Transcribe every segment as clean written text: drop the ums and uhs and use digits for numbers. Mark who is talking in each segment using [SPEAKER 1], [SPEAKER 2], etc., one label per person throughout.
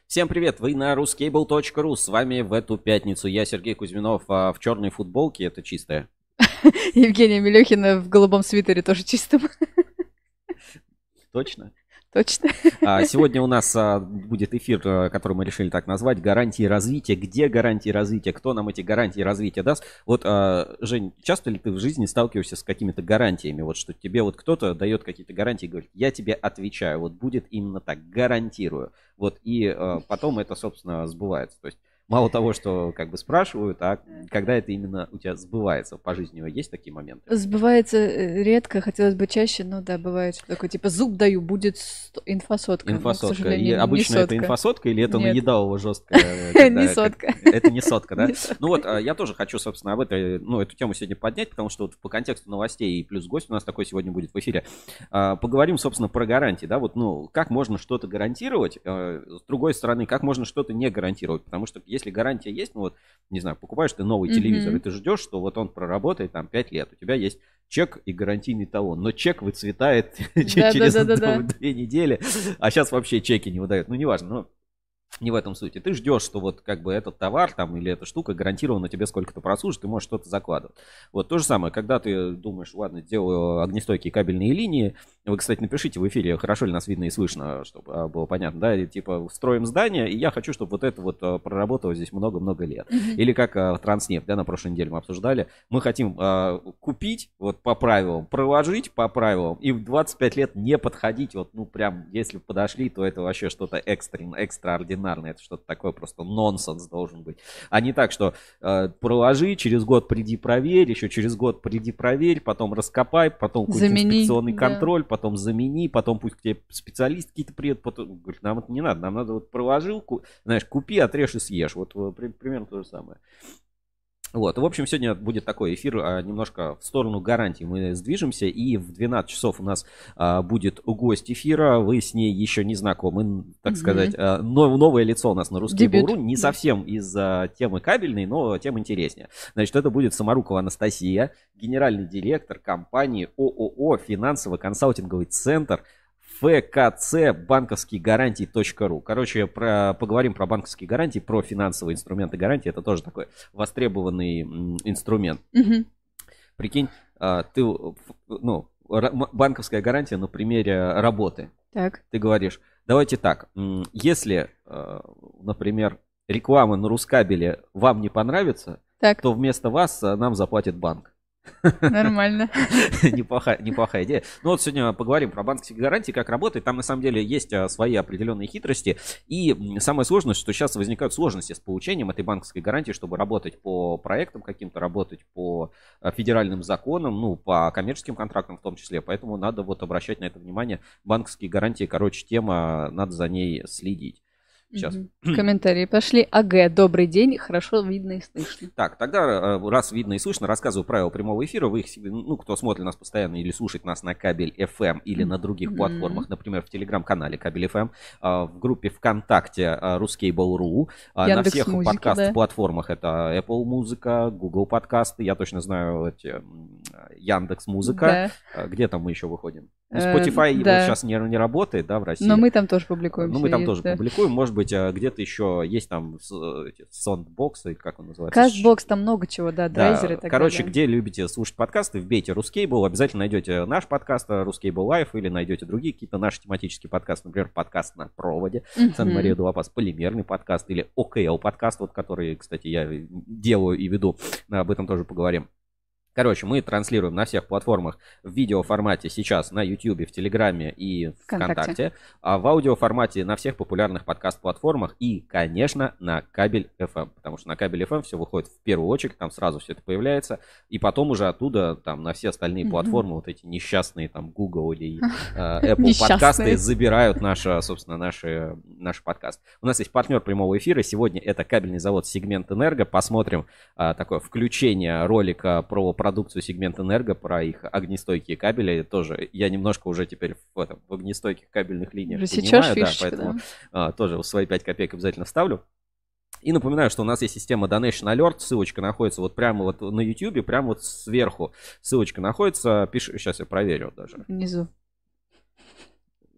[SPEAKER 1] Всем привет, вы на ruscable.ru. С вами в эту пятницу я, Сергей Кузьминов, в черной футболке, это чистая.
[SPEAKER 2] Евгения Мелехина в голубом свитере тоже чистым.
[SPEAKER 1] Точно?
[SPEAKER 2] Точно.
[SPEAKER 1] Сегодня у нас будет эфир, который мы решили так назвать, «Гарантии развития». Где гарантии развития? Кто нам эти гарантии развития даст? Вот, Жень, часто ли ты в жизни сталкиваешься с какими-то гарантиями? Вот что тебе вот кто-то дает какие-то гарантии и говорит, я тебе отвечаю, вот будет именно так, гарантирую. Вот, и потом это, собственно, сбывается. То есть мало того, что как бы спрашивают, а когда это именно у тебя сбывается по жизни, есть такие моменты?
[SPEAKER 2] Сбывается редко, хотелось бы чаще, но да, бывает, что такое, типа, зуб даю, будет инфосотка.
[SPEAKER 1] Инфосотка.
[SPEAKER 2] Но, к сожалению,
[SPEAKER 1] И обычно
[SPEAKER 2] не
[SPEAKER 1] это инфосотка или это
[SPEAKER 2] Нет.
[SPEAKER 1] наедалово жестко?
[SPEAKER 2] Не сотка.
[SPEAKER 1] Это не сотка, да?
[SPEAKER 2] Не сотка.
[SPEAKER 1] Ну вот, я тоже хочу, собственно, эту тему сегодня поднять, потому что вот по контексту новостей и плюс гость у нас такой сегодня будет в эфире. Поговорим, собственно, про гарантии, да, вот, как можно что-то гарантировать, с другой стороны, как можно что-то не гарантировать, потому что если гарантия есть, вот, не знаю, покупаешь ты новый телевизор, и ты ждешь, что вот он проработает там 5 лет, у тебя есть чек и гарантийный талон, но чек выцветает через 2 недели, а сейчас вообще чеки не выдают, неважно, но не в этом суть. И ты ждешь, что вот как бы этот товар там или эта штука гарантированно тебе сколько-то прослужит, ты можешь что-то закладывать. Вот то же самое, когда ты думаешь, ладно, сделаю огнестойкие кабельные линии. Вы, кстати, напишите в эфире, хорошо ли нас видно и слышно, чтобы было понятно, да, и, типа строим здание, и я хочу, чтобы вот это вот проработало здесь много-много лет. Или как Транснефть, да, на прошлой неделе мы обсуждали, мы хотим купить вот по правилам, проложить по правилам и в 25 лет не подходить, вот, прям, если подошли, то это вообще что-то экстраординарное. Это что-то такое, просто нонсенс должен быть. А не так, что проложи, через год приди проверь, еще через год приди проверь, потом раскопай, потом инспекционный контроль, потом замени, потом пусть к тебе специалист какие-то приедут, потом говорит, нам это не надо, нам надо вот проложил, знаешь, купи, отрежь и съешь. Вот примерно то же самое. Вот, в общем, сегодня будет такой эфир немножко в сторону гарантий. Мы сдвижемся, и в 12 часов у нас будет гость эфира. Вы с ней еще не знакомы, так сказать. Новое лицо у нас на ruscable.ru. Не совсем из темы кабельной, но тем интереснее. Значит, это будет Самарукова Анастасия, генеральный директор компании ООО «Финансово-консалтинговый центр» ФКЦ банковские гарантии.ру. Короче, поговорим про банковские гарантии, про финансовые инструменты гарантии. Это тоже такой востребованный инструмент. Прикинь, банковская гарантия на примере работы.
[SPEAKER 2] Так.
[SPEAKER 1] Ты говоришь, давайте так, если, например, реклама на Рускабеле вам не понравится, то вместо вас нам заплатит банк.
[SPEAKER 2] Нормально.
[SPEAKER 1] Неплохая идея. Ну вот сегодня поговорим про банковские гарантии, как работает. Там на самом деле есть свои определенные хитрости. И самое сложное, что сейчас возникают сложности с получением этой банковской гарантии, чтобы работать по проектам каким-то, работать по федеральным законам, по коммерческим контрактам в том числе. Поэтому надо вот обращать на это внимание. Банковские гарантии, тема, надо за ней следить. Сейчас.
[SPEAKER 2] Комментарии пошли. АГ, добрый день, хорошо видно и слышно.
[SPEAKER 1] Так, тогда, раз видно и слышно, рассказываю правила прямого эфира. Вы их, кто смотрит нас постоянно или слушает нас на Кабель FM или на других платформах, например, в телеграм-канале Кабель FM, в группе ВКонтакте ruscable.ru, на всех подкаст-платформах это Apple Музыка, Google подкасты, я точно знаю Яндекс Музыка. Да. Где там мы еще выходим? Spotify сейчас не работает, да, в России.
[SPEAKER 2] Но мы там тоже публикуем.
[SPEAKER 1] Мы там тоже публикуем. Может быть, где-то еще есть там сондбоксы, как он называется?
[SPEAKER 2] Кастбокс, там много чего, драйзеры и так далее.
[SPEAKER 1] Короче, где любите слушать подкасты, вбейте Ruscable, обязательно найдете наш подкаст Ruscable Live или найдете другие какие-то наши тематические подкасты, например, подкаст на проводе, Сан-Мария де ла Пас, полимерный подкаст или ОКЛ подкаст, вот который, кстати, я делаю и веду, об этом тоже поговорим. Короче, мы транслируем на всех платформах в видеоформате сейчас на YouTube, в Телеграме и ВКонтакте, а в аудиоформате на всех популярных подкаст-платформах и, конечно, на Кабель FM, потому что на Кабель FM все выходит в первую очередь, там сразу все это появляется, и потом уже оттуда там на все остальные платформы, вот эти несчастные там Google или Apple подкасты забирают наш подкаст. У нас есть партнер прямого эфира, сегодня это кабельный завод Сегмент Энерго, посмотрим такое включение ролика про продукцию Сегмент Энерго, про их огнестойкие кабели. Тоже я немножко уже теперь в огнестойких кабельных линиях понимаю, поэтому тоже свои 5 копеек обязательно вставлю. И напоминаю, что у нас есть система Donation Alert, ссылочка находится вот прямо вот на YouTube, прямо вот сверху ссылочка находится. Сейчас я проверю даже.
[SPEAKER 2] Внизу.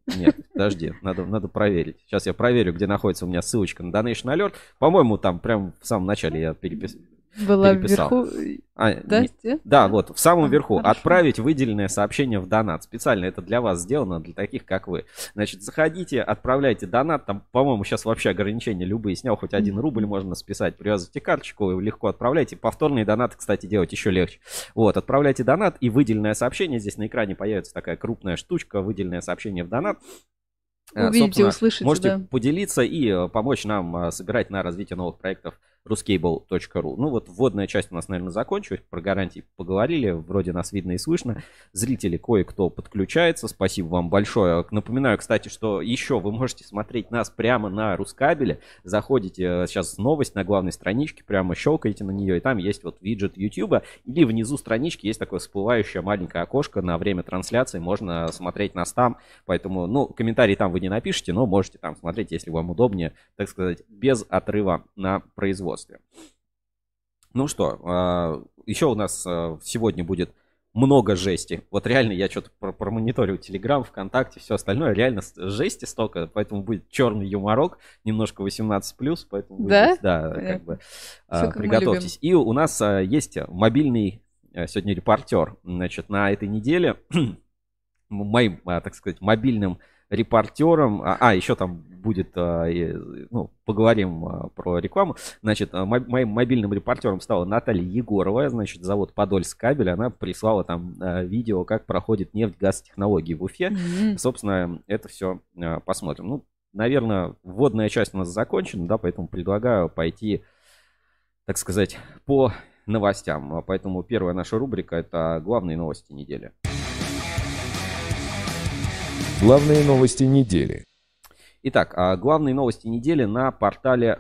[SPEAKER 1] Нет, подожди, надо проверить. Сейчас я проверю, где находится у меня ссылочка на Donation Alert. По-моему, там прям в самом начале я переписал.
[SPEAKER 2] Была вверху. Да,
[SPEAKER 1] да, вот, в самом верху.
[SPEAKER 2] Хорошо.
[SPEAKER 1] Отправить выделенное сообщение в донат. Специально это для вас сделано, для таких, как вы. Значит, заходите, отправляйте донат. Там, по-моему, сейчас вообще ограничения любые снял. Хоть 1 рубль можно списать. Привязывайте карточку, легко отправляйте. Повторные донаты, кстати, делать еще легче. Вот, отправляйте донат и выделенное сообщение. Здесь на экране появится такая крупная штучка. Выделенное сообщение в донат.
[SPEAKER 2] Увидите, услышите,
[SPEAKER 1] можете поделиться и помочь нам собирать на развитие новых проектов ruscable.ru. Ну вот вводная часть у нас, наверное, закончилась. Про гарантии поговорили. Вроде нас видно и слышно. Зрители кое-кто подключается. Спасибо вам большое. Напоминаю, кстати, что еще вы можете смотреть нас прямо на Рускабеле. Заходите сейчас новость на главной страничке, прямо щелкаете на нее, и там есть вот виджет YouTube. Или внизу странички есть такое всплывающее маленькое окошко на время трансляции. Можно смотреть нас там. Поэтому, ну, комментарий там вы не напишите, но можете там смотреть, если вам удобнее, так сказать, без отрыва на производство. Ну что, еще у нас сегодня будет много жести. Вот реально я что-то промониторил Telegram, ВКонтакте, все остальное. Реально жести столько, поэтому будет черный юморок, немножко 18+, поэтому
[SPEAKER 2] да?
[SPEAKER 1] Да, как бы приготовьтесь. И у нас есть мобильный сегодня репортер. Значит, на этой неделе моим, так сказать, мобильным репортером, еще там будет, ну, поговорим про рекламу. Значит, моим мобильным репортером стала Наталья Егорова, значит, завод Подольск кабель. Она прислала там видео, как проходит нефть-газ технологии в Уфе. Собственно, это все посмотрим. Ну, наверное, вводная часть у нас закончена, да, поэтому предлагаю пойти, так сказать, по новостям. Поэтому первая наша рубрика — это главные новости недели.
[SPEAKER 3] Главные новости недели.
[SPEAKER 1] Итак, главные новости недели на портале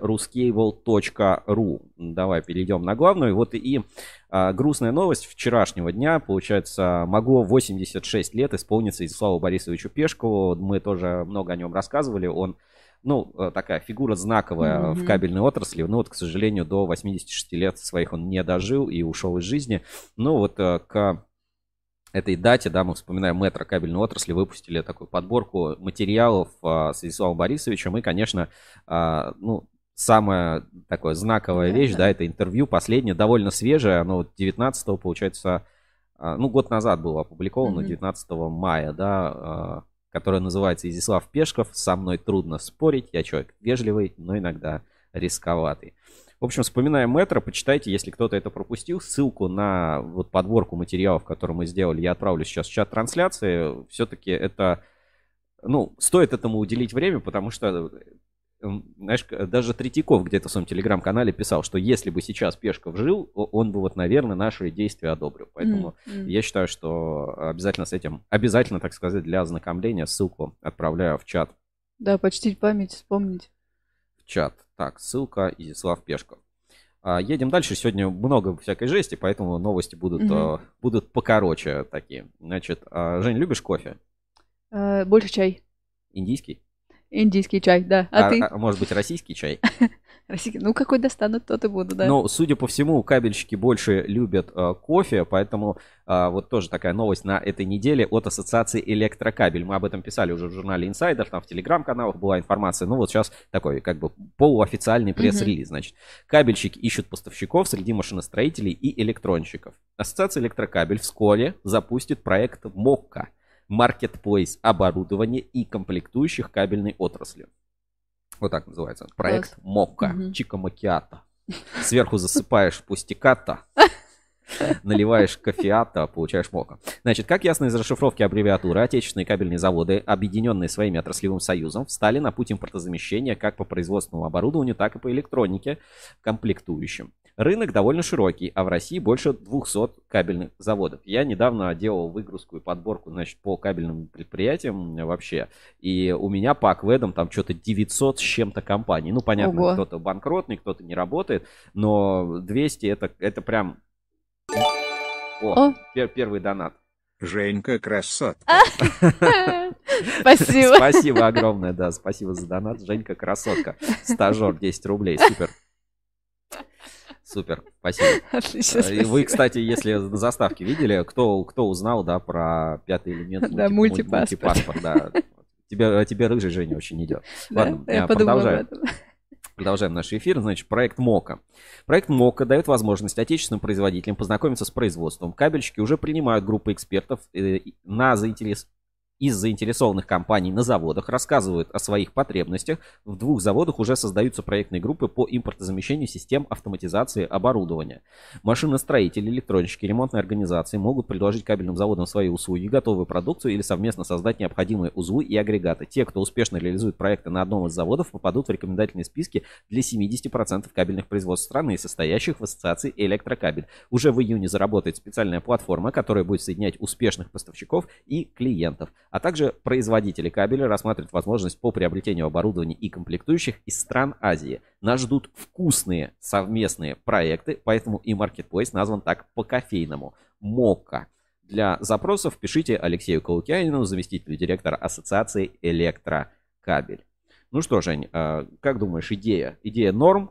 [SPEAKER 1] ruscable.ru. Давай перейдем на главную. Вот и грустная новость вчерашнего дня. Получается, могло 86 лет исполниться Изяславу Борисовичу Пешкову. Мы тоже много о нем рассказывали. Он, ну, такая фигура знаковая в кабельной отрасли. Но вот, к сожалению, до 86 лет своих он не дожил и ушел из жизни. Ну вот к этой дате, да, мы вспоминаем Метро кабельной отрасли, выпустили такую подборку материалов с Изяславом Борисовичем. И, конечно, ну, самая такая знаковая вещь, да, это интервью последнее, довольно свежее. Оно вот 19-го, получается, ну, год назад было опубликовано, 19 мая, да, которое называется «Изяслав Пешков. Со мной трудно спорить. Я человек вежливый, но иногда рисковатый». В общем, вспоминаем Метро, почитайте, если кто-то это пропустил. Ссылку на вот подборку материалов, которые мы сделали, я отправлю сейчас в чат трансляции. Все-таки это, ну, стоит этому уделить время, потому что, знаешь, даже Третьяков где-то в своем телеграм-канале писал, что если бы сейчас Пешков жил, он бы вот, наверное, наши действия одобрил. Поэтому я считаю, что обязательно с этим, обязательно, так сказать, для ознакомления ссылку отправляю в чат.
[SPEAKER 2] Да, почтить память, вспомнить.
[SPEAKER 1] В чат. Так, ссылка Изяслав Пешков. Едем дальше. Сегодня много всякой жести, поэтому новости будут покороче такие. Значит, Жень, любишь кофе?
[SPEAKER 2] Больше чай.
[SPEAKER 1] Индийский?
[SPEAKER 2] Индийский чай, да. А ты?
[SPEAKER 1] Может быть, российский чай?
[SPEAKER 2] Ну, какой достанут, тот и буду, да.
[SPEAKER 1] Ну, судя по всему, кабельщики больше любят кофе, поэтому вот тоже такая новость на этой неделе от ассоциации Электрокабель. Мы об этом писали уже в журнале Insider, там в телеграм-каналах была информация. Ну, вот сейчас такой как бы полуофициальный пресс-релиз. Значит, кабельщики ищут поставщиков среди машиностроителей и электронщиков. Ассоциация Электрокабель вскоре запустит проект МОККА — маркетплейс оборудования и комплектующих кабельной отрасли. Вот так называется. Проект МОККА. Чика макиато. Сверху засыпаешь пустиката, наливаешь кофеата, получаешь мока. Значит, как ясно из расшифровки аббревиатуры, отечественные кабельные заводы, объединенные своими отраслевым союзом, встали на путь импортозамещения как по производственному оборудованию, так и по электронике, комплектующим. Рынок довольно широкий, а в России больше 200 кабельных заводов. Я недавно делал выгрузку и подборку, значит, по кабельным предприятиям вообще. И у меня по акведам там что-то 900 с чем-то компаний. Ну, понятно,
[SPEAKER 2] Ого.
[SPEAKER 1] кто-то банкротный, кто-то не работает, но 200 это прям... Первый донат.
[SPEAKER 3] Женька красотка.
[SPEAKER 2] Спасибо.
[SPEAKER 1] Спасибо огромное, да, спасибо за донат. Женька красотка. Стажер 10 рублей, супер. Супер, спасибо.
[SPEAKER 2] Отлично,
[SPEAKER 1] И вы, кстати, если на заставке видели, кто узнал, да, про пятый элемент,
[SPEAKER 2] Да, мультипаспорт.
[SPEAKER 1] да. Тебе рыжий, Женя, очень идет.
[SPEAKER 2] Да?
[SPEAKER 1] Ладно,
[SPEAKER 2] Я подумала об
[SPEAKER 1] продолжаем.
[SPEAKER 2] этом.
[SPEAKER 1] Продолжаем наш эфир. Значит, проект МОКа. Проект МОКа дает возможность отечественным производителям познакомиться с производством. Кабельщики уже принимают группы экспертов из заинтересованных компаний на заводах, рассказывают о своих потребностях. В 2 заводах уже создаются проектные группы по импортозамещению систем автоматизации оборудования. Машиностроители, электронщики, ремонтные организации могут предложить кабельным заводам свои услуги, готовую продукцию или совместно создать необходимые узлы и агрегаты. Те, кто успешно реализует проекты на одном из заводов, попадут в рекомендательные списки для 70% кабельных производств страны, состоящих в ассоциации «Электрокабель». Уже в июне заработает специальная платформа, которая будет соединять успешных поставщиков и клиентов. А также производители кабеля рассматривают возможность по приобретению оборудования и комплектующих из стран Азии. Нас ждут вкусные совместные проекты, поэтому и маркетплейс назван так по-кофейному – МОКа. Для запросов пишите Алексею Калукянину, заместителю директора ассоциации «Электрокабель». Ну что, Жень, как думаешь, идея? Идея норм?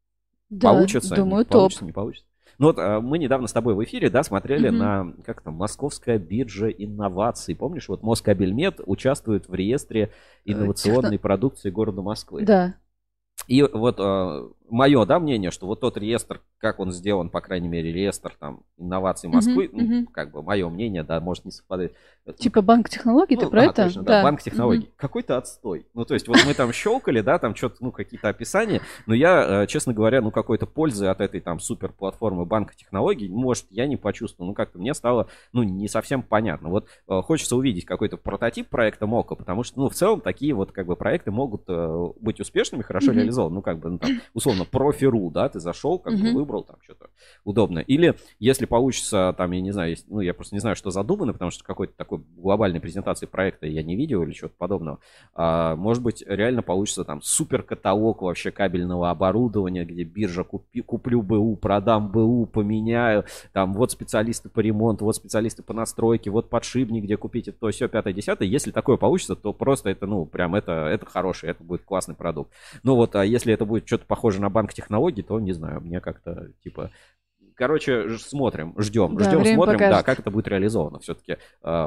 [SPEAKER 2] Да,
[SPEAKER 1] Получится?
[SPEAKER 2] думаю,
[SPEAKER 1] Не получится, не получится? Ну вот мы недавно с тобой в эфире, да, смотрели на, как там, Московская биржа инноваций. Помнишь, вот Москабельмет участвует в реестре инновационной продукции города Москвы.
[SPEAKER 2] Да.
[SPEAKER 1] И вот мое, да, мнение, что вот тот реестр, как он сделан, по крайней мере, реестр там инноваций Москвы, ну, как бы мое мнение, да, может не совпадает.
[SPEAKER 2] Типа банк технологий, ты про это?
[SPEAKER 1] Точно, да, банк технологий. Какой-то отстой. Ну, то есть вот мы там щелкали, да, там что-то, ну, какие-то описания, но я, честно говоря, ну, какой-то пользы от этой там супер платформы банка технологий, может, я не почувствовал. Ну, как-то мне стало, ну, не совсем понятно. Вот хочется увидеть какой-то прототип проекта МОКа, потому что, ну, в целом такие вот как бы проекты могут быть успешными, хорошо реализованы. Ну, как бы, ну, там, условно, профи.ру, да, ты зашел, как бы выбрал там что-то удобное. Или если получится, там, я не знаю, ну, я просто не знаю, что задумано, потому что какой-то такой глобальной презентации проекта я не видел или чего-то подобного. Может быть, реально получится там супер каталог вообще кабельного оборудования, где биржа куплю БУ, продам БУ, поменяю, там вот специалисты по ремонту, вот специалисты по настройке, вот подшипник, где купить это, то все, 5-10. Если такое получится, то просто это, ну, прям это хороший, это будет классный продукт. Ну вот, а если это будет что-то похоже на банк технологий, то не знаю, мне как-то типа... Короче, смотрим, ждем,
[SPEAKER 2] да,
[SPEAKER 1] смотрим,
[SPEAKER 2] покажет.
[SPEAKER 1] да, как это будет реализовано. Все-таки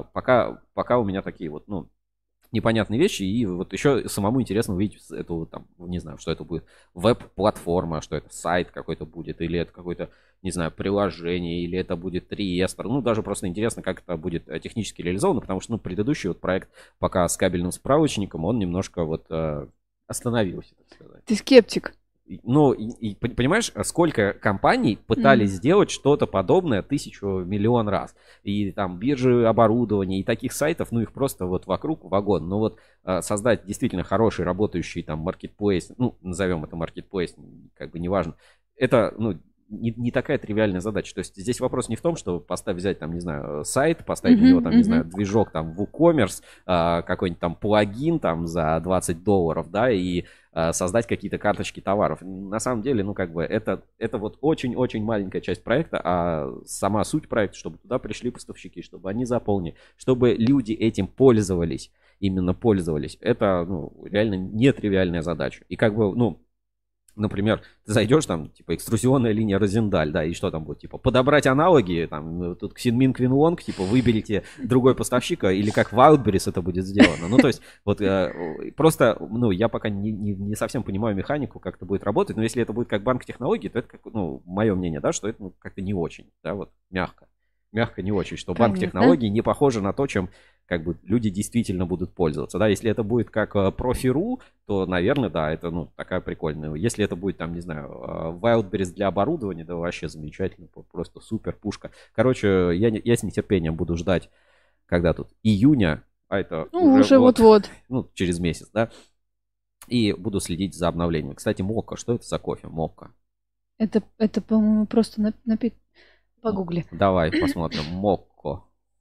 [SPEAKER 1] пока у меня такие вот, ну, непонятные вещи, и вот еще самому интересно увидеть эту, там, не знаю, что это будет, веб-платформа, что это сайт какой-то будет, или это какое-то, не знаю, приложение, или это будет реестр. Ну, даже просто интересно, как это будет технически реализовано, потому что, ну, предыдущий вот проект пока с кабельным справочником, он немножко вот остановился, так сказать.
[SPEAKER 2] Ты скептик.
[SPEAKER 1] Ну, и понимаешь, сколько компаний пытались сделать что-то подобное 1000 миллион раз. И там биржи оборудования, и таких сайтов, ну, их просто вот вокруг вагон. Но вот создать действительно хороший работающий там маркетплейс, ну, назовем это маркетплейс, как бы неважно, это, ну, не такая тривиальная задача. То есть здесь вопрос не в том, что взять там, не знаю, сайт, поставить на него там, не знаю, движок там в WooCommerce, какой-нибудь там плагин там за $20, да, и создать какие-то карточки товаров. На самом деле, ну, как бы, это вот очень-очень маленькая часть проекта, а сама суть проекта, чтобы туда пришли поставщики, чтобы они заполнили, чтобы люди этим пользовались, именно пользовались. Это, ну, реально нетривиальная задача. И как бы, ну, например, ты зайдешь там, типа, экструзионная линия Розендаль, да, и что там будет, типа, подобрать аналоги, там, тут Ксинмин Квинлонг, типа, выберите другой поставщика, или как в Wildberries это будет сделано. Ну, то есть, вот, просто, ну, я пока не совсем понимаю механику, как это будет работать, но если это будет как банк технологий, то это, как, ну, мое мнение, да, что это, ну, как-то не очень, да, вот, мягко не очень, что банк технологий не похоже на то, чем как бы люди действительно будут пользоваться. Да, если это будет как профи.ру, то, наверное, да, это, ну, такая прикольная. Если это будет там, не знаю, Wildberries для оборудования, да, вообще замечательно, просто супер пушка. Короче, я с нетерпением буду ждать, когда тут июня, а это
[SPEAKER 2] уже вот-вот.
[SPEAKER 1] Ну, через месяц, да, и буду следить за обновлением. Кстати, Мокка, что это за кофе, Мокка?
[SPEAKER 2] Это по-моему, просто напиток. Погугли.
[SPEAKER 1] Давай посмотрим. Мокко.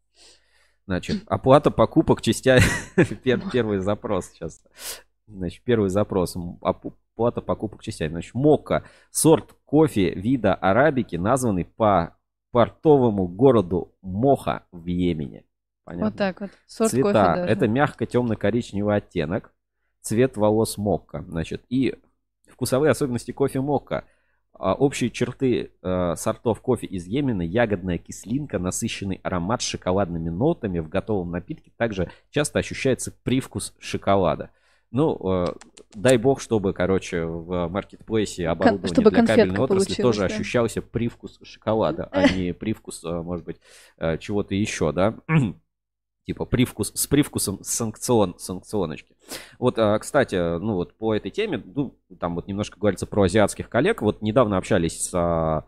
[SPEAKER 1] Значит, оплата покупок частями. Первый запрос сейчас. Значит, первый запрос. Оплата покупок частями. Значит, Мокко. Сорт кофе вида арабики, названный по портовому городу Моха в Йемене. Понятно?
[SPEAKER 2] Вот так вот. Сорт
[SPEAKER 1] цвета.
[SPEAKER 2] Кофе даже.
[SPEAKER 1] Это мягко темно-коричневый оттенок. Цвет волос Мокко. Значит, и вкусовые особенности кофе Мокко. Общие черты сортов кофе из Йемена: ягодная кислинка, насыщенный аромат с шоколадными нотами. В готовом напитке также часто ощущается привкус шоколада. Ну, дай бог, чтобы, короче, в маркетплейсе оборудование
[SPEAKER 2] чтобы
[SPEAKER 1] для кабельной отрасли
[SPEAKER 2] получилась,
[SPEAKER 1] тоже
[SPEAKER 2] да.
[SPEAKER 1] ощущался привкус шоколада, а не привкус, может быть, чего-то еще, да? Типа привкус с привкусом санкционочки. Вот, кстати, ну вот по этой теме, ну, там вот немножко говорится про азиатских коллег. Вот недавно общались с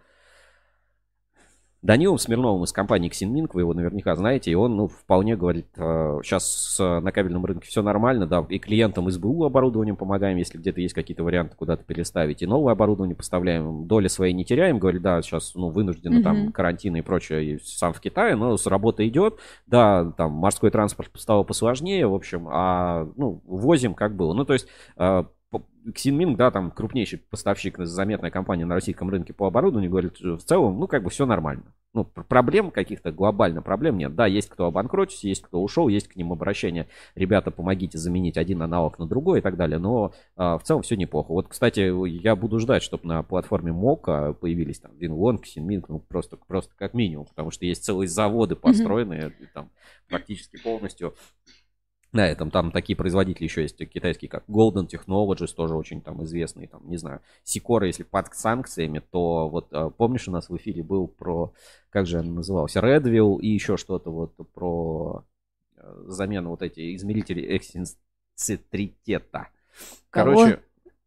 [SPEAKER 1] Данилом Смирновым из компании Xinming, вы его наверняка знаете, и он, ну, вполне говорит, сейчас на кабельном рынке все нормально, да, и клиентам СБУ оборудованием помогаем, если где-то есть какие-то варианты куда-то переставить, и новое оборудование поставляем, доли своей не теряем, говорит, да, сейчас, ну, вынуждены там карантин и прочее, и сам в Китае, но с работы идет, да, там морской транспорт стало посложнее, в общем, ну, возим как было, ну, то есть... Xinming, да, там крупнейший поставщик, заметная компания на российском рынке по оборудованию, говорит, в целом, ну, как бы все нормально. Ну, проблем каких-то, глобально проблем нет. Да, есть кто обанкротился, есть кто ушел, есть к ним обращение. Ребята, помогите заменить один аналог на другой и так далее. Но в целом все неплохо. Вот, кстати, я буду ждать, чтобы на платформе Мока появились там Winlong, Xinming, ну, просто как минимум. Потому что есть целые заводы построенные, там практически полностью... На этом там такие производители еще есть китайские, как Golden Technologies, тоже очень там известные, там, не знаю, Sicora, если под санкциями, то вот помнишь, у нас в эфире был про, как же он назывался, Redville и еще что-то вот про замену вот эти измерители эксцентритета. Короче,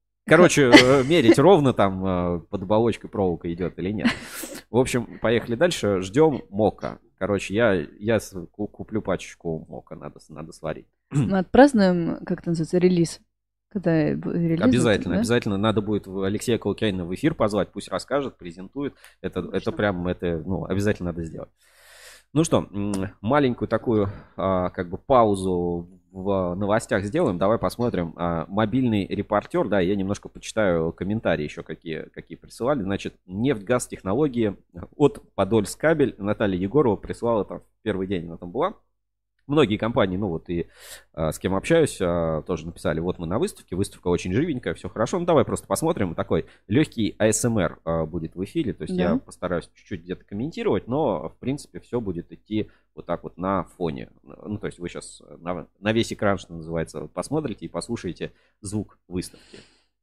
[SPEAKER 1] мерить ровно там под оболочкой проволока идет или нет. В общем, поехали дальше. Ждем Мока. Короче, я куплю пачечку Мока, надо сварить.
[SPEAKER 2] Мы отпразднуем, как это называется, релиз. Когда релиз
[SPEAKER 1] Обязательно,
[SPEAKER 2] да?
[SPEAKER 1] Обязательно. Надо будет Алексея Колокянина в эфир позвать, пусть расскажет, презентует. Это прям, ну, обязательно надо сделать. Ну что, маленькую такую, как бы, паузу в новостях сделаем. Давай посмотрим. Мобильный репортер, да, я немножко почитаю комментарии еще, какие присылали. Значит, нефть-газ технологии от Подольскабель. Наталья Егорова прислала там в первый день, она там была. Многие компании, ну вот и с кем общаюсь, тоже написали, вот мы на выставке, выставка очень живенькая, все хорошо. Ну давай просто посмотрим, такой легкий АСМР будет в эфире, то есть
[SPEAKER 2] да.
[SPEAKER 1] Я постараюсь чуть-чуть где-то комментировать, но в принципе все будет идти вот так вот на фоне. Ну то есть вы сейчас на весь экран, что называется, посмотрите и послушаете звук выставки.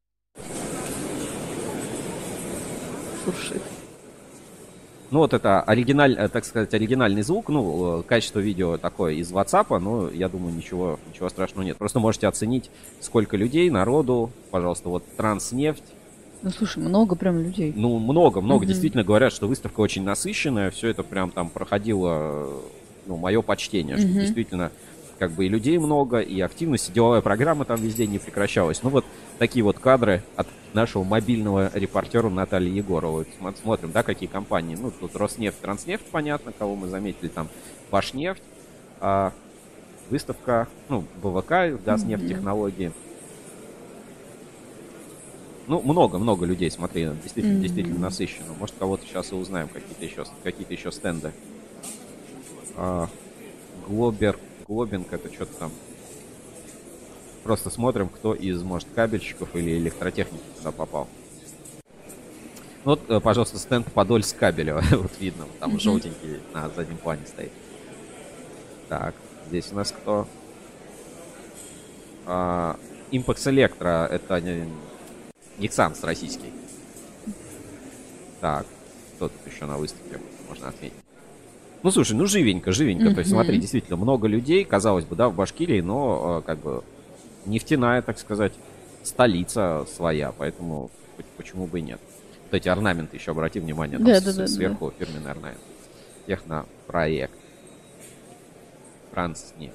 [SPEAKER 2] Шуршит.
[SPEAKER 1] Ну, вот это так сказать, оригинальный звук. Ну, качество видео такое из WhatsApp, но я думаю, ничего страшного нет. Просто можете оценить, сколько людей, народу. Пожалуйста, вот Транснефть.
[SPEAKER 2] Ну, слушай, много прям людей.
[SPEAKER 1] Ну, много. Действительно говорят, что выставка очень насыщенная. Все это прям там проходило, ну, мое почтение, что действительно, как бы, и людей много, и активность, и деловая программа там везде не прекращалась. Ну, вот такие вот кадры от нашего мобильного репортера Натальи Егоровой. Смотрим, да, какие компании. Ну, тут Роснефть, Транснефть, понятно, кого мы заметили, там Башнефть, выставка, ну, БВК, Газнефть технологии. Ну, много людей, смотри, действительно насыщенно. Может, кого-то сейчас и узнаем, какие-то еще стенды. Глобинг, это что-то там. Просто смотрим, кто из, может, кабельщиков или электротехники туда попал. Вот, пожалуйста, стенд Подольскабеля. Вот видно, там желтенький на заднем плане стоит. Так, здесь у нас кто? Импакс Электро, это Нексанс российский. Так, кто тут еще на выставке можно отметить? Ну, слушай, ну живенько. То есть, смотри, действительно, много людей, казалось бы, да, в Башкирии, но, как бы, нефтяная, так сказать, столица своя, поэтому почему бы и нет. Вот эти орнаменты еще, обрати внимание, там сверху фирменный орнамент. Технопроект. Транснефть.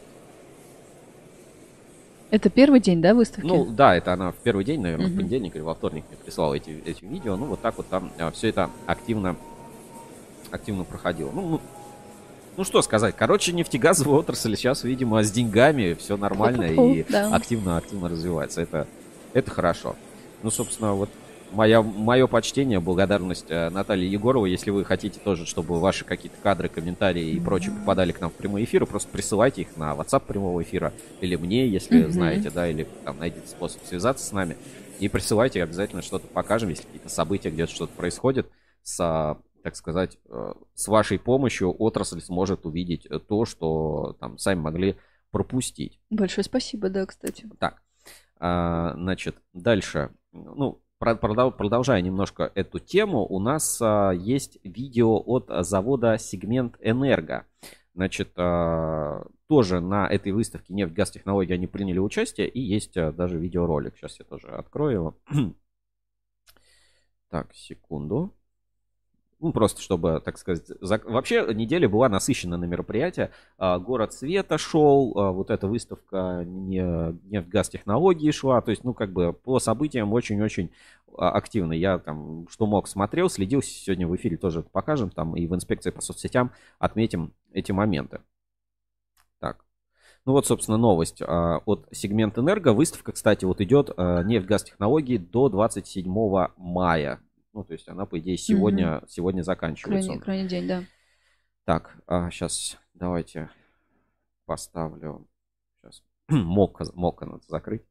[SPEAKER 2] Это первый день, да, выставки?
[SPEAKER 1] Ну, да, это она в первый день, наверное, в понедельник или во вторник мне прислала эти видео. Ну, вот так вот там все это активно проходило. Ну, что сказать. Короче, нефтегазовая отрасль сейчас, видимо, с деньгами все нормально и активно развивается. Это хорошо. Ну, собственно, вот мое почтение, благодарность Наталье Егоровой. Если вы хотите тоже, чтобы ваши какие-то кадры, комментарии и прочее попадали к нам в прямой эфир, просто присылайте их на WhatsApp прямого эфира или мне, если знаете, да, или там найдите способ связаться с нами. И присылайте, обязательно что-то покажем, если какие-то события, где-то что-то происходит, так сказать, с вашей помощью отрасль сможет увидеть то, что там сами могли пропустить.
[SPEAKER 2] Большое спасибо, да, кстати.
[SPEAKER 1] Так, значит, дальше, ну, продолжая немножко эту тему, у нас есть видео от завода «Сегмент Энерго». Значит, тоже на этой выставке «Нефть, газ, технологии» они приняли участие, и есть даже видеоролик. Сейчас я тоже открою его. Так, секунду. Ну, просто чтобы, так сказать, вообще неделя была насыщена на мероприятия. Город света шел, вот эта выставка «Нефть, газ, технологии» шла. То есть, ну, как бы по событиям очень-очень активно. Я там, что мог, смотрел, следил. Сегодня в эфире тоже это покажем. Там и в инспекции по соцсетям отметим эти моменты. Так. Ну вот, собственно, новость от «Сегмент Энерго». Выставка, кстати, вот идет «Нефть, газ, технологии» до 27 мая. Ну, то есть она, по идее, сегодня заканчивается.
[SPEAKER 2] Крайний день, да.
[SPEAKER 1] Так, сейчас давайте поставлю. Сейчас Мокко надо закрыть.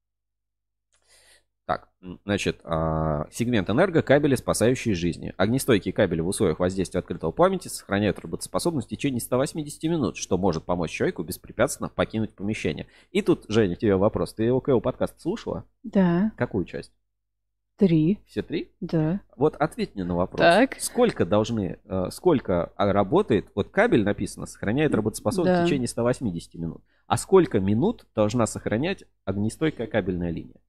[SPEAKER 1] Так, значит, «Сегмент Энерго» — кабели, спасающие жизни. Огнестойкие кабели в условиях воздействия открытого пламени сохраняют работоспособность в течение 180 минут, что может помочь человеку беспрепятственно покинуть помещение. И тут, Женя, тебе вопрос. Ты ОКО подкаст слушала?
[SPEAKER 2] Да.
[SPEAKER 1] Какую часть?
[SPEAKER 2] 3.
[SPEAKER 1] Все 3?
[SPEAKER 2] Да.
[SPEAKER 1] Вот ответь мне на вопрос.
[SPEAKER 2] Так.
[SPEAKER 1] Сколько работает, вот кабель написано, сохраняет работоспособность в течение 180 минут. А сколько минут должна сохранять огнестойкая кабельная линия?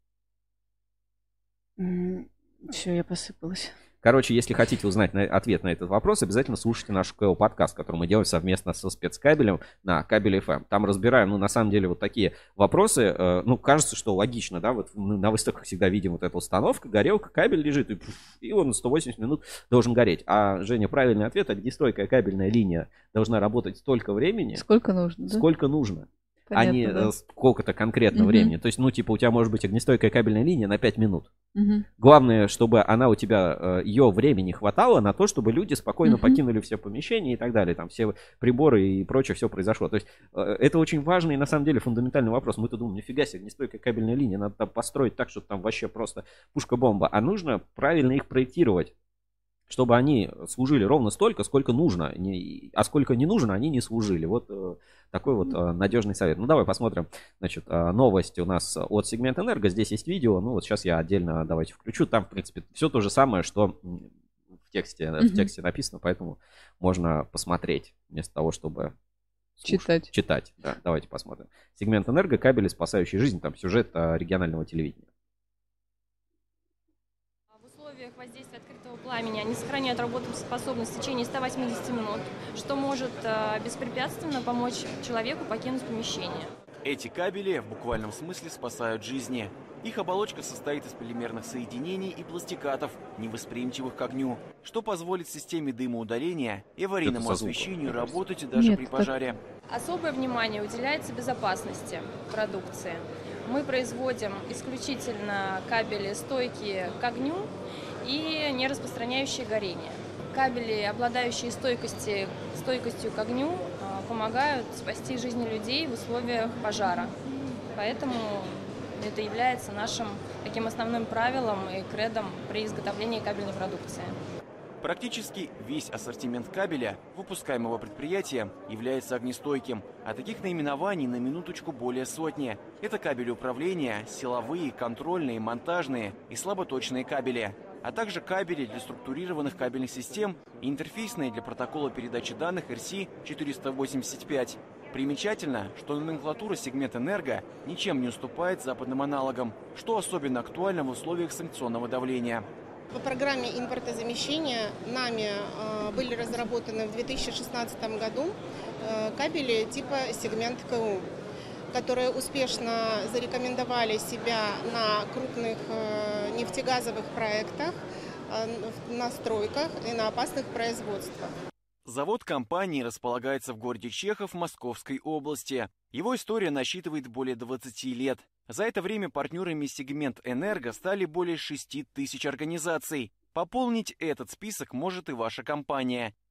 [SPEAKER 2] Все, я посыпалась.
[SPEAKER 1] Короче, если хотите узнать ответ на этот вопрос, обязательно слушайте наш КО-подкаст, который мы делаем совместно со спецкабелем на Кабель FM. Там разбираем, ну, на самом деле, вот такие вопросы. Ну, кажется, что логично, да, вот мы на выставках всегда видим вот эта установка, горелка, кабель лежит, и он 180 минут должен гореть. А, Женя, правильный ответ: огнестойкая кабельная линия должна работать столько времени,
[SPEAKER 2] сколько нужно, да?
[SPEAKER 1] Сколько нужно.
[SPEAKER 2] Понятно,
[SPEAKER 1] а не
[SPEAKER 2] да.
[SPEAKER 1] сколько-то конкретно времени. То есть, ну, типа, у тебя может быть огнестойкая кабельная линия на 5 минут.
[SPEAKER 2] Мгм.
[SPEAKER 1] Главное, чтобы она у тебя, ее времени хватало на то, чтобы люди спокойно
[SPEAKER 2] Мгм.
[SPEAKER 1] покинули все помещения и так далее. Там все приборы и прочее, все произошло. То есть, это очень важный и, на самом деле, фундаментальный вопрос. Мы-то думаем, нифига себе, огнестойкая кабельная линия, надо там построить так, чтобы там вообще просто пушка-бомба. А нужно правильно их проектировать, чтобы они служили ровно столько, сколько нужно, а сколько не нужно, они не служили. Вот такой вот надежный совет. Ну, давай посмотрим. Значит, новость у нас от «Сегмент Энерго». Здесь есть видео. Ну, вот сейчас я отдельно давайте включу. Там, в принципе, все то же самое, что в тексте написано, поэтому можно посмотреть вместо того, чтобы читать. Да, давайте посмотрим. «Сегмент Энерго. Кабели, спасающие жизнь». Там сюжет регионального телевидения.
[SPEAKER 4] Воздействие открытого пламени, они сохраняют работоспособность в течение 180 минут, что может беспрепятственно помочь человеку покинуть помещение.
[SPEAKER 5] Эти кабели в буквальном смысле спасают жизни. Их оболочка состоит из полимерных соединений и пластикатов, невосприимчивых к огню, что позволит системе дымоудаления и аварийному освещению работать даже при пожаре.
[SPEAKER 4] Особое внимание уделяется безопасности продукции. Мы производим исключительно кабели, стойкие к огню и не распространяющие горение. Кабели, обладающие стойкостью к огню, помогают спасти жизни людей в условиях пожара. Поэтому это является нашим таким основным правилом и кредом при изготовлении кабельной продукции.
[SPEAKER 5] Практически весь ассортимент кабеля, выпускаемого предприятием, является огнестойким, а таких наименований на минуточку более сотни. Это кабели управления, силовые, контрольные, монтажные и слаботочные кабели, а также кабели для структурированных кабельных систем и интерфейсные для протокола передачи данных RC485. Примечательно, что номенклатура «Сегмент Энерго» ничем не уступает западным аналогам, что особенно актуально в условиях санкционного давления.
[SPEAKER 6] По программе импортозамещения нами были разработаны в 2016 году кабели типа «Сегмент КУ», которые успешно зарекомендовали себя на крупных нефтегазовых проектах, на стройках и на опасных производствах.
[SPEAKER 5] Завод компании располагается в городе Чехов Московской области. Его история насчитывает более 20 лет. За это время партнерами «Сегмент Энерго» стали более 6 тысяч организаций. Пополнить этот список может и ваша компания.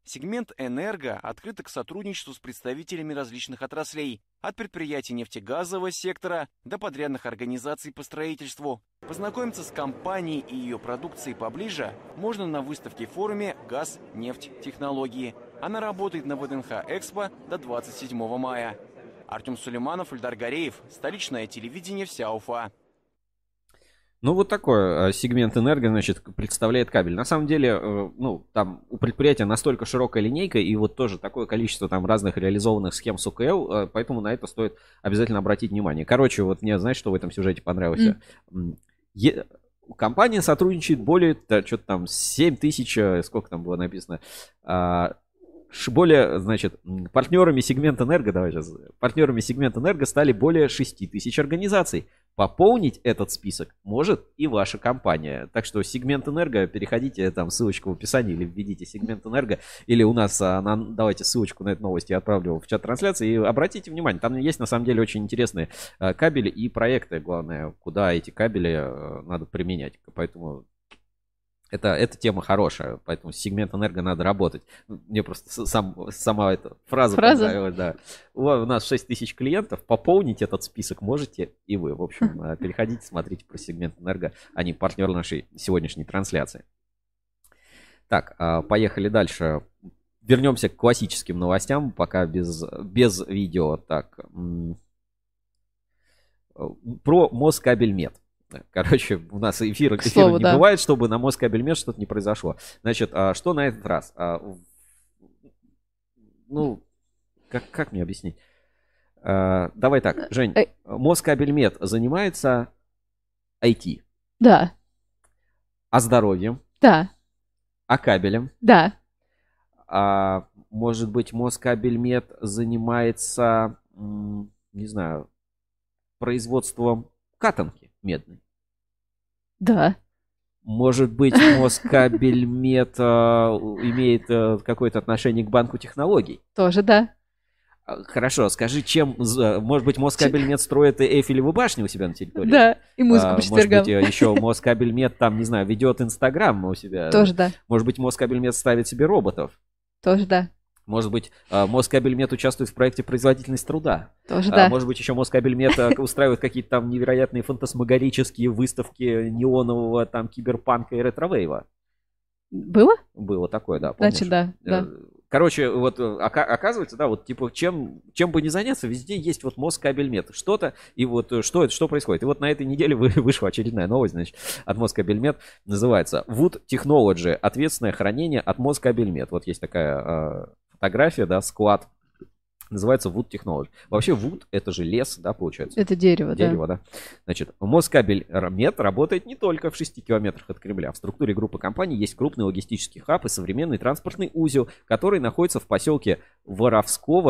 [SPEAKER 5] Сегмент «Энерго» открыт к сотрудничеству с представителями различных отраслей, от предприятий нефтегазового сектора до подрядных организаций по строительству. Познакомиться с компанией и ее продукцией поближе можно на выставке-форуме «Газ, нефть, технологии». Она работает на ВДНХ Экспо до 27 мая. Артем Сулейманов, Ильдар Гореев, столичное телевидение, вся Уфа.
[SPEAKER 1] Ну, вот такой сегмент «Энерго», значит, представляет кабель. На самом деле, ну, там у предприятия настолько широкая линейка, и вот тоже такое количество там разных реализованных схем с УКЛ, поэтому на это стоит обязательно обратить внимание. Короче, вот мне, знаешь, что в этом сюжете понравилось? Компания сотрудничает более, что-то там, 7 тысяч, сколько там было написано, более, значит, партнерами сегмента «Энерго», давай сейчас, партнерами сегмента «Энерго» стали более 6 тысяч организаций. Пополнить этот список может и ваша компания. Так что сегмент «Энерго», переходите, там ссылочка в описании, или введите сегмент «Энерго», или у нас, давайте ссылочку на эту новость я отправлю в чат трансляции, и обратите внимание, там есть на самом деле очень интересные кабели и проекты, главное, куда эти кабели надо применять. Поэтому эта тема хорошая, поэтому с сегмент «Энерго» надо работать. Мне просто сама эта фраза понравилась. Да. У нас 6 тысяч клиентов, пополнить этот список можете и вы. В общем, переходите, смотрите про сегмент «Энерго», они партнер нашей сегодняшней трансляции. Так, поехали дальше. Вернемся к классическим новостям, пока без видео. Так, про Москабельмет. Короче, у нас эфира не бывает, чтобы на Москабельмет что-то не произошло. Значит, что на этот раз? Ну, как мне объяснить? Давай так, Жень, Москабельмет занимается IT.
[SPEAKER 2] Да.
[SPEAKER 1] А здоровьем?
[SPEAKER 2] Да.
[SPEAKER 1] А кабелем?
[SPEAKER 2] Да.
[SPEAKER 1] Может быть, Москабельмет занимается, не знаю, производством катанки медный?
[SPEAKER 2] Да.
[SPEAKER 1] Может быть, Москабельмет имеет какое-то отношение к банку технологий?
[SPEAKER 2] Тоже да.
[SPEAKER 1] Хорошо, скажи, чем, может быть, Москабельмет строит Эйфелеву башню у себя на территории?
[SPEAKER 2] Да, и музыку по четвергам.
[SPEAKER 1] Может быть, еще Москабельмет там, не знаю, ведет Инстаграм у себя?
[SPEAKER 2] Тоже да.
[SPEAKER 1] Может быть, Москабельмет ставит себе роботов?
[SPEAKER 2] Тоже да.
[SPEAKER 1] Может быть, Москабельмет участвует в проекте «Производительность труда».
[SPEAKER 2] Тоже да.
[SPEAKER 1] Может быть, еще Москабельмет устраивает какие-то там невероятные фантасмагорические выставки неонового там киберпанка и ретро-вейва.
[SPEAKER 2] Было?
[SPEAKER 1] Было такое, да. Помнишь?
[SPEAKER 2] Значит, да.
[SPEAKER 1] Короче, вот оказывается, да, вот типа чем бы ни заняться, везде есть вот Москабельмет. Что-то, и вот что происходит. И вот на этой неделе вышла очередная новость, значит, от Москабельмет. Называется Wood Technology. Ответственное хранение от Москабельмет. Вот есть такая фотография, да, склад. Называется Wood Technology. Вообще Wood это же лес, да, получается?
[SPEAKER 2] Это дерево,
[SPEAKER 1] да. Значит, Москабельмет работает не только в 6 километрах от Кремля. В структуре группы компаний есть крупный логистический хаб и современный транспортный узел, который находится в поселке Воровского,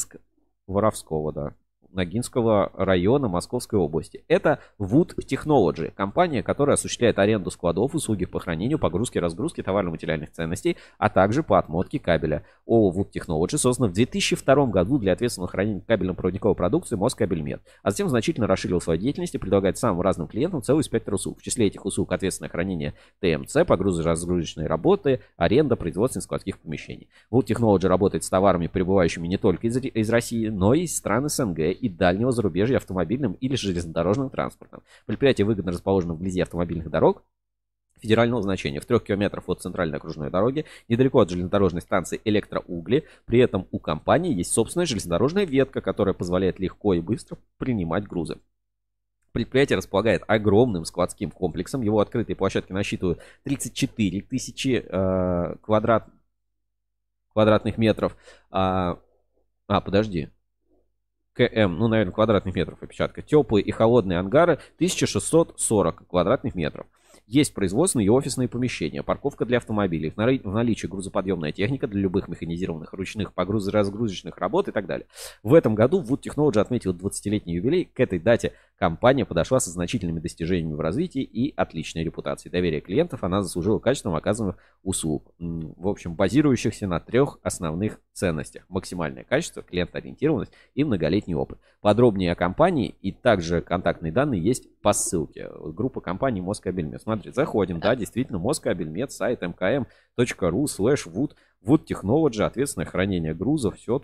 [SPEAKER 1] Ногинского района Московской области. Это Wood Technology, компания, которая осуществляет аренду складов, услуги по хранению, погрузке, разгрузке товарно-материальных ценностей, а также по отмотке кабеля. ООО Wood Technology создана в 2002 году для ответственного хранения кабельно-проводниковой продукции Москабельмет, а затем значительно расширил свою деятельность и предлагает самым разным клиентам целый спектр услуг. В числе этих услуг ответственное хранение ТМЦ, погрузно-разгрузочные работы, аренда производственных складских помещений. Wood Technology работает с товарами, прибывающими не только из России, но и из стран СНГ и дальнего зарубежья автомобильным или железнодорожным транспортом. Предприятие выгодно расположено вблизи автомобильных дорог федерального значения, в 3 километрах от центральной окружной дороги, недалеко от железнодорожной станции Электроугли. При этом у компании есть собственная железнодорожная ветка, которая позволяет легко и быстро принимать грузы. Предприятие располагает огромным складским комплексом. Его открытые площадки насчитывают 34 тысячи квадратных метров. Наверное, квадратных метров опечатка. Теплые и холодные ангары 1640 квадратных метров. Есть производственные и офисные помещения, парковка для автомобилей, в наличии грузоподъемная техника для любых механизированных ручных погрузно-разгрузочных работ и так далее. В этом году Wood Technology отметил 20-летний юбилей. К этой дате компания подошла со значительными достижениями в развитии и отличной репутацией. Доверие клиентов она заслужила качеством оказанных услуг, в общем, базирующихся на 3 основных ценностях. Максимальное качество, клиентоориентированность и многолетний опыт. Подробнее о компании и также контактные данные есть по ссылке. Группа компаний Москабельмет. Смотрите, заходим, да, действительно, Москабельмет, сайт mkm.ru/wood, Wood Technology, ответственное хранение грузов, все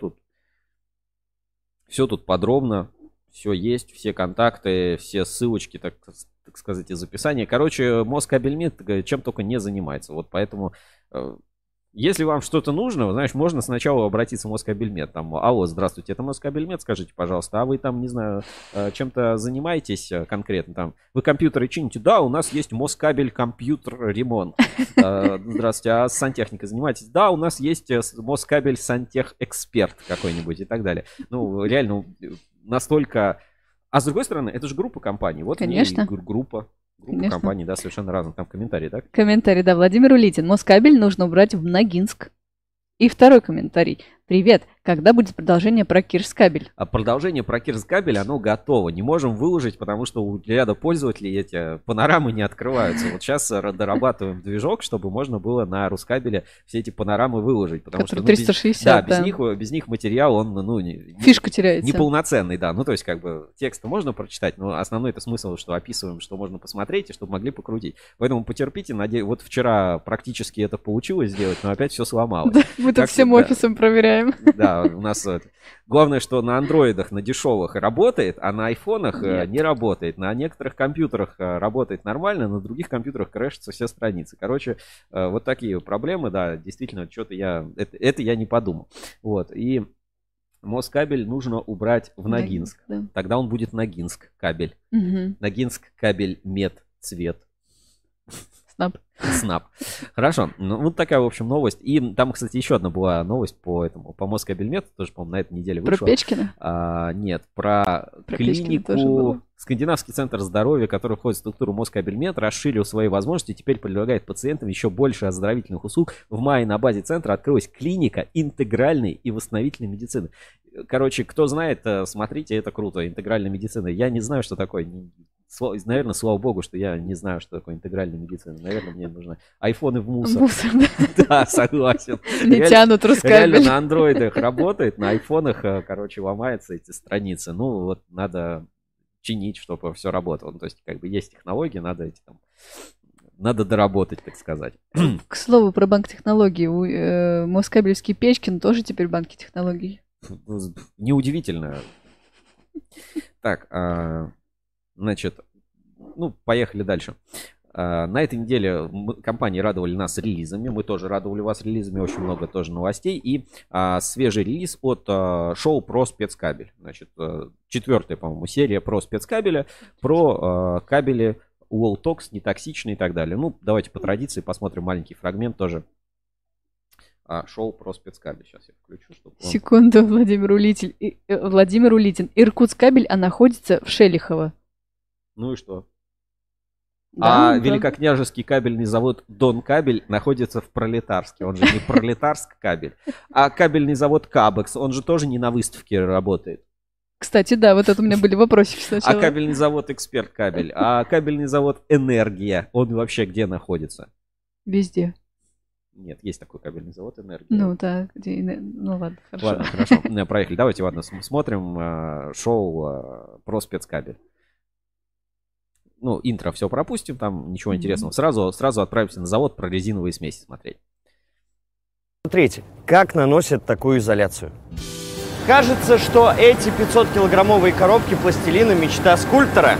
[SPEAKER 1] тут подробно, все есть, все контакты, все ссылочки, так сказать, из описания. Короче, Москабельмет чем только не занимается, вот поэтому... Если вам что-то нужно, знаешь, можно сначала обратиться в Москабельмет. Там, алло, здравствуйте, это Москабельмет, скажите, пожалуйста, а вы там, не знаю, чем-то занимаетесь конкретно? Там, вы компьютеры чините? Да, у нас есть Москабель компьютер ремонт. Здравствуйте, а с сантехникой занимаетесь? Да, у нас есть Москабель сантех эксперт какой-нибудь и так далее. Ну, реально, настолько... А с другой стороны, это же группа компаний. Вот
[SPEAKER 2] конечно.
[SPEAKER 1] Группа компаний, да, совершенно разных. Там комментарии, так?
[SPEAKER 2] Комментарий, да. Владимир Улитин. Москабель нужно убрать в Ногинск. И второй комментарий. Привет. Когда будет продолжение про Кирскабель?
[SPEAKER 1] А продолжение про Кирскабель, оно готово. Не можем выложить, потому что у ряда пользователей эти панорамы не открываются. Вот сейчас дорабатываем движок, чтобы можно было на Рускабеле все эти панорамы выложить. Потому что,
[SPEAKER 2] 360,
[SPEAKER 1] без них материал, он,
[SPEAKER 2] фишка теряется.
[SPEAKER 1] Неполноценный, да. Ну, то есть, как бы, текст можно прочитать, но основной это смысл, что описываем, что можно посмотреть, и чтобы могли покрутить. Поэтому потерпите, надеюсь. Вот вчера практически это получилось сделать, но опять все сломалось.
[SPEAKER 2] Да, мы тут всем офисом проверяем.
[SPEAKER 1] Да, у нас главное, что на андроидах, на дешевых работает, а на айфонах не работает. На некоторых компьютерах работает нормально, на других компьютерах крэшатся все страницы. Короче, вот такие проблемы, да, действительно, что-то это я не подумал. Вот, и Москабель нужно убрать в Ногинск. Да. Тогда он будет Ногинск кабель. Угу. Ногинск кабель мед цвет. Снап. Хорошо. Ну, вот такая, в общем, новость. И там, кстати, еще одна была новость по Москабельмету. Тоже, по-моему, на этой неделе вышла.
[SPEAKER 2] Про Печкина?
[SPEAKER 1] Нет, про клинику. Скандинавский центр здоровья, который входит в структуру Москабельмет, расширил свои возможности и теперь предлагает пациентам еще больше оздоровительных услуг. В мае на базе центра открылась клиника интегральной и восстановительной медицины. Короче, кто знает, смотрите, это круто. Интегральная медицина. Я не знаю, что такое. Наверное, слава богу, что я не знаю, что такое интегральная медицина. Наверное, мне нужно айфоны в мусор. Да, согласен.
[SPEAKER 2] Не тянут Рускабель.
[SPEAKER 1] Реально на андроидах работает, на айфонах, короче, ломаются эти страницы. Ну, вот надо чинить, чтобы все работало. То есть, как бы есть технологии, надо доработать, так сказать.
[SPEAKER 2] К слову, про банк технологий. Москабельский Печкин тоже теперь банки технологий.
[SPEAKER 1] Неудивительно. Так, значит, поехали дальше. На этой неделе компании радовали нас релизами. Мы тоже радовали вас релизами. Очень много тоже новостей. И свежий релиз от шоу про спецкабель. Значит, 4-я, по-моему, серия про спецкабеля. Про кабели Walltox, нетоксичные и так далее. Ну, давайте по традиции посмотрим маленький фрагмент тоже. Шоу про спецкабель. Сейчас я включу, чтобы...
[SPEAKER 2] Секунду, Владимир Улитин. Иркутскабель, а находится в Шелихово.
[SPEAKER 1] Ну и что? Да, великокняжеский кабельный завод Донкабель находится в Пролетарске. Он же не Пролетарск кабель. А кабельный завод Кабекс, он же тоже не на выставке работает.
[SPEAKER 2] Кстати, да, вот это у меня были вопросики сначала.
[SPEAKER 1] А кабельный завод Эксперт кабель. А кабельный завод Энергия, он вообще где находится?
[SPEAKER 2] Везде.
[SPEAKER 1] Нет, есть такой кабельный завод Энергия.
[SPEAKER 2] Ну да, ну ладно, хорошо.
[SPEAKER 1] Ладно, хорошо, проехали. Давайте, ладно, смотрим шоу про спецкабель. Ну, интро все пропустим, там ничего интересного. Сразу отправимся на завод про резиновые смеси смотреть.
[SPEAKER 7] Смотрите, как наносят такую изоляцию. Кажется, что эти 500-килограммовые коробки пластилина – мечта скульптора.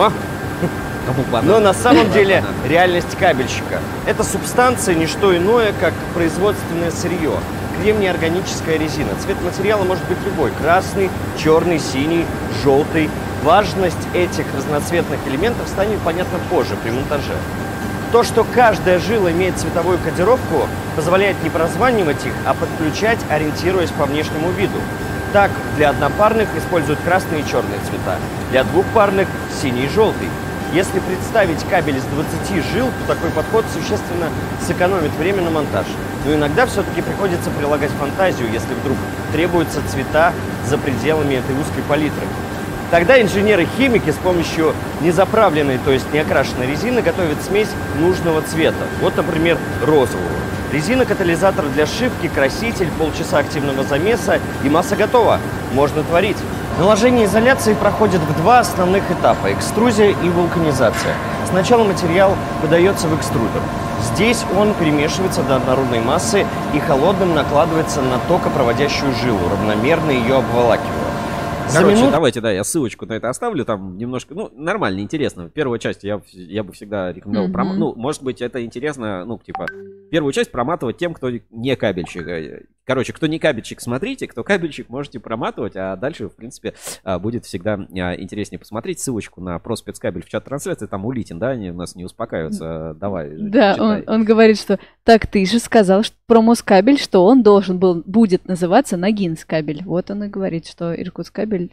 [SPEAKER 7] Но на самом деле реальность кабельщика. Эта субстанция не что иное, как производственное сырье. Кремний-органическая резина. Цвет материала может быть любой. Красный, черный, синий, желтый. Важность этих разноцветных элементов станет понятна позже, при монтаже. То, что каждая жила имеет цветовую кодировку, позволяет не прозванивать их, а подключать, ориентируясь по внешнему виду. Так, для однопарных используют красные и черные цвета, для двухпарных – синий и желтый. Если представить кабель из 20 жил, то такой подход существенно сэкономит время на монтаж. Но иногда все-таки приходится прилагать фантазию, если вдруг требуются цвета за пределами этой узкой палитры. Тогда инженеры-химики с помощью незаправленной, то есть неокрашенной резины готовят смесь нужного цвета. Вот, например, розовую. Резина-катализатор для сшивки, краситель, полчаса активного замеса и масса готова. Можно творить. Наложение изоляции проходит в два основных этапа – экструзия и вулканизация. Сначала материал подается в экструдер. Здесь он перемешивается до однородной массы и холодным накладывается на токопроводящую жилу, равномерно ее обволакивая.
[SPEAKER 1] Короче, давайте, да, я ссылочку на это оставлю, там немножко, ну, нормально, интересно. Первую часть я бы всегда рекомендовал, ну, может быть, это интересно, ну, типа, первую часть проматывать тем, кто не кабельщик. Короче, кто не кабельщик, смотрите, кто кабельщик, можете проматывать, а дальше, в принципе, будет всегда интереснее посмотреть. Ссылочку на про спецкабель в чат трансляции, там Улитин, да, они у нас не успокаиваются, давай.
[SPEAKER 2] Да, он говорит, что так ты же сказал что про Москабель, что он будет называться Ногинскабель. Вот он и говорит, что Иркутскабель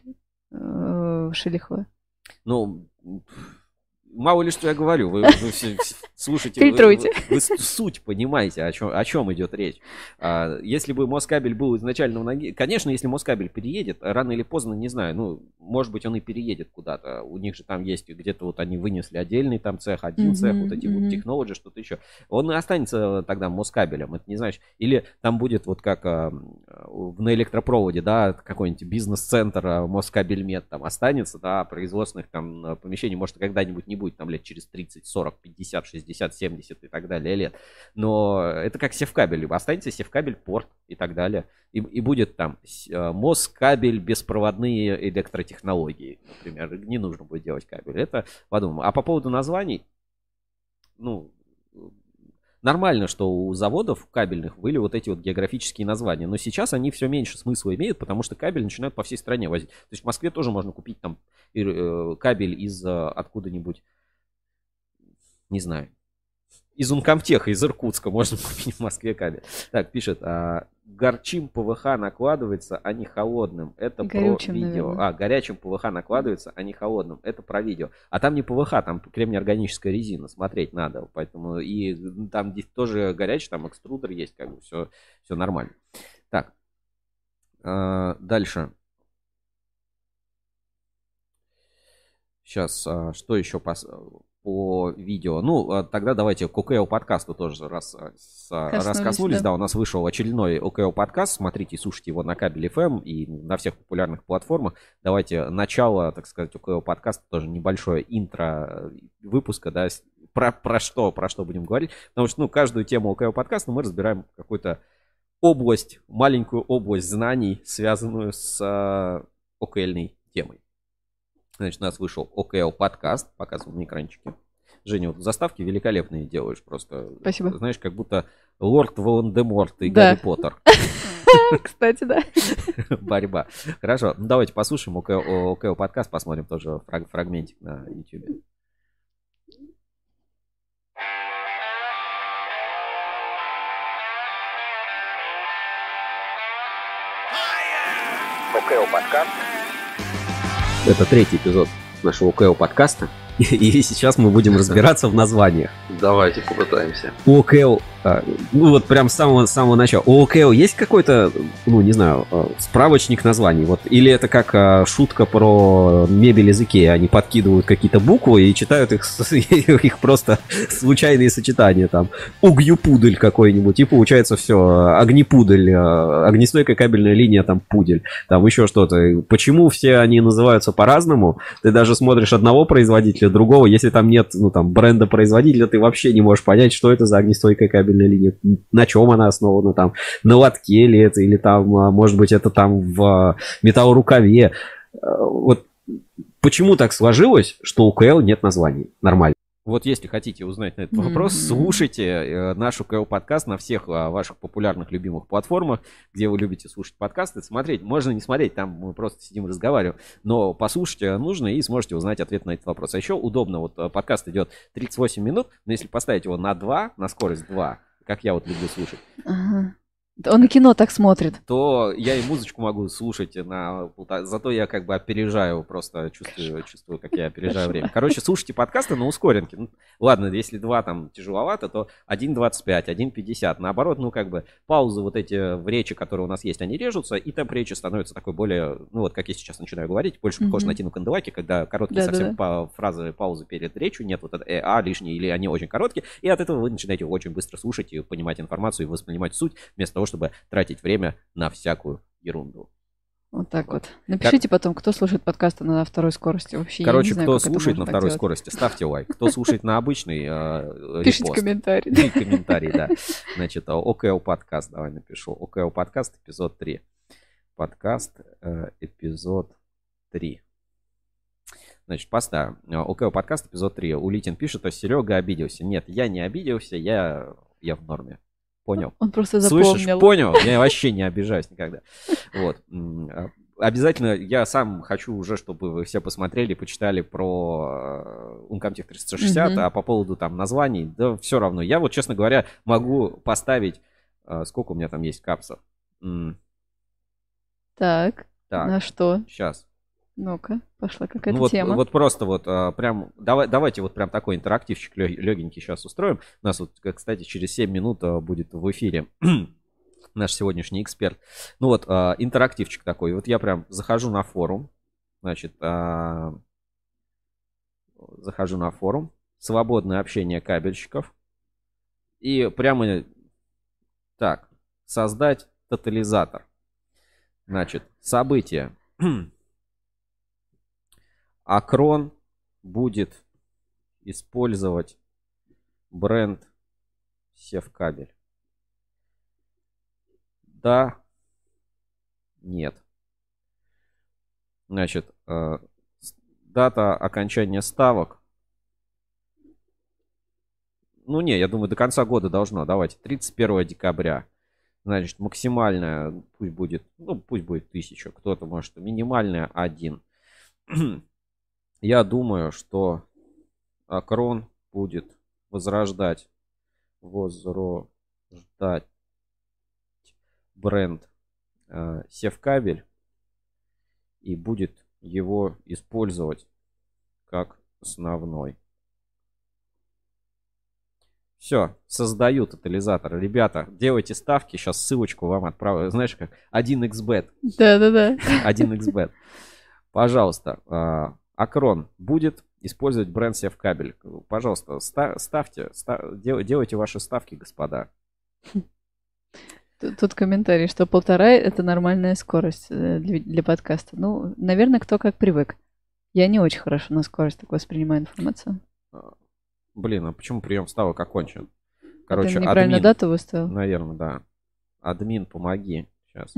[SPEAKER 2] Шелихова.
[SPEAKER 1] Ну, мало ли что я говорю, вы слушайте,
[SPEAKER 2] фильтруйте.
[SPEAKER 1] Вы суть понимаете, о чем идет речь. Если бы Москабель был изначально в ноге, конечно, если Москабель переедет, рано или поздно, не знаю, ну, может быть, он и переедет куда-то. У них же там есть где-то вот они вынесли отдельный там цех, один цех, вот эти вот технологии, что-то еще. Он и останется тогда Москабелем, это не знаешь. Или там будет вот как на электропроводе, да, какой-нибудь бизнес-центр Москабельмет там останется, да, производственных там помещений, может, когда-нибудь не будет, там лет через 30, 40, 50, 60, 70 и так далее лет. Но это как Севкабель, останется Севкабель порт и так далее. И будет там Москабель беспроводные электротехнологии, например. Не нужно будет делать кабель. Это подумаем. А по поводу названий, ну, нормально, что у заводов кабельных были вот эти вот географические названия. Но сейчас они все меньше смысла имеют, потому что кабель начинают по всей стране возить. То есть в Москве тоже можно купить там кабель из откуда-нибудь, не знаю, из Ункомтеха, из Иркутска можно купить в Москве кабель. Так, пишет, горчим ПВХ накладывается, а не холодным. Это горючим, про видео. Наверное. Горячим ПВХ накладывается, а не холодным. Это про видео. А там не ПВХ, там кремнеорганическая резина. Смотреть надо. Поэтому и там тоже горячий, там экструдер есть, как бы все нормально. Так, дальше. Сейчас, что еще по видео? Ну, тогда давайте к ОКЛ подкасту тоже раз коснулись. Да, у нас вышел очередной ОКЛ подкаст. Смотрите, слушайте его на Кабель FM и на всех популярных платформах. Давайте начало, так сказать, ОКЛ подкаста, тоже небольшое интро выпуска, да, про что будем говорить. Потому что, ну, каждую тему ОКЛ подкаста мы разбираем какую-то область, маленькую область знаний, связанную с ОКЛьной темой. Значит, у нас вышел ОКЛ подкаст, показывал на экранчике. Женя, вот заставки великолепные делаешь просто.
[SPEAKER 2] Спасибо.
[SPEAKER 1] Знаешь, как будто Лорд Волан-де-Морт и Гарри Поттер.
[SPEAKER 2] Кстати, да.
[SPEAKER 1] Борьба. Хорошо, ну давайте послушаем ОКЛ подкаст, посмотрим тоже фрагментик на YouTube.
[SPEAKER 8] ОКЛ подкаст.
[SPEAKER 1] Это третий эпизод нашего ОКЛ подкаста. И сейчас мы будем разбираться в названиях.
[SPEAKER 8] Давайте попытаемся.
[SPEAKER 1] У ОКЛ, ну вот прям с самого начала. У ОКЛ есть какой-то, ну не знаю, справочник названий? Вот, или это как шутка про мебель из Икеи? Они подкидывают какие-то буквы и читают их просто случайные сочетания. Там угью-пудель какой-нибудь. И получается все, огнепудель, огнестойкая кабельная линия, там пудель. Там еще что-то. Почему все они называются по-разному? Ты даже смотришь одного производителя, другого, если там нет, ну, там, бренда производителя, ты вообще не можешь понять, что это за огнестойкая кабельная линия, на чем она основана, там, на лотке ли это, или там, может быть, это там в металлорукаве. Вот почему так сложилось, что у УКЛ нет названий? Нормально. Вот если хотите узнать на этот вопрос, слушайте наш УКЛ подкаст на всех ваших популярных любимых платформах, где вы любите слушать подкасты. Смотреть можно не смотреть, там мы просто сидим разговариваем, но послушайте нужно и сможете узнать ответ на этот вопрос. А еще удобно, вот подкаст идет 38 минут, но если поставить его на 2, на скорость 2, как я вот люблю слушать,
[SPEAKER 2] Он и кино так смотрит.
[SPEAKER 1] То я и музычку могу слушать зато я как бы опережаю, просто чувствую, как я опережаю время. Короче, слушайте подкасты на ускоренке. Ну, ладно, если 2 там тяжеловато, то 1.25, 1.50. Наоборот, ну как бы паузы вот эти в речи, которые у нас есть, они режутся, и темп речи становится такой более, ну вот как я сейчас начинаю говорить, больше похож на Тину Канделаки, когда короткие совсем фразы, паузы перед речью, нет вот это лишние, или они очень короткие, и от этого вы начинаете очень быстро слушать и понимать информацию, и воспринимать суть, вместо того, чтобы тратить время на всякую ерунду.
[SPEAKER 2] Вот так вот. Напишите потом, кто слушает подкасты на второй скорости. Вообще,
[SPEAKER 1] короче,
[SPEAKER 2] я не знаю,
[SPEAKER 1] кто слушает на второй скорости, ставьте лайк. Кто слушает на обычный,
[SPEAKER 2] пишите комментарий.
[SPEAKER 1] Пишите комментарий, да. Значит, ОКЛ подкаст, давай напишу. ОКЛ подкаст, эпизод 3. Подкаст, эпизод 3. Значит, поставим. ОКЛ подкаст, эпизод 3. Улитин пишет, что Серега обиделся. Нет, я не обиделся, я в норме. Понял.
[SPEAKER 2] Он просто запомнил.
[SPEAKER 1] Слышишь, понял? Я вообще не обижаюсь никогда. Вот. Обязательно я сам хочу уже, чтобы вы все посмотрели, почитали про Uncomtech 360, а по поводу там названий, да все равно. Я вот, честно говоря, могу поставить... Сколько у меня там есть капсов?
[SPEAKER 2] Так, на что?
[SPEAKER 1] Сейчас.
[SPEAKER 2] Ну-ка, пошла какая-то тема.
[SPEAKER 1] Вот просто вот прям, давайте вот прям такой интерактивчик легенький сейчас устроим. У нас вот, кстати, через 7 минут будет в эфире наш сегодняшний эксперт. Ну вот, интерактивчик такой. Вот я прям захожу на форум. Значит, захожу на форум. Свободное общение кабельщиков. И прямо так, создать тотализатор. Значит, событие. Акрон будет использовать бренд Севкабель. Да. Нет. Значит, дата окончания ставок. Ну не, я думаю, до конца года должно. Давайте, 31 декабря. Значит, максимальная пусть будет 1000. Кто-то может, минимальная 1. Я думаю, что Акрон будет возрождать бренд Севкабель и будет его использовать как основной. Все, создаю тотализатор. Ребята, делайте ставки. Сейчас ссылочку вам отправлю. Знаешь, как 1xbet.
[SPEAKER 2] Да.
[SPEAKER 1] 1xbet. Пожалуйста, Акрон будет использовать бренд Севкабель. Пожалуйста, делайте ваши ставки, господа.
[SPEAKER 2] Тут комментарий, что 1,5 это нормальная скорость для подкаста. Ну, наверное, кто как привык. Я не очень хорошо на скорость так воспринимаю информацию.
[SPEAKER 1] Блин, а почему прием ставок окончен? Короче,
[SPEAKER 2] ты неправильно дату выставил?
[SPEAKER 1] Наверное, да. Админ, помоги. Сейчас.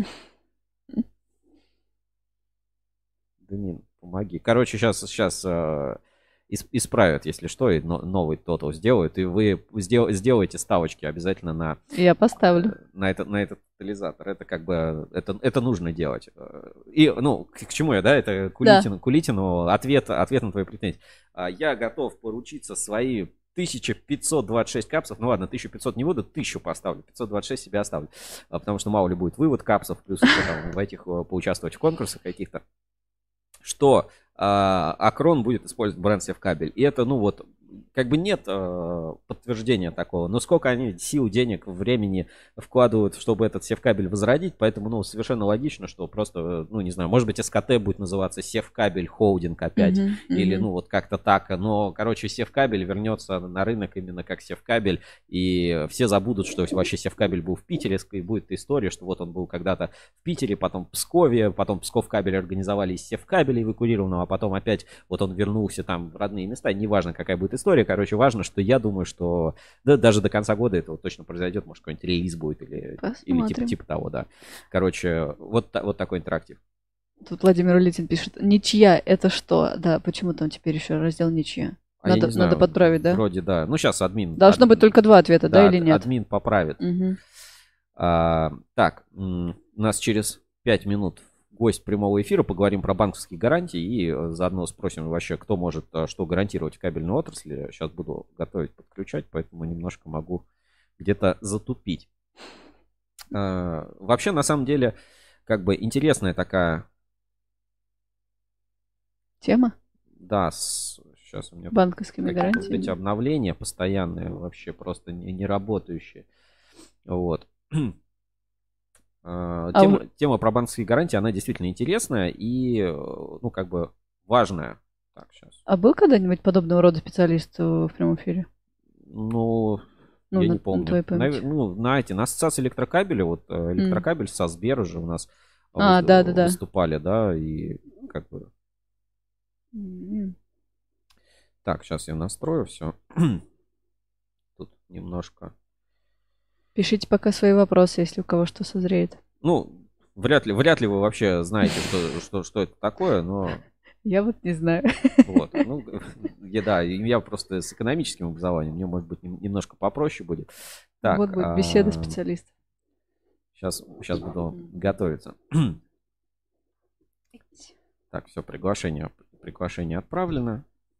[SPEAKER 1] Админ, помоги. Короче, сейчас исправят, если что, и новый тотал сделают, и вы сделаете ставочки обязательно на...
[SPEAKER 2] Я поставлю.
[SPEAKER 1] На этот тотализатор. Это как бы, это нужно делать. И, ну, к чему я, да, это Кулитину ответ на твои претензии. Я готов поручиться свои 1526 капсов, ну ладно, 1500 не буду, 1000 поставлю, 526 себе оставлю, потому что мало ли будет вывод капсов, плюс там, в этих поучаствовать в конкурсах каких-то, что Акрон будет использовать бренд Севкабель. И это, ну вот, как бы нет подтверждения такого. Но сколько они сил, денег, времени вкладывают, чтобы этот Севкабель возродить. Поэтому, ну, совершенно логично, что просто, ну, не знаю, может быть, СКТ будет называться Севкабель Холдинг опять. Или, ну, вот как-то так. Но, короче, Севкабель вернется на рынок именно как Севкабель. И все забудут, что вообще Севкабель был в Питере. И будет история, что вот он был когда-то в Питере, потом в Пскове, потом Псков-кабель организовали из Севкабеля эвакуированного, а потом опять вот он вернулся там в родные места. Неважно, какая будет история. Короче, важно, что я думаю, что даже до конца года это вот точно произойдет. Может, какой-нибудь релиз будет или типа того, да. Короче, вот такой интерактив.
[SPEAKER 2] Тут Владимир Улитин пишет, ничья это что? Да, почему там теперь еще раздел ничья? Надо подправить, да?
[SPEAKER 1] Вроде да. Ну, сейчас админ.
[SPEAKER 2] Должно быть только 2 ответа, да, или нет?
[SPEAKER 1] Админ поправит. Так, у нас через 5 минут гость прямого эфира, поговорим про банковские гарантии и заодно спросим вообще, кто может что гарантировать в кабельной отрасли. Сейчас буду готовить, подключать, поэтому немножко могу где-то затупить. Вообще, на самом деле, как бы интересная такая...
[SPEAKER 2] Тема?
[SPEAKER 1] Да, сейчас у меня
[SPEAKER 2] банковскими
[SPEAKER 1] какие-то вот эти
[SPEAKER 2] гарантиями.
[SPEAKER 1] обновления постоянные, вообще просто не работающие. Вот. Тема про банковские гарантии, она действительно интересная и, ну, как бы важная. Так, сейчас.
[SPEAKER 2] А был когда-нибудь подобного рода специалист в прямом эфире?
[SPEAKER 1] Ну, я не помню. На ассоциации электрокабеля, вот электрокабель со Сбер уже у нас выступали, да, и как бы... Так, сейчас я настрою все. Тут немножко...
[SPEAKER 2] Пишите пока свои вопросы, если у кого что созреет.
[SPEAKER 1] Ну, вряд ли вы вообще знаете, что это такое, но...
[SPEAKER 2] Я вот не знаю.
[SPEAKER 1] Вот. Ну, я просто с экономическим образованием, мне, может быть, немножко попроще будет. Так,
[SPEAKER 2] вот будет беседа специалиста.
[SPEAKER 1] Сейчас буду готовиться. Так, все, приглашение отправлено.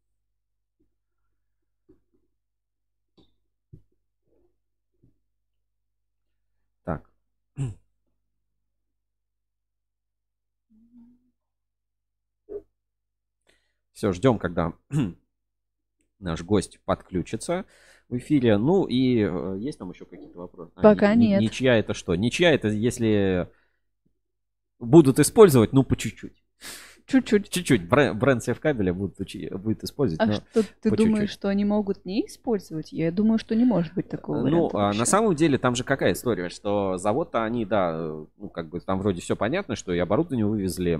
[SPEAKER 1] Так. Все, ждем, когда наш гость подключится в эфире. Ну и есть там еще какие-то вопросы?
[SPEAKER 2] Пока нет.
[SPEAKER 1] Ничья это что? Ничья это если будут использовать, ну по чуть-чуть. Чуть-чуть. Бренд Севкабеля будет использовать.
[SPEAKER 2] А что ты думаешь, что они могут не использовать? Я думаю, что не может быть такого варианта.
[SPEAKER 1] Ну, на самом деле, там же какая история, что завод-то они, да, ну, как бы там вроде все понятно, что и оборудование вывезли.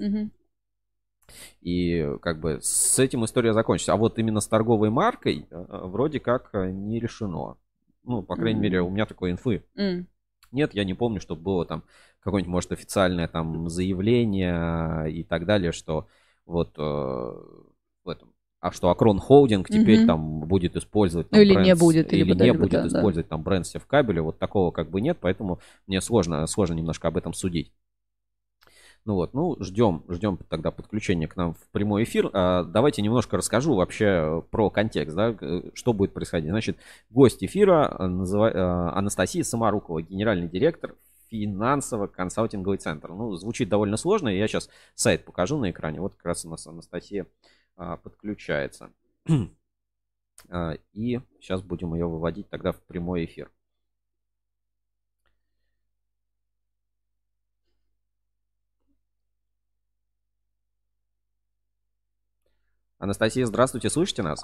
[SPEAKER 1] И как бы с этим история закончится. А вот именно с торговой маркой вроде как не решено. Ну, по крайней мере, у меня такой инфы нет. Я не помню, чтобы было там какое-нибудь, может, официальное там заявление и так далее, что вот в этом. А что Акрон Холдинг теперь там будет использовать там,
[SPEAKER 2] или
[SPEAKER 1] бренд,
[SPEAKER 2] не будет,
[SPEAKER 1] или не будет использовать там бренд Севкабеля. Вот такого как бы нет, поэтому мне сложно немножко об этом судить. Ну вот, ждем тогда подключения к нам в прямой эфир. Давайте немножко расскажу вообще про контекст, да, что будет происходить. Значит, гость эфира Анастасия Самарукова, генеральный директор финансово-консалтинговый центр. Ну, звучит довольно сложно, я сейчас сайт покажу на экране. Вот как раз у нас Анастасия подключается. И сейчас будем ее выводить тогда в прямой эфир. Анастасия, здравствуйте, слышите нас?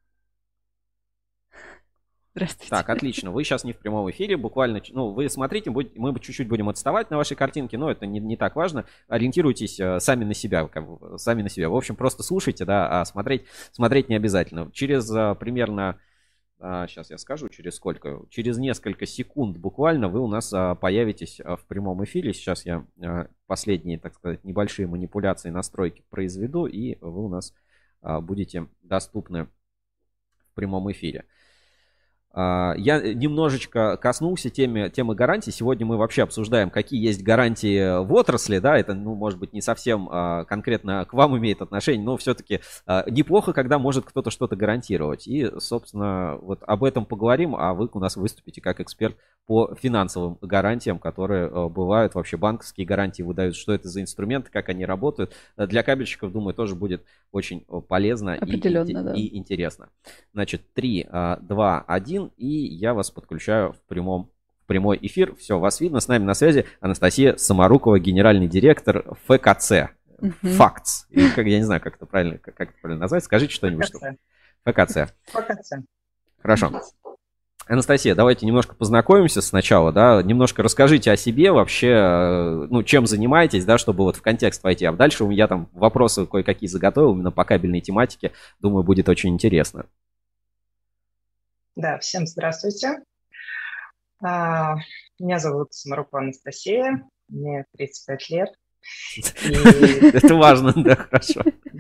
[SPEAKER 2] Здравствуйте.
[SPEAKER 1] Так, отлично. Вы сейчас не в прямом эфире, буквально, ну, вы смотрите, мы чуть-чуть будем отставать на вашей картинке, но это не так важно. Ориентируйтесь сами на себя, сами на себя. В общем, просто слушайте, да, а смотреть не обязательно. Через примерно, сейчас я скажу, через сколько, через несколько секунд буквально вы у нас появитесь в прямом эфире. Сейчас я последние, так сказать, небольшие манипуляции, настройки произведу, и вы у нас будете доступны в прямом эфире. Я немножечко коснулся темы гарантий. Сегодня мы вообще обсуждаем, какие есть гарантии в отрасли. Да, это, ну, может быть, не совсем конкретно к вам имеет отношение, но все-таки неплохо, когда может кто-то что-то гарантировать. И, собственно, вот об этом поговорим, а вы у нас выступите как эксперт по финансовым гарантиям, которые бывают. Вообще банковские гарантии выдают, что это за инструменты, как они работают. Для кабельщиков, думаю, тоже будет очень полезно и интересно. Значит, 3, 2, 1, и я вас подключаю в прямой эфир. Все, вас видно. С нами на связи Анастасия Самарукова, генеральный директор ФКЦ. ФАКЦ. Я не знаю, как это правильно назвать. Скажите что-нибудь. ФКЦ. Хорошо. Анастасия, давайте немножко познакомимся сначала, да, немножко расскажите о себе вообще, ну, чем занимаетесь, да, чтобы вот в контекст войти, а дальше я там вопросы кое-какие заготовил именно по кабельной тематике, думаю, будет очень интересно.
[SPEAKER 9] Да, всем здравствуйте. Меня зовут Самарукова Анастасия, мне 35 лет.
[SPEAKER 1] Это важно, да, хорошо.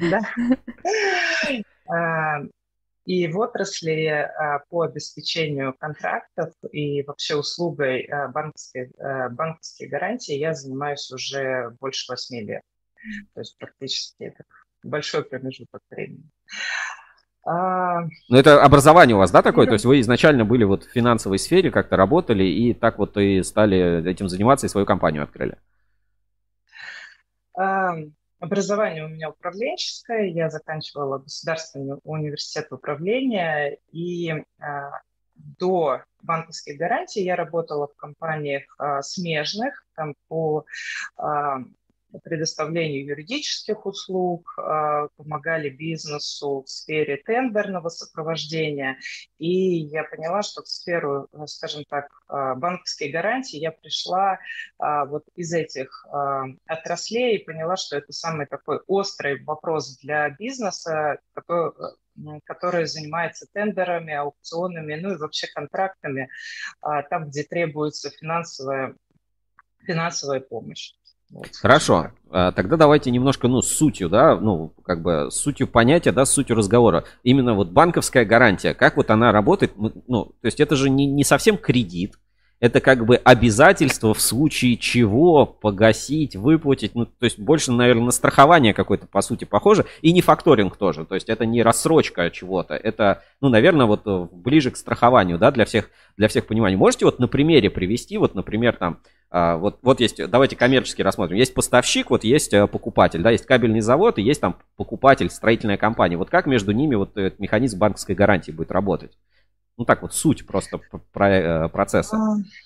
[SPEAKER 9] Да. И в отрасли по обеспечению контрактов и вообще услугой банковских гарантий я занимаюсь уже больше 8 лет. То есть практически это большой промежуток времени.
[SPEAKER 1] Ну, это образование у вас, да, такое? То есть вы изначально были вот в финансовой сфере, как-то работали, и так вот и стали этим заниматься, и свою компанию открыли?
[SPEAKER 9] Образование у меня управленческое. Я заканчивала Государственный университет управления, и до банковских гарантий я работала в компаниях смежных, там по предоставлению юридических услуг, помогали бизнесу в сфере тендерного сопровождения. И я поняла, что в сферу, скажем так, банковские гарантии я пришла вот из этих отраслей и поняла, что это самый такой острый вопрос для бизнеса, который занимается тендерами, аукционами, ну и вообще контрактами, там, где требуется финансовая помощь. Вот,
[SPEAKER 1] хорошо, тогда давайте немножко, с сутью, да, как бы с сутью понятия, да, с сутью разговора. Именно вот банковская гарантия, как вот она работает, то есть это же не совсем кредит, это как бы обязательство в случае чего погасить, выплатить, то есть больше, наверное, на страхование какое-то, по сути, похоже, и не факторинг тоже, то есть это не рассрочка чего-то, это, наверное, вот ближе к страхованию, да, для всех понимания. Можете вот на примере привести, вот, например, там, вот есть, давайте коммерчески рассмотрим, есть поставщик, вот есть покупатель, да, есть кабельный завод и есть там покупатель, строительная компания. Вот как между ними вот этот механизм банковской гарантии будет работать? Так вот, суть просто процесса.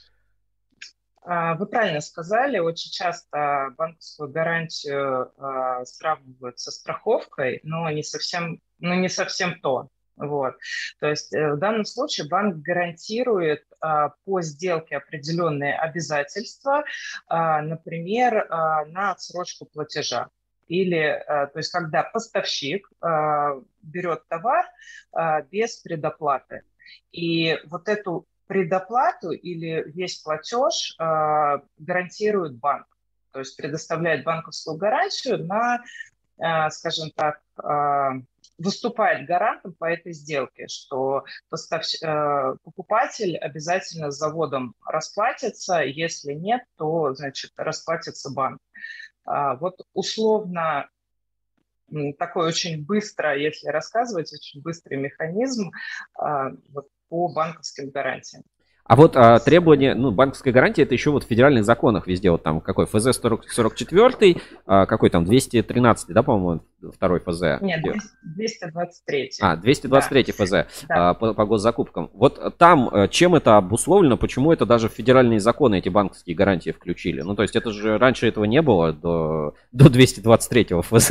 [SPEAKER 9] Вы правильно сказали, очень часто банковскую гарантию сравнивают со страховкой, но не совсем то. Вот. То есть в данном случае банк гарантирует по сделке определенные обязательства, например, на отсрочку платежа. Или, то есть, когда поставщик берет товар без предоплаты. И вот эту предоплату или весь платеж гарантирует банк. То есть предоставляет банковскую гарантию на, скажем так, выступает гарантом по этой сделке, что покупатель обязательно с заводом расплатится, если нет, то, значит, расплатится банк. Вот условно такой очень быстро, если рассказывать, очень быстрый механизм по банковским гарантиям.
[SPEAKER 1] А вот требования, банковской гарантии, это еще вот в федеральных законах везде, вот там какой, ФЗ 44, какой там, 213, да, по-моему, второй ФЗ?
[SPEAKER 9] Нет, 223.
[SPEAKER 1] 223 да. ФЗ да. По госзакупкам. Вот там чем это обусловлено, почему это даже в федеральные законы эти банковские гарантии включили? То есть это же раньше этого не было до 223 ФЗ.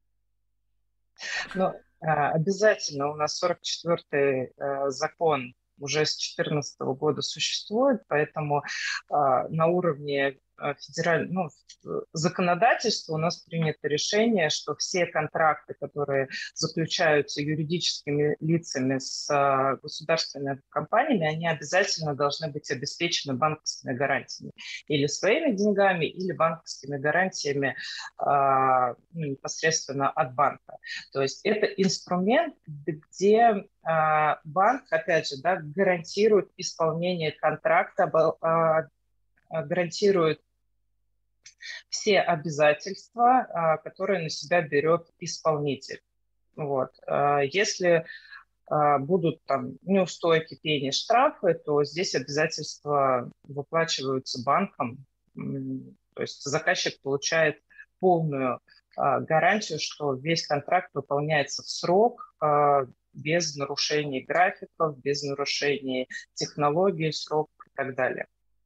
[SPEAKER 9] Обязательно у нас 44-й закон уже с 2014 года существует, поэтому на уровне федерального законодательства у нас принято решение, что все контракты, которые заключаются юридическими лицами с государственными компаниями, они обязательно должны быть обеспечены банковскими гарантиями. Или своими деньгами, или банковскими гарантиями непосредственно от банка. То есть это инструмент, где банк, опять же, гарантирует исполнение контракта, гарантирует все обязательства, которые на себя берет исполнитель. Вот. Если будут там неустойки, пени, штрафы, то здесь обязательства выплачиваются банком. То есть заказчик получает полную гарантию, что весь контракт выполняется в срок, без нарушений графиков, без нарушений технологий, сроков и так далее.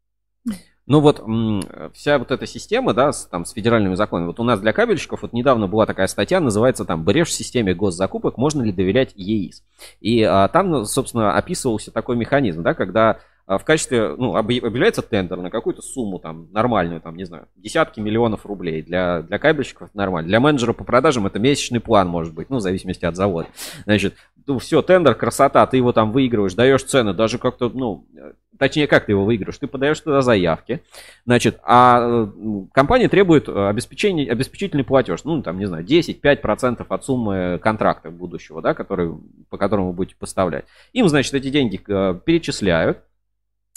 [SPEAKER 1] Вся вот эта система, да, с федеральными законами. Вот у нас для кабельщиков вот недавно была такая статья, называется там «Брешь в системе госзакупок, можно ли доверять ЕИС?». И там, собственно, описывался такой механизм, да, когда в качестве, объявляется тендер на какую-то сумму там нормальную, там, не знаю, десятки миллионов рублей. Для кабельщиков это нормально. Для менеджера по продажам это месячный план может быть, в зависимости от завода. Значит, все, тендер, красота, ты его там выигрываешь, даешь цены, даже как-то, точнее, как ты его выигрываешь? Ты подаешь туда заявки, значит, а компания требует обеспечительный платеж, не знаю, 10-5% от суммы контракта будущего, да, по которому вы будете поставлять. Им, значит, эти деньги перечисляют.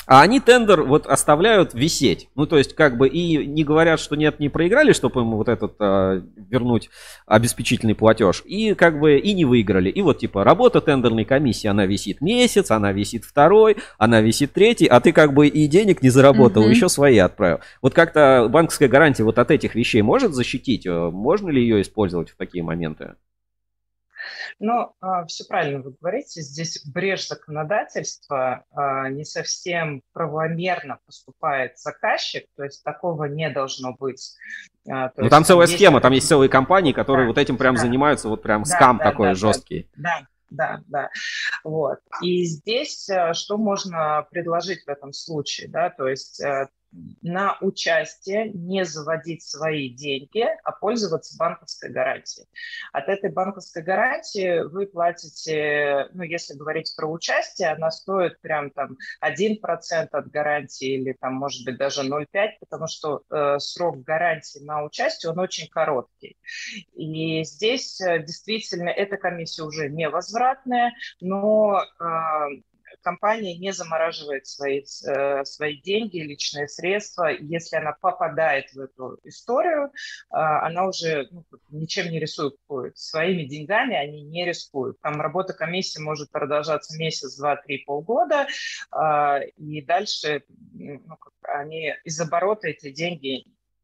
[SPEAKER 1] А они тендер вот оставляют висеть. Ну, то есть, как бы, и не говорят, что нет, не проиграли, чтобы ему вот этот вернуть обеспечительный платеж, и как бы и не выиграли. И вот, типа, работа тендерной комиссии, она висит месяц, она висит второй, она висит третий, а ты как бы и денег не заработал, еще свои отправил. Вот как-то банковская гарантия вот от этих вещей может защитить? Можно ли ее использовать в такие моменты?
[SPEAKER 9] Ну, все правильно вы говорите. Здесь брешь законодательства, не совсем правомерно поступает заказчик, то есть такого не должно быть.
[SPEAKER 1] Ну, там целая схема, там есть целые компании, которые вот этим прям занимаются, вот прям скам такой жесткий.
[SPEAKER 9] Да. Вот. И здесь что можно предложить в этом случае, да, то есть на участие не заводить свои деньги, а пользоваться банковской гарантией. От этой банковской гарантии вы платите, ну, если говорить про участие, она стоит прям там 1% от гарантии или там, может быть, даже 0,5%, потому что срок гарантии на участие, он очень короткий. И здесь действительно эта комиссия уже невозвратная, но компания не замораживает свои деньги, личные средства. Если она попадает в эту историю, она уже ничем не рискует. Своими деньгами они не рискуют. Там работа комиссии может продолжаться месяц, два, три, полгода, и дальше они из оборота эти деньги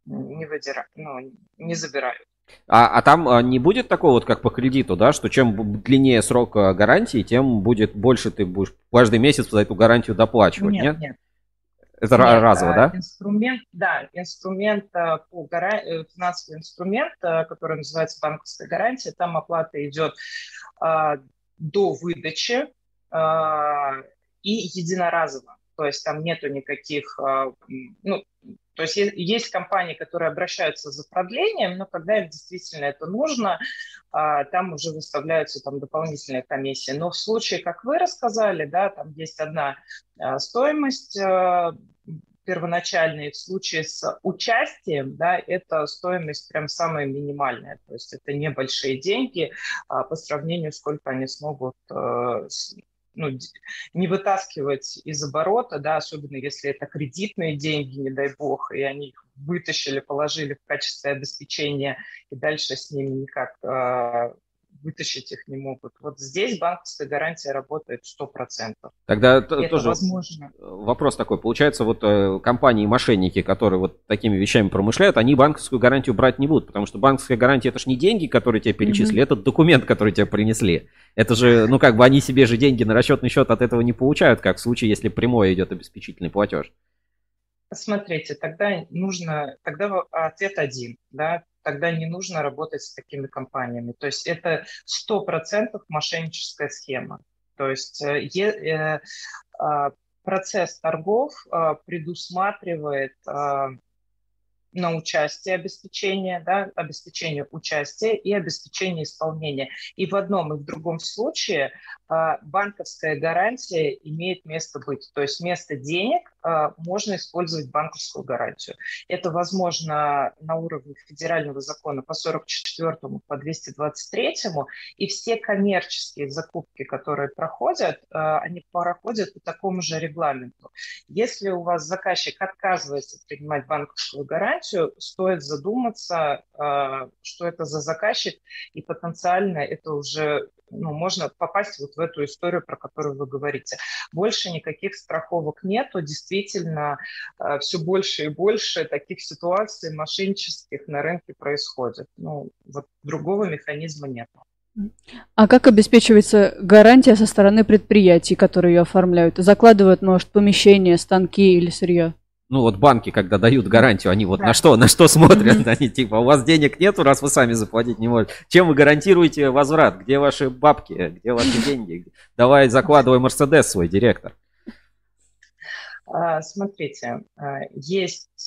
[SPEAKER 9] не забирают.
[SPEAKER 1] А там не будет такого, вот как по кредиту, да, что чем длиннее срок гарантии, тем будет больше ты будешь каждый месяц за эту гарантию доплачивать, нет?
[SPEAKER 9] Нет.
[SPEAKER 1] Это разово, да?
[SPEAKER 9] Инструмент финансовый инструмент, который называется банковская гарантия, там оплата идет до выдачи и единоразово. То есть там нету никаких... То есть есть компании, которые обращаются за продлением, но когда им действительно это нужно, там уже выставляются там дополнительные комиссии. Но в случае, как вы рассказали, да, там есть одна стоимость первоначальная, в случае с участием, да, это стоимость прям самая минимальная. То есть это небольшие деньги по сравнению, сколько они смогут... не вытаскивать из оборота, да, особенно если это кредитные деньги, не дай бог, и они их вытащили, положили в качестве обеспечения, и дальше с ними никак вытащить их не могут. Вот здесь банковская гарантия работает 100%.
[SPEAKER 1] Тогда
[SPEAKER 9] это
[SPEAKER 1] тоже
[SPEAKER 9] возможно.
[SPEAKER 1] Вопрос такой. Получается, вот компании-мошенники, которые вот такими вещами промышляют, они банковскую гарантию брать не будут, потому что банковская гарантия — это же не деньги, которые тебе перечислили, это документ, который тебе принесли. Это же, они себе же деньги на расчетный счет от этого не получают, как в случае, если прямой идет обеспечительный платеж.
[SPEAKER 9] Смотрите, тогда ответ один, да, тогда не нужно работать с такими компаниями. То есть это 100% мошенническая схема. То есть процесс торгов предусматривает на участие обеспечение, да, обеспечение участия и обеспечение исполнения. И в одном и в другом случае банковская гарантия имеет место быть. То есть вместо денег можно использовать банковскую гарантию. Это возможно на уровне федерального закона по 44-му, по 223-му. И все коммерческие закупки, которые проходят, они проходят по такому же регламенту. Если у вас заказчик отказывается принимать банковскую гарантию, стоит задуматься, что это за заказчик, и потенциально это уже можно попасть вот в эту историю, про которую вы говорите. Больше никаких страховок нету. Действительно, все больше и больше таких ситуаций мошеннических на рынке происходит. Вот другого механизма нет.
[SPEAKER 2] А как обеспечивается гарантия со стороны предприятий, которые ее оформляют? Закладывают, может, помещения, станки или сырье?
[SPEAKER 1] Банки, когда дают гарантию, они на что смотрят? Они типа, у вас денег нету, раз вы сами заплатить не можете. Чем вы гарантируете возврат? Где ваши бабки? Где ваши деньги? Давай закладывай Мерседес свой, директор.
[SPEAKER 9] Смотрите, есть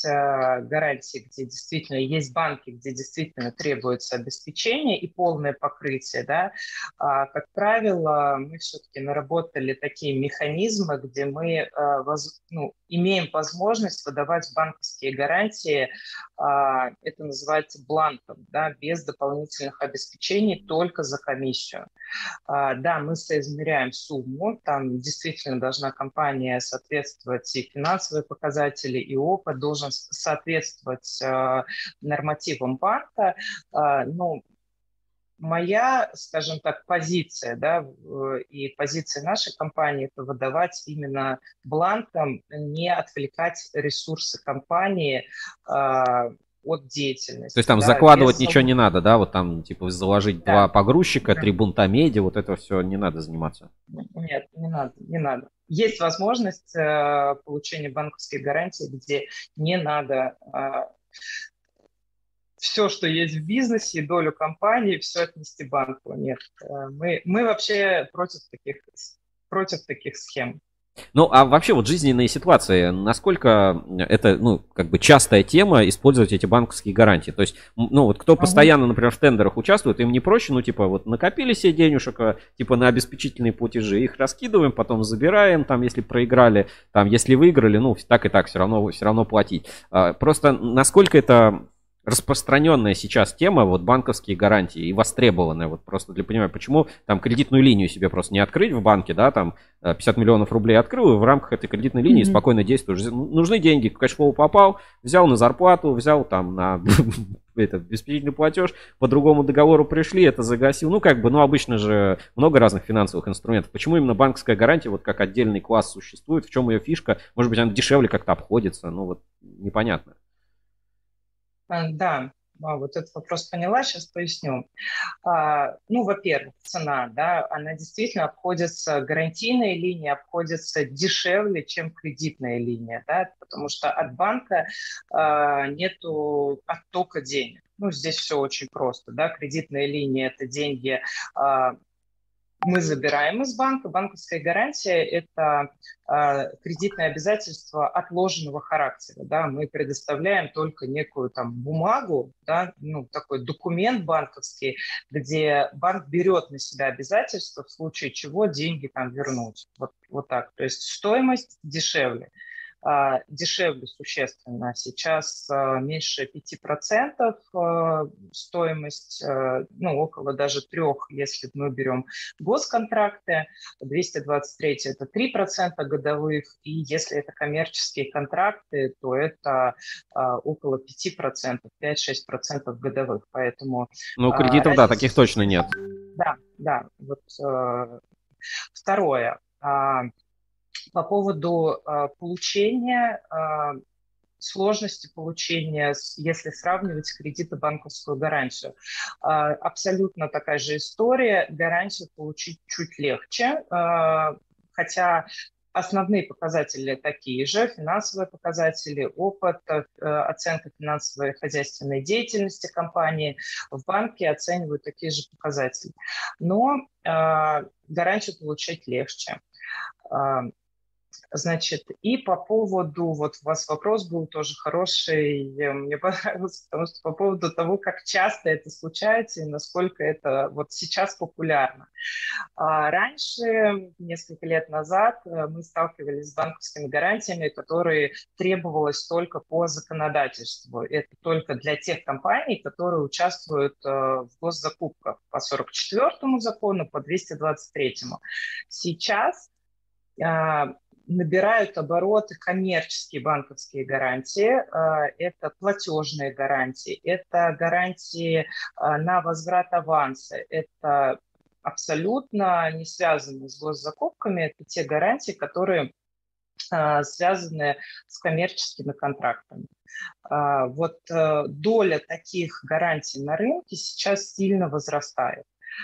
[SPEAKER 9] гарантии, где действительно есть банки, где действительно требуется обеспечение и полное покрытие, да, как правило, мы все-таки наработали такие механизмы, где мы имеем возможность выдавать банковские гарантии, это называется бланком, да, без дополнительных обеспечений, только за комиссию. Да, мы соизмеряем сумму, там действительно должна компания соответствовать и финансовые показатели, и опыт должен соответствовать нормативам банка, но моя, скажем так, позиция, да, и позиция нашей компании – это выдавать именно бланком, не отвлекать ресурсы компании от деятельности.
[SPEAKER 1] То есть там
[SPEAKER 9] да,
[SPEAKER 1] закладывать ничего не надо, да? Вот там типа заложить два погрузчика, 3 бунта меди, вот это все не надо заниматься.
[SPEAKER 9] Нет, не надо. Есть возможность получения банковской гарантии, где не надо все, что есть в бизнесе, и долю компании, все отнести банку. Нет, мы вообще против таких схем.
[SPEAKER 1] Ну, а вообще вот жизненные ситуации, насколько это, ну, как бы частая тема использовать эти банковские гарантии? То есть, ну, вот кто постоянно, например, в тендерах участвует, им не проще, ну, типа, вот накопили себе денежек, типа, на обеспечительные платежи, их раскидываем, потом забираем, там, если проиграли, там, если выиграли, ну, так и так, все равно платить. Просто насколько это распространенная сейчас тема, вот банковские гарантии, и востребованная, вот просто для понимания, почему там кредитную линию себе просто не открыть в банке, да, там 50 миллионов рублей открыл, и в рамках этой кредитной линии спокойно действуешь. Нужны деньги, в кэшфлоу попал, взял на зарплату, взял там на обеспечительный платеж, по другому договору пришли, это загасил. Ну, как бы, ну, обычно же много разных финансовых инструментов. Почему именно банковская гарантия, вот как отдельный класс существует, в чем ее фишка? Может быть, она дешевле как-то обходится, ну, вот непонятно.
[SPEAKER 9] Да, вот этот вопрос поняла, сейчас поясню. Ну, во-первых, цена, да, она действительно обходится, гарантийная линия обходится дешевле, чем кредитная линия, да, потому что от банка нету оттока денег. Ну, здесь все очень просто, да, кредитная линия – это деньги мы забираем из банка. Банковская гарантия – это кредитное обязательство отложенного характера. Да? Мы предоставляем только некую там бумагу, да? Ну, такой документ банковский, где банк берет на себя обязательство, в случае чего деньги там вернуть. Вот так. То есть стоимость дешевле. Дешевле существенно. Сейчас меньше 5% стоимость, ну, около даже 3%, если мы берем госконтракты. 223 – это 3% годовых, и если это коммерческие контракты, то это около 5%, 5-6% годовых. Поэтому,
[SPEAKER 1] ну, кредитов, да, таких точно нет.
[SPEAKER 9] Да. Вот, второе. По поводу получения, сложности получения, если сравнивать кредит и банковскую гарантию. Абсолютно такая же история. Гарантию получить чуть легче, хотя основные показатели такие же, финансовые показатели, опыт, оценка финансовой и хозяйственной деятельности компании. В банке оценивают такие же показатели. Но гарантию получать легче. Значит, и по поводу, вот у вас вопрос был тоже хороший, мне понравился, потому что по поводу того, как часто это случается и насколько это вот сейчас популярно. Раньше, несколько лет назад, мы сталкивались с банковскими гарантиями, которые требовалось только по законодательству. Это только для тех компаний, которые участвуют в госзакупках по 44-му закону, по 223-му. Сейчас набирают обороты коммерческие банковские гарантии, это платежные гарантии, это гарантии на возврат аванса, это абсолютно не связаны с госзакупками, это те гарантии, которые связаны с коммерческими контрактами. Вот доля таких гарантий на рынке сейчас сильно возрастает.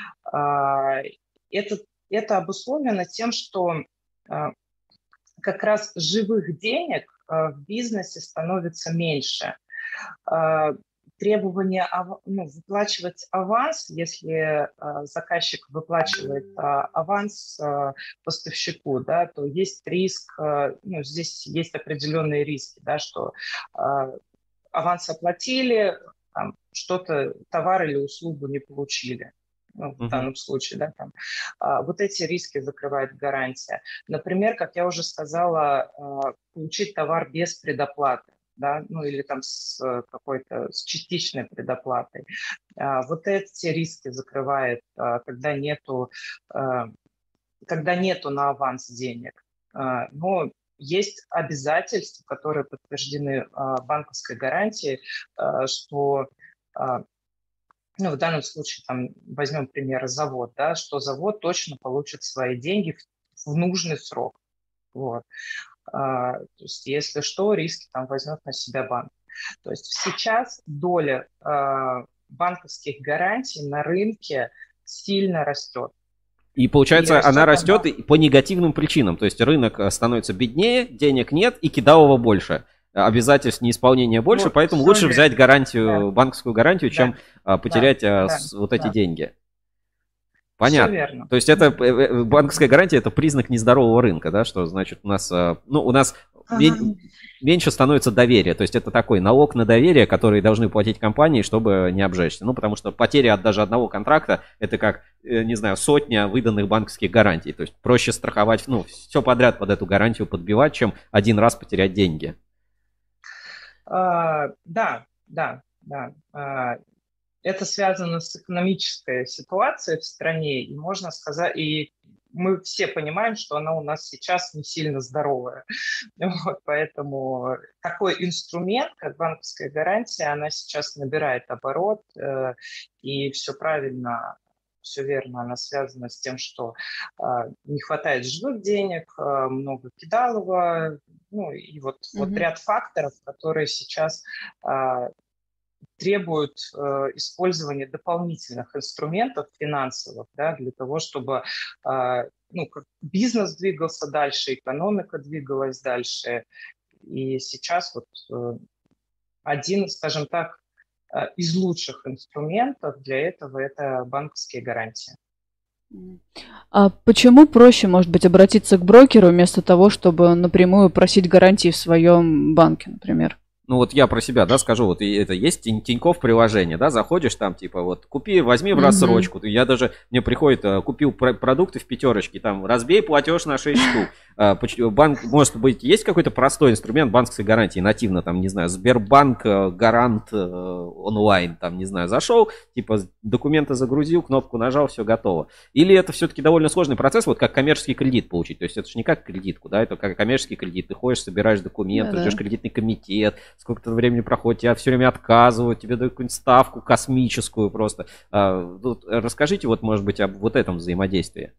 [SPEAKER 9] Это обусловлено тем, что как раз живых денег в бизнесе становится меньше. требование выплачивать аванс, если заказчик выплачивает аванс поставщику, да, то есть риск, здесь есть определенные риски, да, что аванс оплатили, там, что-то, товар или услугу не получили. В данном случае, да, там, вот эти риски закрывает гарантия. Например, как я уже сказала, получить товар без предоплаты, да, или там с частичной предоплатой. Вот эти риски закрывает, когда нету на аванс денег. Но есть обязательства, которые подтверждены банковской гарантией, что в данном случае, там, возьмем пример завод, да, что завод точно получит свои деньги в нужный срок. Вот. То есть, если что, риски там возьмет на себя банк. То есть сейчас доля банковских гарантий на рынке сильно растет.
[SPEAKER 1] И получается, она растет по негативным причинам. То есть рынок становится беднее, денег нет и кидалово больше. Обязательств неисполнения больше, поэтому лучше взять гарантию, банковскую гарантию, чем потерять эти деньги. Понятно. То есть это банковская гарантия — это признак нездорового рынка, да, что значит у нас меньше становится доверия. То есть это такой налог на доверие, который должны платить компании, чтобы не обжечься. Потому что потеря от даже одного контракта — это как, не знаю, сотня выданных банковских гарантий. То есть проще страховать, все подряд под эту гарантию подбивать, чем один раз потерять деньги.
[SPEAKER 9] Да. Это связано с экономической ситуацией в стране, и можно сказать, и мы все понимаем, что она у нас сейчас не сильно здоровая. Вот, поэтому такой инструмент, как банковская гарантия, она сейчас набирает оборот, и все правильно, все верно, она связана с тем, что не хватает живых денег, много кидалова, и вот ряд факторов, которые сейчас требуют использования дополнительных инструментов финансовых, да, для того, чтобы бизнес двигался дальше, экономика двигалась дальше. И сейчас один, скажем так, из лучших инструментов для этого — это банковские гарантии.
[SPEAKER 2] А почему проще, может быть, обратиться к брокеру вместо того, чтобы напрямую просить гарантии в своем банке, например?
[SPEAKER 1] Я про себя, да, скажу, это есть Тинькофф приложение, да, заходишь там, типа, купи, возьми в рассрочку. Мне приходит, купил продукты в пятерочке, там, разбей платеж на 6 штук. Банк, может быть, есть какой-то простой инструмент банковской гарантии, нативно, там, не знаю, Сбербанк, Гарант онлайн, там, не знаю, зашел, типа, документы загрузил, кнопку нажал, все готово. Или это все-таки довольно сложный процесс, как коммерческий кредит получить. То есть это же не как кредитку, да, это как коммерческий кредит. Ты ходишь, собираешь документы, ждешь кредитный комитет, сколько-то времени проходит, тебя все время отказывают, тебе дают какую-нибудь ставку космическую просто. Расскажите, может быть, об этом взаимодействии.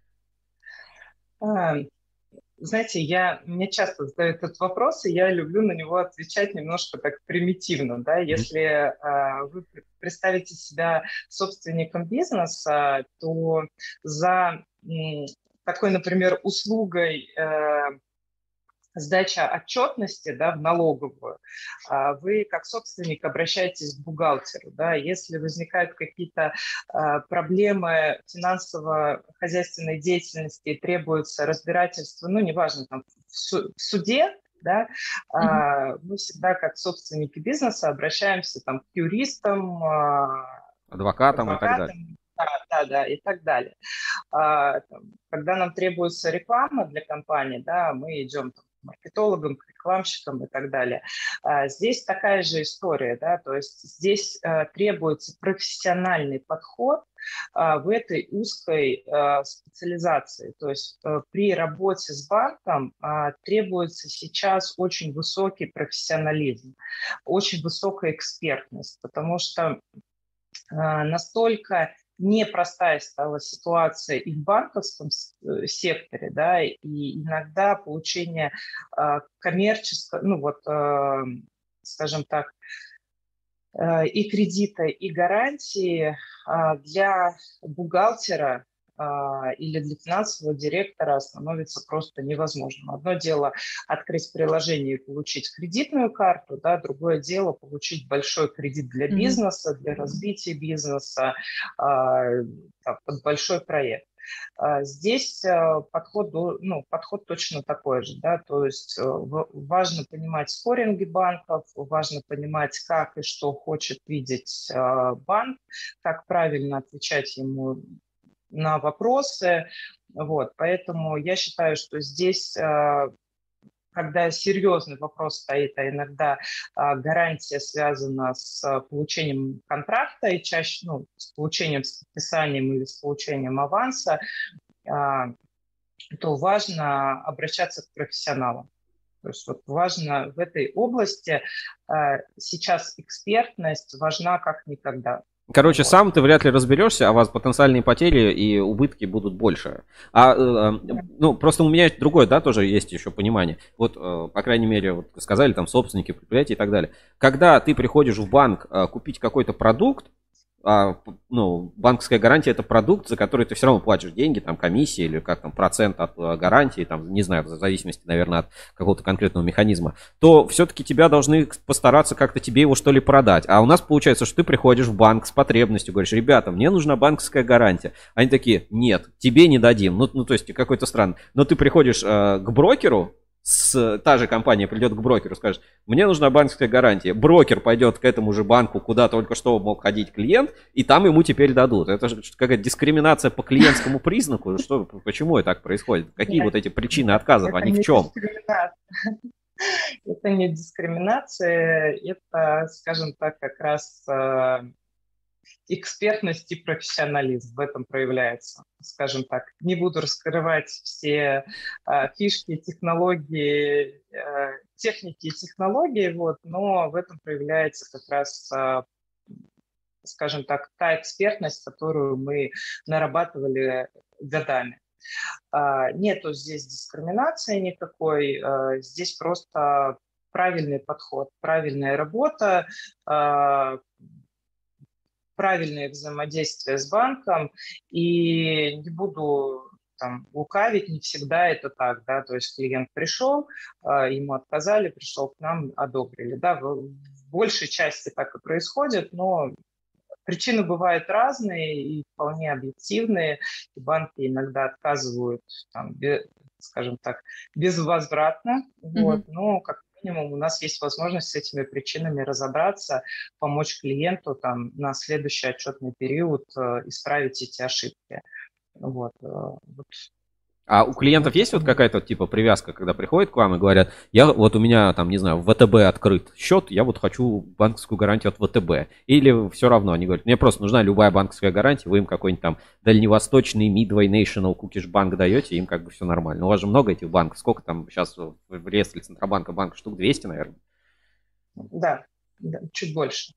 [SPEAKER 9] Знаете, мне часто задают этот вопрос, и я люблю на него отвечать немножко так примитивно. Да? Если вы представите себя собственником бизнеса, то за такой, например, услугой сдача отчетности, да, в налоговую, вы как собственник обращаетесь к бухгалтеру. Да, если возникают какие-то проблемы финансово-хозяйственной деятельности и требуется разбирательство, неважно, там, в суде, да, мы всегда как собственники бизнеса обращаемся там, к юристам,
[SPEAKER 1] адвокатам и так далее.
[SPEAKER 9] Да, и так далее. Когда нам требуется реклама для компании, да, мы идем к маркетологам, к рекламщикам и так далее. Здесь такая же история, да, то есть здесь требуется профессиональный подход в этой узкой специализации. То есть при работе с банком требуется сейчас очень высокий профессионализм, очень высокая экспертность, потому что настолько непростая стала ситуация и в банковском секторе, да, и иногда получение коммерческого, скажем так, и кредита, и гарантии для бухгалтера или для финансового директора становится просто невозможным. Одно дело открыть приложение и получить кредитную карту, да, другое дело получить большой кредит для бизнеса, для развития бизнеса, под большой проект. Здесь подход точно такой же, да, то есть важно понимать скоринги банков, важно понимать, как и что хочет видеть банк, как правильно отвечать ему на вопросы, вот, поэтому я считаю, что здесь, когда серьезный вопрос стоит, а иногда гарантия связана с получением контракта и чаще, с получением, с подписанием или с получением аванса, то важно обращаться к профессионалам. То есть вот важно в этой области сейчас экспертность важна как никогда.
[SPEAKER 1] Короче, сам ты вряд ли разберешься, а у вас потенциальные потери и убытки будут больше. Просто у меня другое, да, тоже есть еще понимание. Вот, по крайней мере, вот сказали там собственники предприятий и так далее. Когда ты приходишь в банк купить какой-то продукт, банковская гарантия — это продукт, за который ты все равно платишь деньги, там, комиссия или как там, процент от гарантии, там, не знаю, в зависимости, наверное, от какого-то конкретного механизма, то все-таки тебя должны постараться как-то тебе его, что ли, продать. А у нас получается, что ты приходишь в банк с потребностью, говоришь: ребята, мне нужна банковская гарантия. Они такие: нет, тебе не дадим. То есть какой-то странный. Но ты приходишь к брокеру, та же компания придет к брокеру, скажет: мне нужна банковская гарантия. Брокер пойдет к этому же банку, куда только что мог ходить клиент, и там ему теперь дадут. Это же какая-то дискриминация по клиентскому признаку. Почему это так происходит? Какие вот эти причины отказов? Они в чем?
[SPEAKER 9] Это не дискриминация, это, скажем так, как раз экспертность и профессионализм в этом проявляется, скажем так. Не буду раскрывать все фишки, технологии, техники и технологии, но в этом проявляется как раз, скажем так, та экспертность, которую мы нарабатывали годами. Нету здесь дискриминации никакой, здесь просто правильный подход, правильная работа, правильное взаимодействие с банком, и не буду лукавить, не всегда это так, да, то есть клиент пришел, ему отказали, пришел к нам, одобрили, да, в большей части так и происходит, но причины бывают разные и вполне объективные, и банки иногда отказывают, скажем так, безвозвратно, но как минимум у нас есть возможность с этими причинами разобраться, помочь клиенту на следующий отчетный период исправить эти ошибки.
[SPEAKER 1] А у клиентов есть вот какая-то типа привязка, когда приходят к вам и говорят: у меня там, не знаю, в ВТБ открыт счет, я вот хочу банковскую гарантию от ВТБ. Или все равно они говорят: мне просто нужна любая банковская гарантия, вы им какой-нибудь там дальневосточный, Midway National, Кукиш банк даете, им как бы все нормально. У вас же много этих банков, сколько там сейчас в реестре Центробанка банков? Штук 200, наверное?
[SPEAKER 9] Да, чуть больше.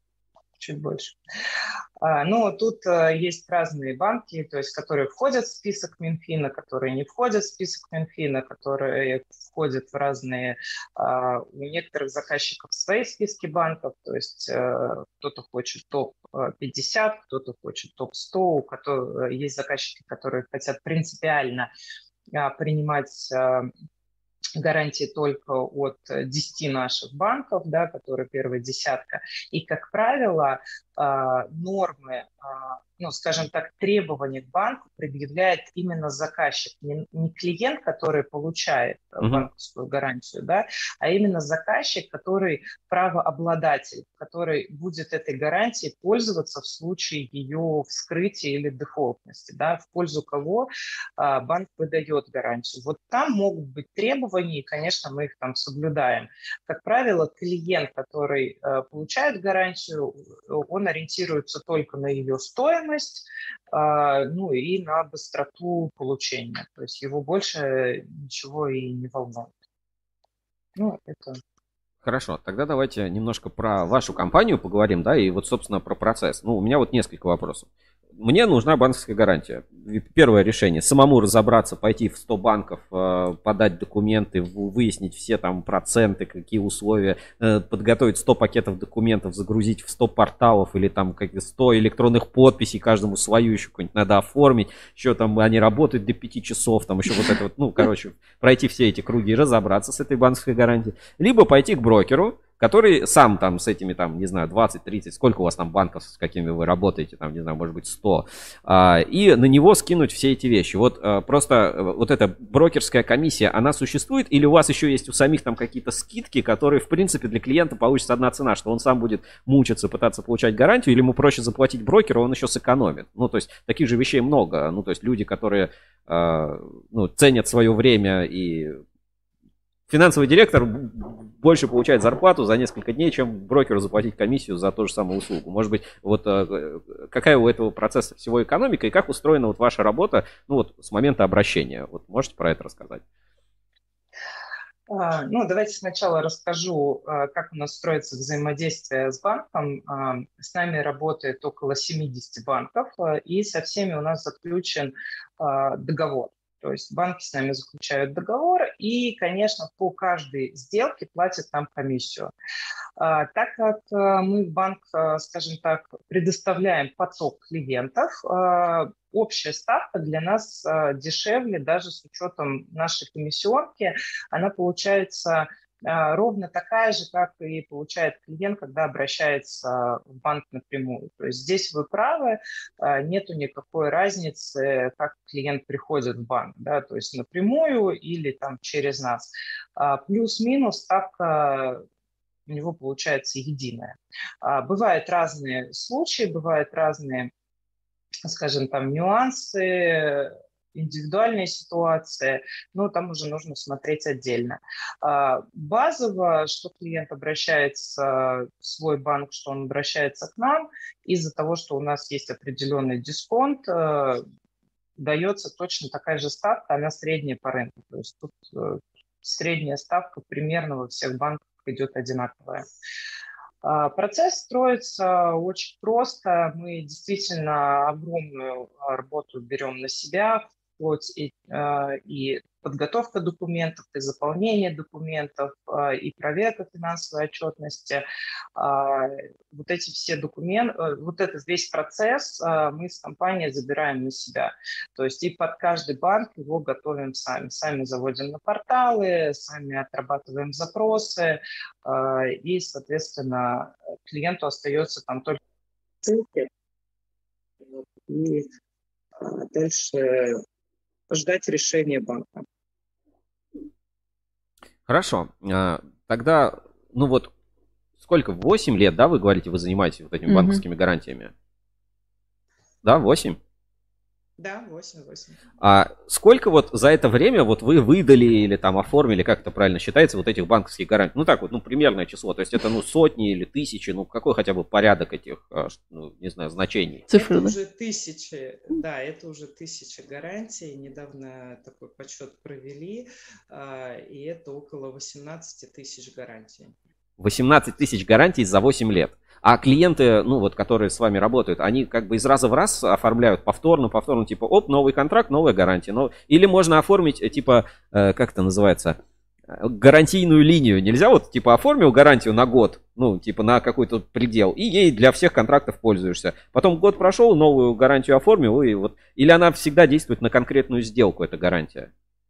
[SPEAKER 9] Тут есть разные банки, то есть, которые входят в список Минфина, которые не входят в список Минфина, которые входят в разные... У некоторых заказчиков свои списки банков, то есть кто-то хочет топ-50, кто-то хочет топ-100, есть заказчики, которые хотят принципиально принимать гарантии только от 10 наших банков, да, которые первая десятка. И, как правило, нормы, скажем так, требования к банку предъявляет именно заказчик, не клиент, который получает банковскую гарантию, да, а именно заказчик, который правообладатель, который будет этой гарантией пользоваться в случае ее вскрытия или дефолтности, да, в пользу кого банк выдает гарантию. Вот там могут быть требования, и, конечно, мы их там соблюдаем. Как правило, клиент, который получает гарантию, он ориентируется только на ее стоимость, и на быстроту получения. То есть его больше ничего и не волнует. Это...
[SPEAKER 1] Хорошо, тогда давайте немножко про вашу компанию поговорим, да, и вот, собственно, про процесс. У меня вот несколько вопросов. Мне нужна банковская гарантия. первое решение, самому разобраться, пойти в 100 банков, подать документы, выяснить все там проценты, какие условия, подготовить 100 пакетов документов, загрузить в 100 порталов или там 100 электронных подписей, каждому свою еще какую-нибудь надо оформить, еще там они работают до 5 часов, там еще вот это вот, ну, короче, пройти все эти круги и разобраться с этой банковской гарантией, либо пойти к брокеру, который сам там с этими, там, не знаю, 20, 30, сколько у вас там банков, с какими вы работаете, там, не знаю, может быть, 100, и на него скинуть все эти вещи. Вот просто вот эта брокерская комиссия, она существует, или у вас еще есть у самих там какие-то скидки, которые, в принципе, для клиента получится одна цена, что он сам будет мучиться, пытаться получать гарантию, или ему проще заплатить брокеру, он еще сэкономит. Ну, то есть, таких же вещей много. Ну, то есть, люди, которые, ну, ценят свое время и... Финансовый директор больше получает зарплату за несколько дней, чем брокеру заплатить комиссию за ту же самую услугу. Может быть, вот какая у этого процесса всего экономика и как устроена вот ваша работа, ну вот с момента обращения. Вот можете про это рассказать?
[SPEAKER 9] Ну, давайте сначала расскажу, как у нас строится взаимодействие с банком. С нами работает около 70 банков, и со всеми у нас заключен договор. То есть банки с нами заключают договор и, конечно, по каждой сделке платят нам комиссию. Так как мы в банк, скажем так, предоставляем поток клиентов, общая ставка для нас дешевле, даже с учетом нашей комиссионки, она получается ровно такая же, как и получает клиент, когда обращается в банк напрямую. То есть здесь вы правы, нету никакой разницы, как клиент приходит в банк, да, то есть напрямую или там через нас. Плюс-минус ставка у него получается единая. Бывают разные случаи, бывают разные, скажем, там нюансы, индивидуальные ситуации, но там уже нужно смотреть отдельно. Базово, что клиент обращается в свой банк, что он обращается к нам, из-за того, что у нас есть определенный дисконт, дается точно такая же ставка, она средняя по рынку. То есть тут средняя ставка примерно во всех банках идет одинаковая. Процесс строится очень просто. Мы действительно огромную работу берем на себя, вплоть и подготовка документов, и заполнение документов, и проверка финансовой отчетности. Вот эти все документы, вот этот весь процесс мы с компанией забираем на себя. То есть и под каждый банк его готовим сами. Сами заводим на порталы, сами отрабатываем запросы, и, соответственно, клиенту остается там только ссылки. И дальше ждать решения банка.
[SPEAKER 1] Хорошо. Тогда, ну вот, сколько? 8 лет, да, вы говорите, вы занимаетесь вот этими банковскими гарантиями? Да, 8?
[SPEAKER 9] Да, 8.
[SPEAKER 1] А сколько вот за это время вот вы выдали или там оформили, как это правильно считается, вот этих банковских гарантий? Ну так вот, ну примерное число. То есть это ну сотни или тысячи, ну какой хотя бы порядок этих, ну, не знаю, значений?
[SPEAKER 9] Цифры, это уже тысячи, да, это уже 1000 гарантий. Недавно такой подсчет провели, и это около 18 тысяч гарантий.
[SPEAKER 1] 18 тысяч гарантий за 8 лет. А клиенты, ну вот, которые с вами работают, они как бы из раза в раз оформляют повторно, типа, оп, новый контракт, новая гарантия. Или можно оформить, типа, как это называется, гарантийную линию. Нельзя вот, типа, оформил гарантию на год, ну, типа, на какой-то предел, и ей для всех контрактов пользуешься. Потом год прошел, новую гарантию оформил, и вот. Или она всегда действует на конкретную сделку, эта гарантия?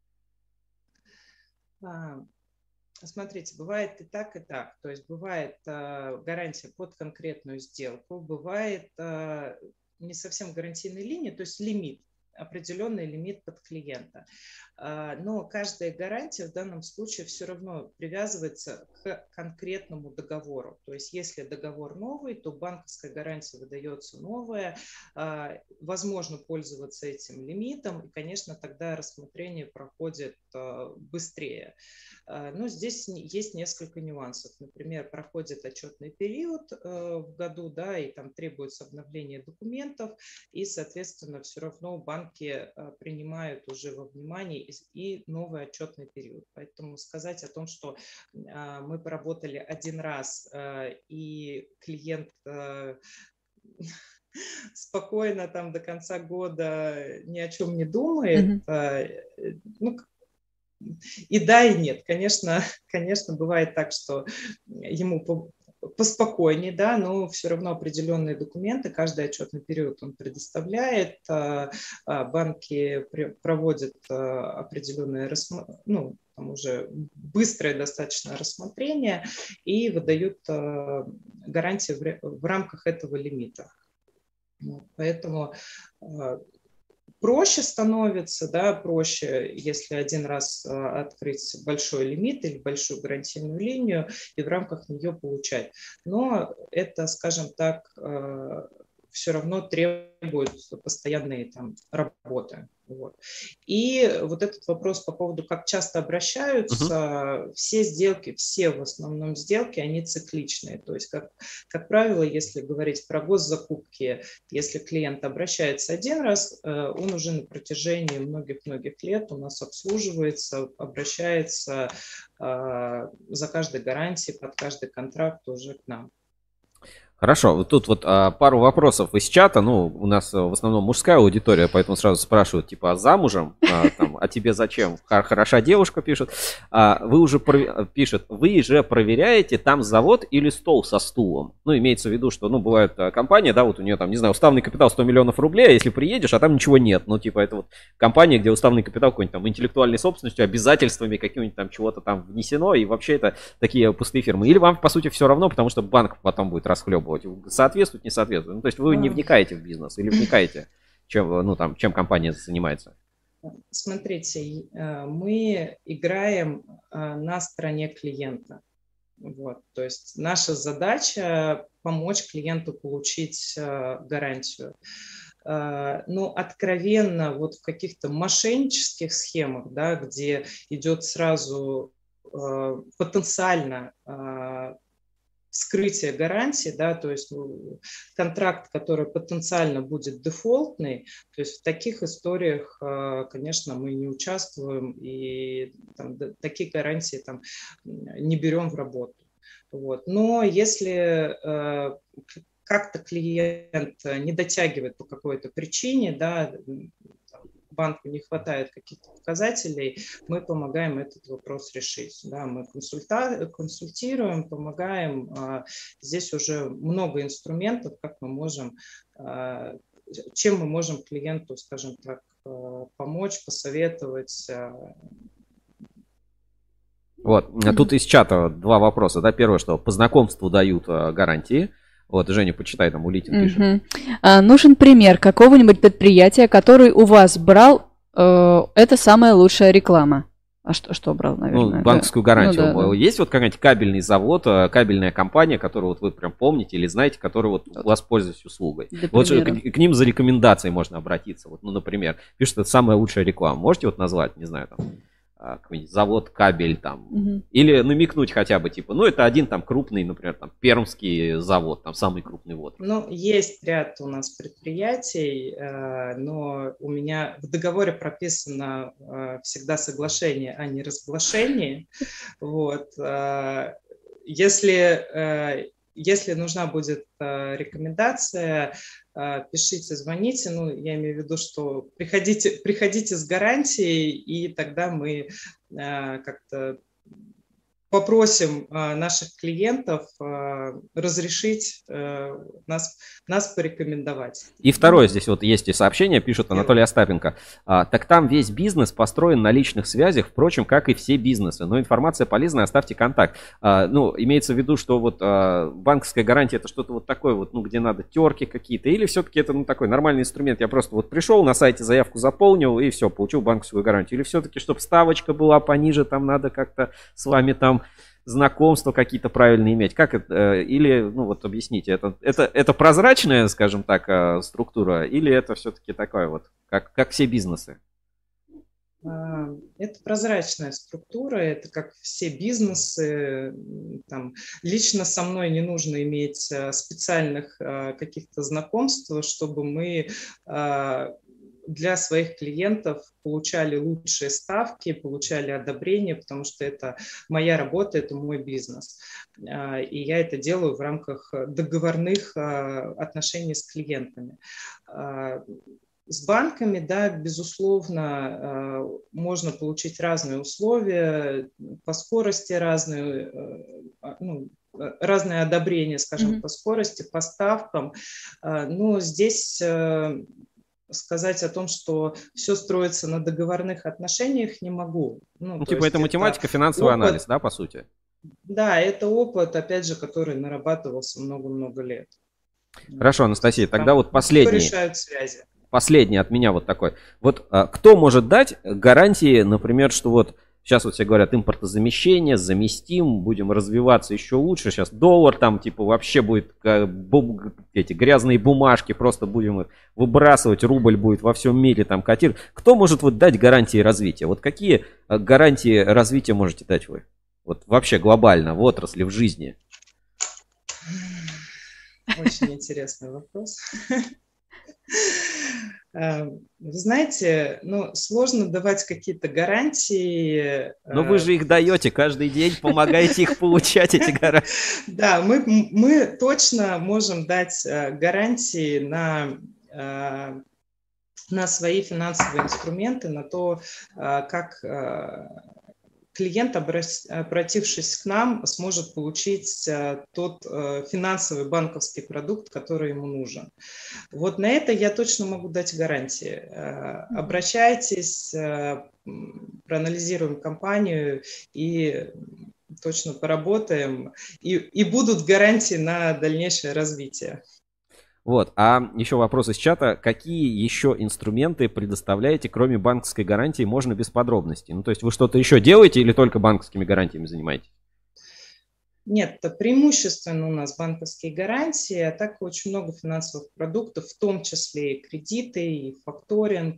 [SPEAKER 9] Смотрите, бывает и так, и так. То есть бывает гарантия под конкретную сделку, бывает не совсем гарантийная линия, то есть лимит, определенный лимит под клиента. Но каждая гарантия в данном случае все равно привязывается к конкретному договору. То есть если договор новый, то банковская гарантия выдается новая, возможно пользоваться этим лимитом, и, конечно, тогда рассмотрение проходит быстрее. Но здесь есть несколько нюансов. Например, проходит отчетный период в году, да, и там требуется обновление документов, и, соответственно, все равно банки принимают уже во внимание и новый отчетный период. Поэтому сказать о том, что мы поработали один раз, и клиент спокойно там до конца года ни о чем не думает. Ну, и да, и нет. Конечно, бывает так, что ему поспокойнее, да, но все равно определенные документы каждый отчетный период он предоставляет, банки проводят определенное, ну, там уже быстрое достаточно рассмотрение и выдают гарантии в рамках этого лимита. Поэтому проще становится, да, проще, если один раз открыть большой лимит или большую гарантийную линию и в рамках нее получать. Но это, скажем так, все равно требует постоянной там работы. Вот. И вот этот вопрос по поводу, как часто обращаются, все сделки, все в основном сделки, они цикличные. То есть, как правило, если говорить про госзакупки, если клиент обращается один раз, он уже на протяжении многих-многих лет у нас обслуживается, обращается за каждой гарантией, под каждый контракт уже к нам.
[SPEAKER 1] Хорошо, вот тут вот пару вопросов из чата. Ну, у нас в основном мужская аудитория, поэтому сразу спрашивают, типа, замужем? А тебе зачем? Хороша девушка, пишет. Вы уже вы же проверяете, там завод или стол со стулом? Ну, имеется в виду, что, ну, бывает компания, да, вот у нее там, не знаю, уставный капитал 100 миллионов рублей, а если приедешь, а там ничего нет. Ну, типа, это вот компания, где уставный капитал какой-нибудь там интеллектуальной собственностью, обязательствами каким-нибудь там чего-то там внесено, и вообще это такие пустые фирмы. Или вам, по сути, все равно, потому что банк потом будет расхлебывать. Соответствует, не соответствует. Ну, то есть вы не вникаете в бизнес или вникаете, чем компания занимается?
[SPEAKER 9] Смотрите, мы играем на стороне клиента. Вот. То есть наша задача помочь клиенту получить гарантию. Но откровенно вот в каких-то мошеннических схемах, да, где идет сразу потенциально скрытие гарантии, да, то есть контракт, который потенциально будет дефолтный, то есть в таких историях, конечно, мы не участвуем и там, такие гарантии там, не берем в работу. Вот. Но если как-то клиент не дотягивает по какой-то причине, да, банку не хватает каких-то показателей, мы помогаем этот вопрос решить. Да, мы консультируем, помогаем. Здесь уже много инструментов, как мы можем, чем мы можем клиенту, скажем так, помочь, посоветовать.
[SPEAKER 1] Вот, тут из чата два вопроса. Да, первое, что по знакомству дают гарантии. Вот, Женя, почитай, там Улитин пишет.
[SPEAKER 2] Нужен пример какого-нибудь предприятия, который у вас брал, это самая лучшая реклама. А что брал, наверное?
[SPEAKER 1] Ну, банковскую гарантию.
[SPEAKER 2] Ну, да.
[SPEAKER 1] Есть вот какой-нибудь кабельный завод, кабельная компания, которую вот вы прям помните или знаете, которая вот у вас пользуется услугой? Вот к ним за рекомендацией можно обратиться. Вот, ну, например, пишет, это самая лучшая реклама. Можете вот назвать, не знаю, там, какой-нибудь завод, кабель там, или намекнуть хотя бы, типа, ну, это один там крупный, например, там, пермский завод, там, самый крупный вот.
[SPEAKER 9] Ну, есть ряд у нас предприятий, но у меня в договоре прописано всегда соглашение, а не разглашение, вот. Если нужна будет рекомендация, пишите, звоните. Ну, я имею в виду, что приходите с гарантией, и тогда мы как-то попросим наших клиентов разрешить нас порекомендовать.
[SPEAKER 1] И второе, здесь вот есть и сообщение, пишет Анатолий Остапенко. Так там весь бизнес построен на личных связях, впрочем, как и все бизнесы. Но информация полезная, оставьте контакт. Ну, имеется в виду, что вот банковская гарантия это что-то вот такое вот, ну, где надо терки какие-то, или все-таки это, ну, такой нормальный инструмент. Я просто вот пришел на сайте, заявку заполнил, и все, получил банковскую гарантию. Или все-таки, чтобы ставочка была пониже, там надо как-то с вами там знакомства какие-то правильные иметь? Как это? Или, ну вот объясните, это прозрачная, скажем так, структура, или это все-таки такое вот, как все бизнесы?
[SPEAKER 9] Это прозрачная структура, это как все бизнесы. Там, лично со мной не нужно иметь специальных каких-то знакомств, чтобы мы для своих клиентов получали лучшие ставки, получали одобрение, потому что это моя работа, это мой бизнес. И я это делаю в рамках договорных отношений с клиентами. С банками, да, безусловно, можно получить разные условия, по скорости разные, разные одобрения, скажем, по скорости, по ставкам. Но здесь сказать о том, что все строится на договорных отношениях, не могу.
[SPEAKER 1] Типа это математика, финансовый анализ, да, по сути?
[SPEAKER 9] Да, это опыт, опять же, который нарабатывался много-много лет.
[SPEAKER 1] Хорошо, Анастасия, тогда вот последний.
[SPEAKER 9] Решают связи.
[SPEAKER 1] Последний от меня вот такой. Вот кто может дать гарантии, например, что вот сейчас вот все говорят импортозамещение, заместим, будем развиваться еще лучше. Сейчас доллар там типа вообще будет, эти грязные бумажки, просто будем их выбрасывать, рубль будет во всем мире там котировать. Кто может вот дать гарантии развития? Вот какие гарантии развития можете дать вы? Вот вообще глобально, в отрасли, в жизни.
[SPEAKER 9] Очень интересный вопрос. Вы знаете, сложно давать какие-то гарантии.
[SPEAKER 1] Но вы же их даете каждый день, помогаете их получать, эти гарантии.
[SPEAKER 9] Да, мы точно можем дать гарантии на свои финансовые инструменты, на то, как клиент, обратившись к нам, сможет получить тот финансовый банковский продукт, который ему нужен. Вот на это я точно могу дать гарантии. Обращайтесь, проанализируем компанию и точно поработаем. И будут гарантии на дальнейшее развитие.
[SPEAKER 1] Вот, а еще вопрос из чата. Какие еще инструменты предоставляете, кроме банковской гарантии, можно без подробностей? То есть вы что-то еще делаете или только банковскими гарантиями занимаетесь?
[SPEAKER 9] Нет, преимущественно у нас банковские гарантии, а так очень много финансовых продуктов, в том числе и кредиты, и факторинг,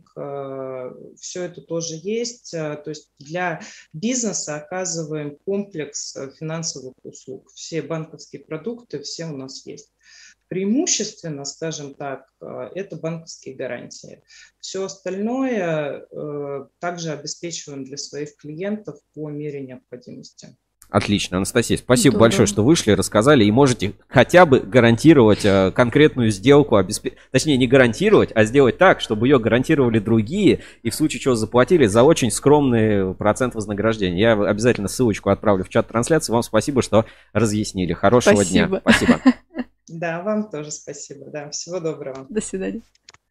[SPEAKER 9] все это тоже есть. То есть для бизнеса оказываем комплекс финансовых услуг. Все банковские продукты, все у нас есть. Преимущественно, скажем так, это банковские гарантии. Все остальное также обеспечиваем для своих клиентов по мере необходимости.
[SPEAKER 1] Отлично, Анастасия, спасибо большое, что вышли, рассказали, и можете хотя бы гарантировать конкретную сделку, точнее не гарантировать, а сделать так, чтобы ее гарантировали другие, и в случае чего заплатили за очень скромный процент вознаграждения. Я обязательно ссылочку отправлю в чат трансляции. Вам спасибо, что разъяснили. Хорошего дня. Спасибо.
[SPEAKER 9] Да, вам тоже спасибо. Да, всего доброго.
[SPEAKER 2] До свидания.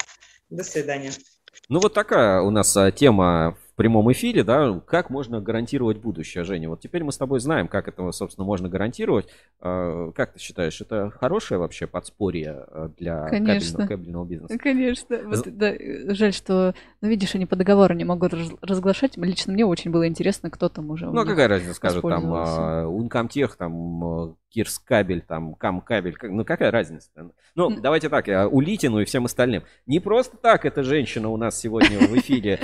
[SPEAKER 9] До свидания.
[SPEAKER 1] Вот такая у нас тема в прямом эфире, да, как можно гарантировать будущее, Женя. Вот теперь мы с тобой знаем, как это, собственно, можно гарантировать. Как ты считаешь, это хорошее вообще подспорье для кабельного бизнеса?
[SPEAKER 2] Конечно. Вот, да, жаль, что, видишь, они по договору не могут разглашать. Лично мне очень было интересно, кто там уже.
[SPEAKER 1] Какая разница, скажут, там, Uncomtech, там, Кирскабель, там, Камкабель, какая разница? Давайте так, Улитину и всем остальным. Не просто так эта женщина у нас сегодня в эфире,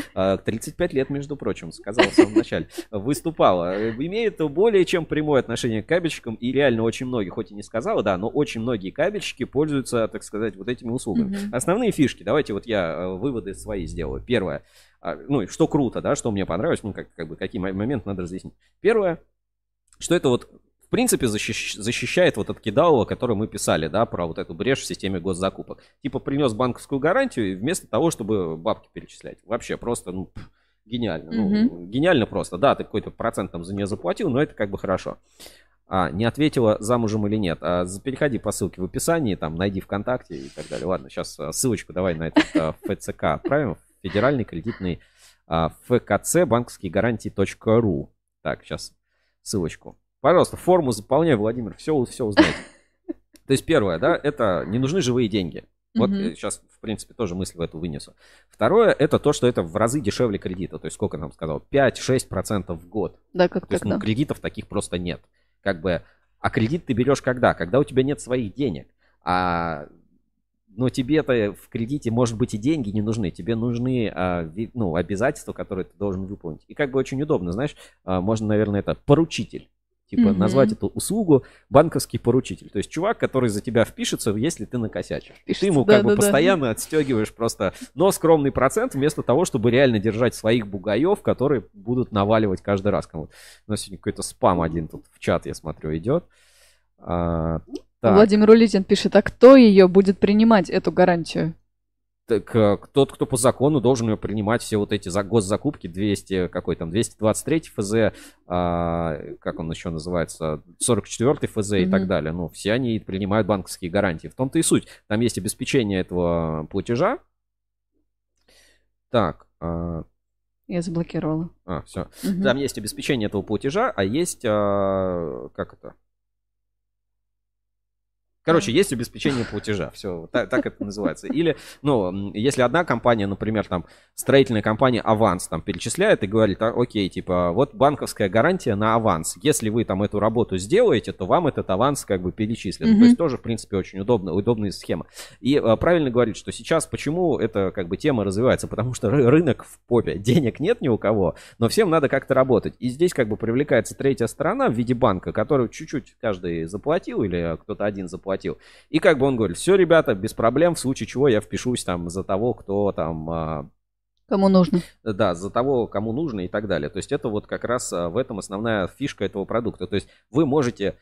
[SPEAKER 1] 35 лет, между прочим, сказала в самом начале, выступала. Имеет более чем прямое отношение к кабельщикам, и реально очень многие, хоть и не сказала, да, но очень многие кабельщики пользуются, так сказать, вот этими услугами. Основные фишки, давайте вот я выводы свои сделаю. Первое, что круто, да, что мне понравилось, какие моменты надо разъяснить. Первое, что это вот в принципе защищает вот от кидалова, который мы писали, да, про вот эту брешь в системе госзакупок. Типа принес банковскую гарантию, и вместо того, чтобы бабки перечислять. Вообще просто, гениально. Гениально просто. Да, ты какой-то процент там за нее заплатил, но это хорошо. Не ответила, замужем или нет. Переходи по ссылке в описании, там найди ВКонтакте и так далее. Ладно, сейчас ссылочку давай на этот ФЦК отправим. Федеральный кредитный ФКЦ банковские гарантии.ру. Так, сейчас ссылочку. Пожалуйста, форму заполняй, Владимир, все узнаете. То есть первое, да, это не нужны живые деньги. Вот сейчас, в принципе, тоже мысль в эту вынесу. Второе, это то, что это в разы дешевле кредита. То есть сколько нам сказал? 5-6% в год.
[SPEAKER 2] Да, как
[SPEAKER 1] то есть, кредитов таких просто нет. А кредит ты берешь когда? Когда у тебя нет своих денег. Но тебе-то в кредите, может быть, и деньги не нужны. Тебе нужны обязательства, которые ты должен выполнить. И очень удобно, знаешь, можно, наверное, это поручитель. Типа назвать эту услугу банковский поручитель. То есть чувак, который за тебя впишется, если ты накосячишь. И ты ему как бы постоянно отстегиваешь просто, но скромный процент, вместо того, чтобы реально держать своих бугаев, которые будут наваливать каждый раз кому-то. У нас сегодня какой-то спам один тут в чат, я смотрю, идет.
[SPEAKER 2] Владимир Улитин пишет, а кто ее будет принимать, эту гарантию?
[SPEAKER 1] Так тот, кто по закону должен ее принимать, все вот эти госзакупки, 223 ФЗ, как он еще называется, 44 ФЗ и так далее. Ну, все они принимают банковские гарантии. В том-то и суть. Там есть обеспечение этого платежа. Так.
[SPEAKER 2] Я заблокировала.
[SPEAKER 1] Все. Там есть обеспечение этого платежа, а есть, как это? Короче, есть обеспечение платежа, все, так это называется. Или, ну, если одна компания, например, там, строительная компания аванс там перечисляет и говорит, окей, типа, вот банковская гарантия на аванс. Если вы там эту работу сделаете, то вам этот аванс как бы перечислен. То есть тоже, в принципе, очень удобная схема. И правильно говорит, что сейчас почему эта как бы тема развивается? Потому что рынок в попе, денег нет ни у кого, но всем надо как-то работать. И здесь как бы привлекается третья сторона в виде банка, который чуть-чуть каждый заплатил или кто-то один заплатил. И как бы он говорит, все, ребята, без проблем, в случае чего я впишусь там за того, кто там...
[SPEAKER 2] Кому нужно.
[SPEAKER 1] Да, за того, кому нужно и так далее. То есть это вот как раз в этом основная фишка этого продукта. То есть вы можете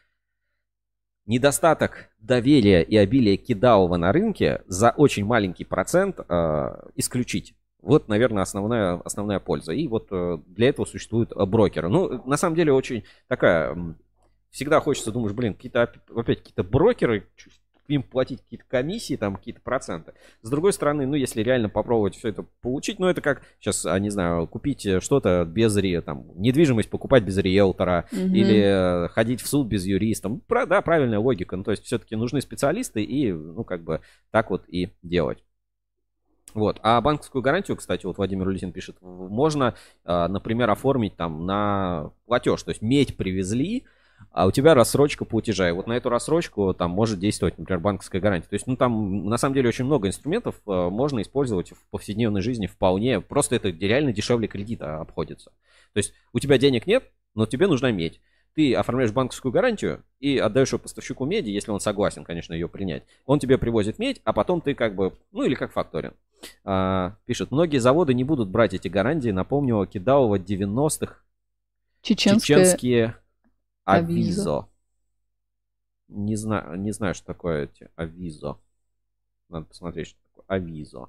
[SPEAKER 1] недостаток доверия и обилия кидаува на рынке за очень маленький процент исключить. Вот, наверное, основная польза. И вот для этого существуют брокеры. Ну, на самом деле, очень такая... Всегда хочется, думаешь, блин, какие-то брокеры, им платить какие-то комиссии, там какие-то проценты. С другой стороны, ну, если реально попробовать все это получить, ну, это как сейчас, не знаю, купить что-то без там, недвижимость покупать без риэлтора или ходить в суд без юриста. Да, правильная логика. Ну, то есть все-таки нужны специалисты и, ну, как бы так вот и делать. Вот. А банковскую гарантию, кстати, вот Владимир Улитин пишет, можно, например, оформить там на платеж. То есть медь привезли, а у тебя рассрочка платежа. И вот на эту рассрочку там может действовать, например, банковская гарантия. То есть, ну, там на самом деле очень много инструментов можно использовать в повседневной жизни вполне. Просто это реально дешевле кредита обходится. То есть у тебя денег нет, но тебе нужна медь. Ты оформляешь банковскую гарантию и отдаешь ее поставщику меди, если он согласен, конечно, ее принять. Он тебе привозит медь, а потом ты как бы, ну или как факторинг. Пишет, многие заводы не будут брать эти гарантии. Напомню, кидалово 90-х. Чеченские Авизо. Не знаю, что такое эти Авизо. Надо посмотреть, что такое Авизо.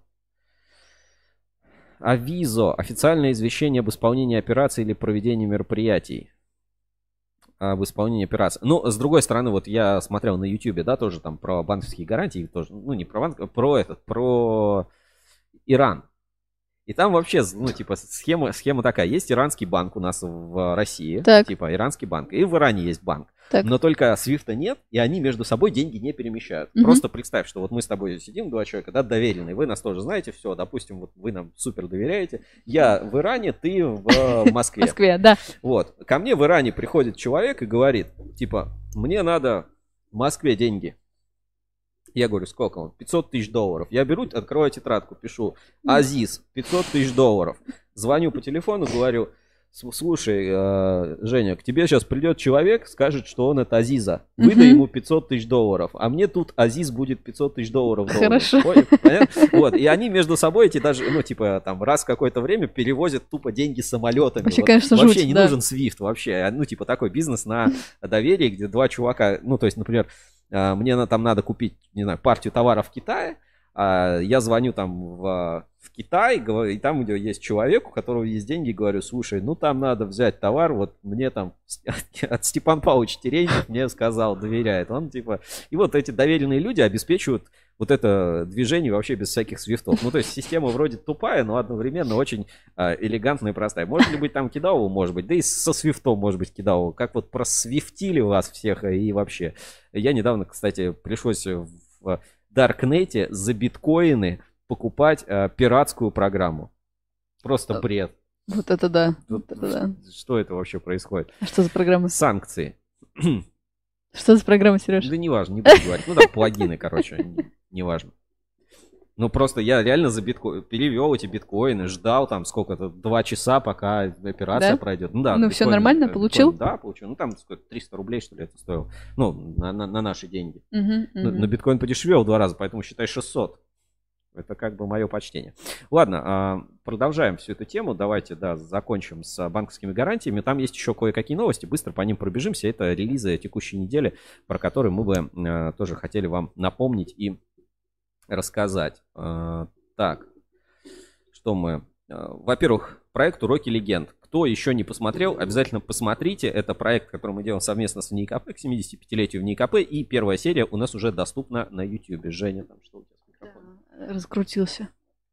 [SPEAKER 1] Авизо. Официальное извещение об исполнении операций или проведении мероприятий. Об исполнении операций. Ну, с другой стороны, вот я смотрел на YouTube, да, тоже там про банковские гарантии. Тоже, ну, не про банк, про Иран. И там вообще, ну, типа, схема такая. Есть иранский банк у нас в России.
[SPEAKER 2] Так.
[SPEAKER 1] Типа, иранский банк. И в Иране есть банк.
[SPEAKER 2] Так.
[SPEAKER 1] Но только свифта нет, и они между собой деньги не перемещают. Просто представь, что вот мы с тобой сидим, два человека, да, доверенные. Вы нас тоже знаете, все, допустим, вот вы нам супер доверяете. Я в Иране, ты в Москве.
[SPEAKER 2] В Москве, да.
[SPEAKER 1] Вот. Ко мне в Иране приходит человек и говорит, типа, мне надо в Москве деньги. Я говорю, сколько он? $500 тысяч. Я беру, открываю тетрадку, пишу, Азиз, $500 тысяч. Звоню по телефону, говорю, слушай, Женя, к тебе сейчас придет человек, скажет, что он это Азиза. Выдай ему $500 тысяч. А мне тут Азиз будет $500 тысяч.
[SPEAKER 2] Хорошо.
[SPEAKER 1] Понятно? Вот. И они между собой эти даже, ну, типа, там, раз в какое-то время перевозят тупо деньги самолетами.
[SPEAKER 2] Вообще,
[SPEAKER 1] вот.
[SPEAKER 2] конечно,
[SPEAKER 1] вообще
[SPEAKER 2] жуть,
[SPEAKER 1] не нужен SWIFT вообще. Ну, типа, такой бизнес на доверии, где два чувака, ну, то есть, например, мне там надо купить, не знаю, партию товаров в Китае. Я звоню там в Китай, и там есть человек, у которого есть деньги, и говорю, слушай, ну там надо взять товар, вот мне там от Степан Павлович Терентьев мне сказал, доверяет. Он типа, и вот эти доверенные люди обеспечивают вот это движение вообще без всяких свифтов. Ну, то есть система вроде тупая, но одновременно очень элегантная и простая. Может ли быть там кидалово? Может быть. Да и со свифтом может быть кидалово. Как вот просвифтили вас всех и вообще. Я недавно, кстати, пришлось в Даркнете за биткоины покупать пиратскую программу. Просто бред.
[SPEAKER 2] Вот это да. Вот это да.
[SPEAKER 1] Что это вообще происходит?
[SPEAKER 2] А что за программа?
[SPEAKER 1] Санкции.
[SPEAKER 2] Что за программа, Сереж?
[SPEAKER 1] Да неважно, не буду говорить. Ну да, плагины, короче, неважно. Ну, просто я реально за биткоин перевел эти биткоины, ждал там сколько-то, 2 часа, пока операция пройдет. Ну, да,
[SPEAKER 2] ну все нормально, получил?
[SPEAKER 1] Да, получил. Ну, там 300 рублей, что ли, это стоило. Ну, на наши деньги. Но биткоин подешевел в 2 раза, поэтому считай 600. Это как бы мое почтение. Ладно, продолжаем всю эту тему. Давайте, закончим с банковскими гарантиями. Там есть еще кое-какие новости. Быстро по ним пробежимся. Это релизы текущей недели, про которые мы бы тоже хотели вам напомнить и рассказать. Так, что мы... Во-первых, проект «Уроки легенд». Кто еще не посмотрел, обязательно посмотрите. Это проект, который мы делаем совместно с НИИКП к 75-летию НИИКП. И первая серия у нас уже доступна на YouTube. Женя, там что у тебя с микрофоном?
[SPEAKER 2] Раскрутился.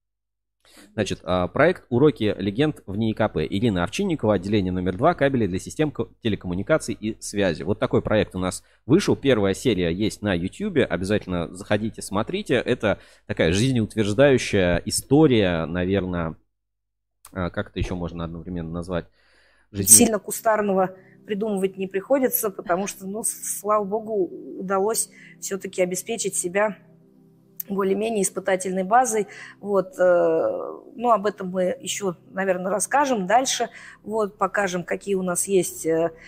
[SPEAKER 1] Значит, проект «Уроки легенд» в НИИКП. Ирина Овчинникова, отделение номер 2, кабели для систем телекоммуникаций и связи. Вот такой проект у нас вышел. Первая серия есть на YouTube. Обязательно заходите, смотрите. Это такая жизнеутверждающая история, наверное, как это еще можно одновременно назвать?
[SPEAKER 10] Сильно кустарного придумывать не приходится, потому что, слава богу, удалось все-таки обеспечить себя более-менее испытательной базой. Вот. Ну, об этом мы еще, наверное, расскажем дальше. Вот, покажем, какие у нас есть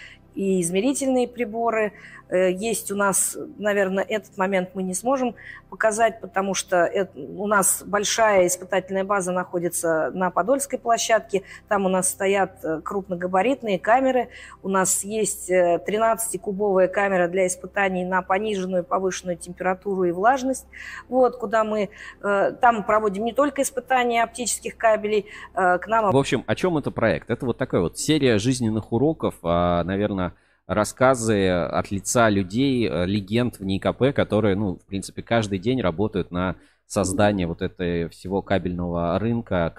[SPEAKER 10] и измерительные приборы. Есть у нас, наверное, этот момент мы не сможем показать, потому что у нас большая испытательная база находится на Подольской площадке. Там у нас стоят крупногабаритные камеры. У нас есть 13-кубовая камера для испытаний на пониженную и повышенную температуру и влажность. Вот, куда мы там проводим не только испытания оптических кабелей. К нам...
[SPEAKER 1] В общем, о чем это проект? Это вот такая вот серия жизненных уроков, наверное, рассказы от лица людей, легенд в НИИКП, которые, в принципе, каждый день работают на создание вот этого всего кабельного рынка,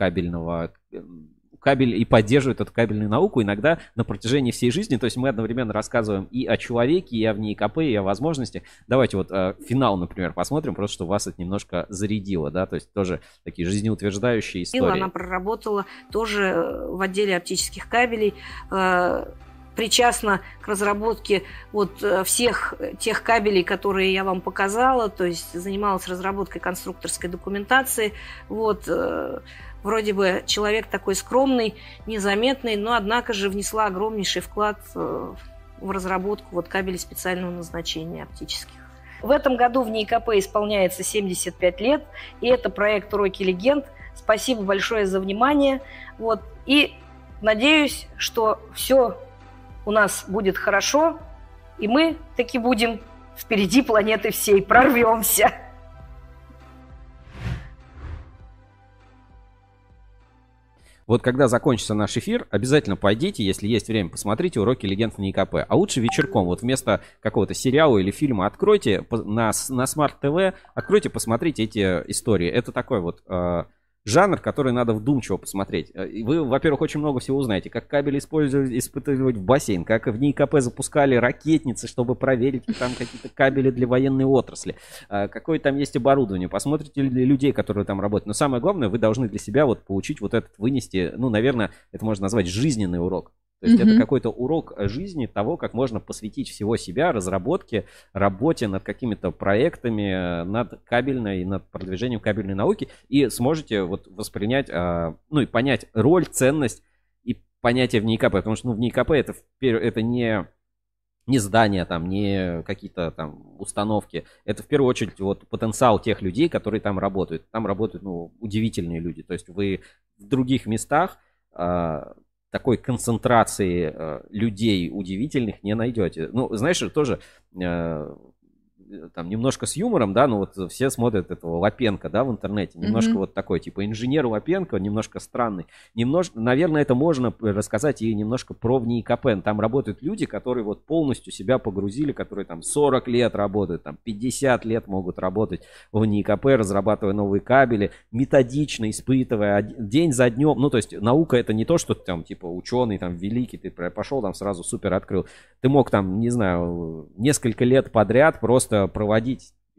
[SPEAKER 1] кабель и поддерживают эту кабельную науку иногда на протяжении всей жизни. То есть мы одновременно рассказываем и о человеке, и о НИИКП, и о возможностях. Давайте вот финал, например, посмотрим, просто чтобы вас это немножко зарядило, да, то есть тоже такие жизнеутверждающие истории.
[SPEAKER 10] Она проработала тоже в отделе оптических кабелей, причастна к разработке вот всех тех кабелей, которые я вам показала, то есть занималась разработкой конструкторской документации. Вот, вроде бы человек такой скромный, незаметный, но однако же внесла огромнейший вклад в разработку вот кабелей специального назначения оптических. В этом году в НИИКП исполняется 75 лет, и это проект «Уроки легенд». Спасибо большое за внимание. Вот, и надеюсь, что все у нас будет хорошо, и мы таки будем впереди планеты всей, прорвемся.
[SPEAKER 1] Вот когда закончится наш эфир, обязательно пойдите, если есть время, посмотрите «Уроки легенд» в НИИКП. А лучше вечерком, вот вместо какого-то сериала или фильма откройте на Smart TV, откройте, посмотрите эти истории. Это такой вот... жанр, который надо вдумчиво посмотреть. Вы, во-первых, очень много всего узнаете, как кабель испытывать в бассейн, как в НИИКП запускали ракетницы, чтобы проверить там какие-то кабели для военной отрасли, какое там есть оборудование, посмотрите людей, которые там работают. Но самое главное, вы должны для себя вот получить вот этот, вынести, наверное, это можно назвать жизненный урок. То есть это какой-то урок жизни того, как можно посвятить всего себя разработке, работе над какими-то проектами, над кабельной, над продвижением кабельной науки, и сможете вот воспринять, и понять роль, ценность и понятие в НИИКП, потому что в НИИКП это не здания, там, не какие-то там установки, это в первую очередь вот потенциал тех людей, которые там работают. Там работают удивительные люди, то есть вы в других местах такой концентрации людей удивительных не найдете. Знаешь, тоже там немножко с юмором, да, вот все смотрят этого Лапенко, да, в интернете, немножко вот такой, типа инженер Лапенко, немножко странный. Наверное, это можно рассказать и немножко про НИИКП. Там работают люди, которые вот полностью себя погрузили, которые там 40 лет работают, там 50 лет могут работать в НИИКП, разрабатывая новые кабели, методично испытывая день за днем. То есть наука это не то, что ты там типа ученый, там великий, ты пошел там сразу супер открыл. Ты мог там, не знаю, несколько лет подряд просто проводить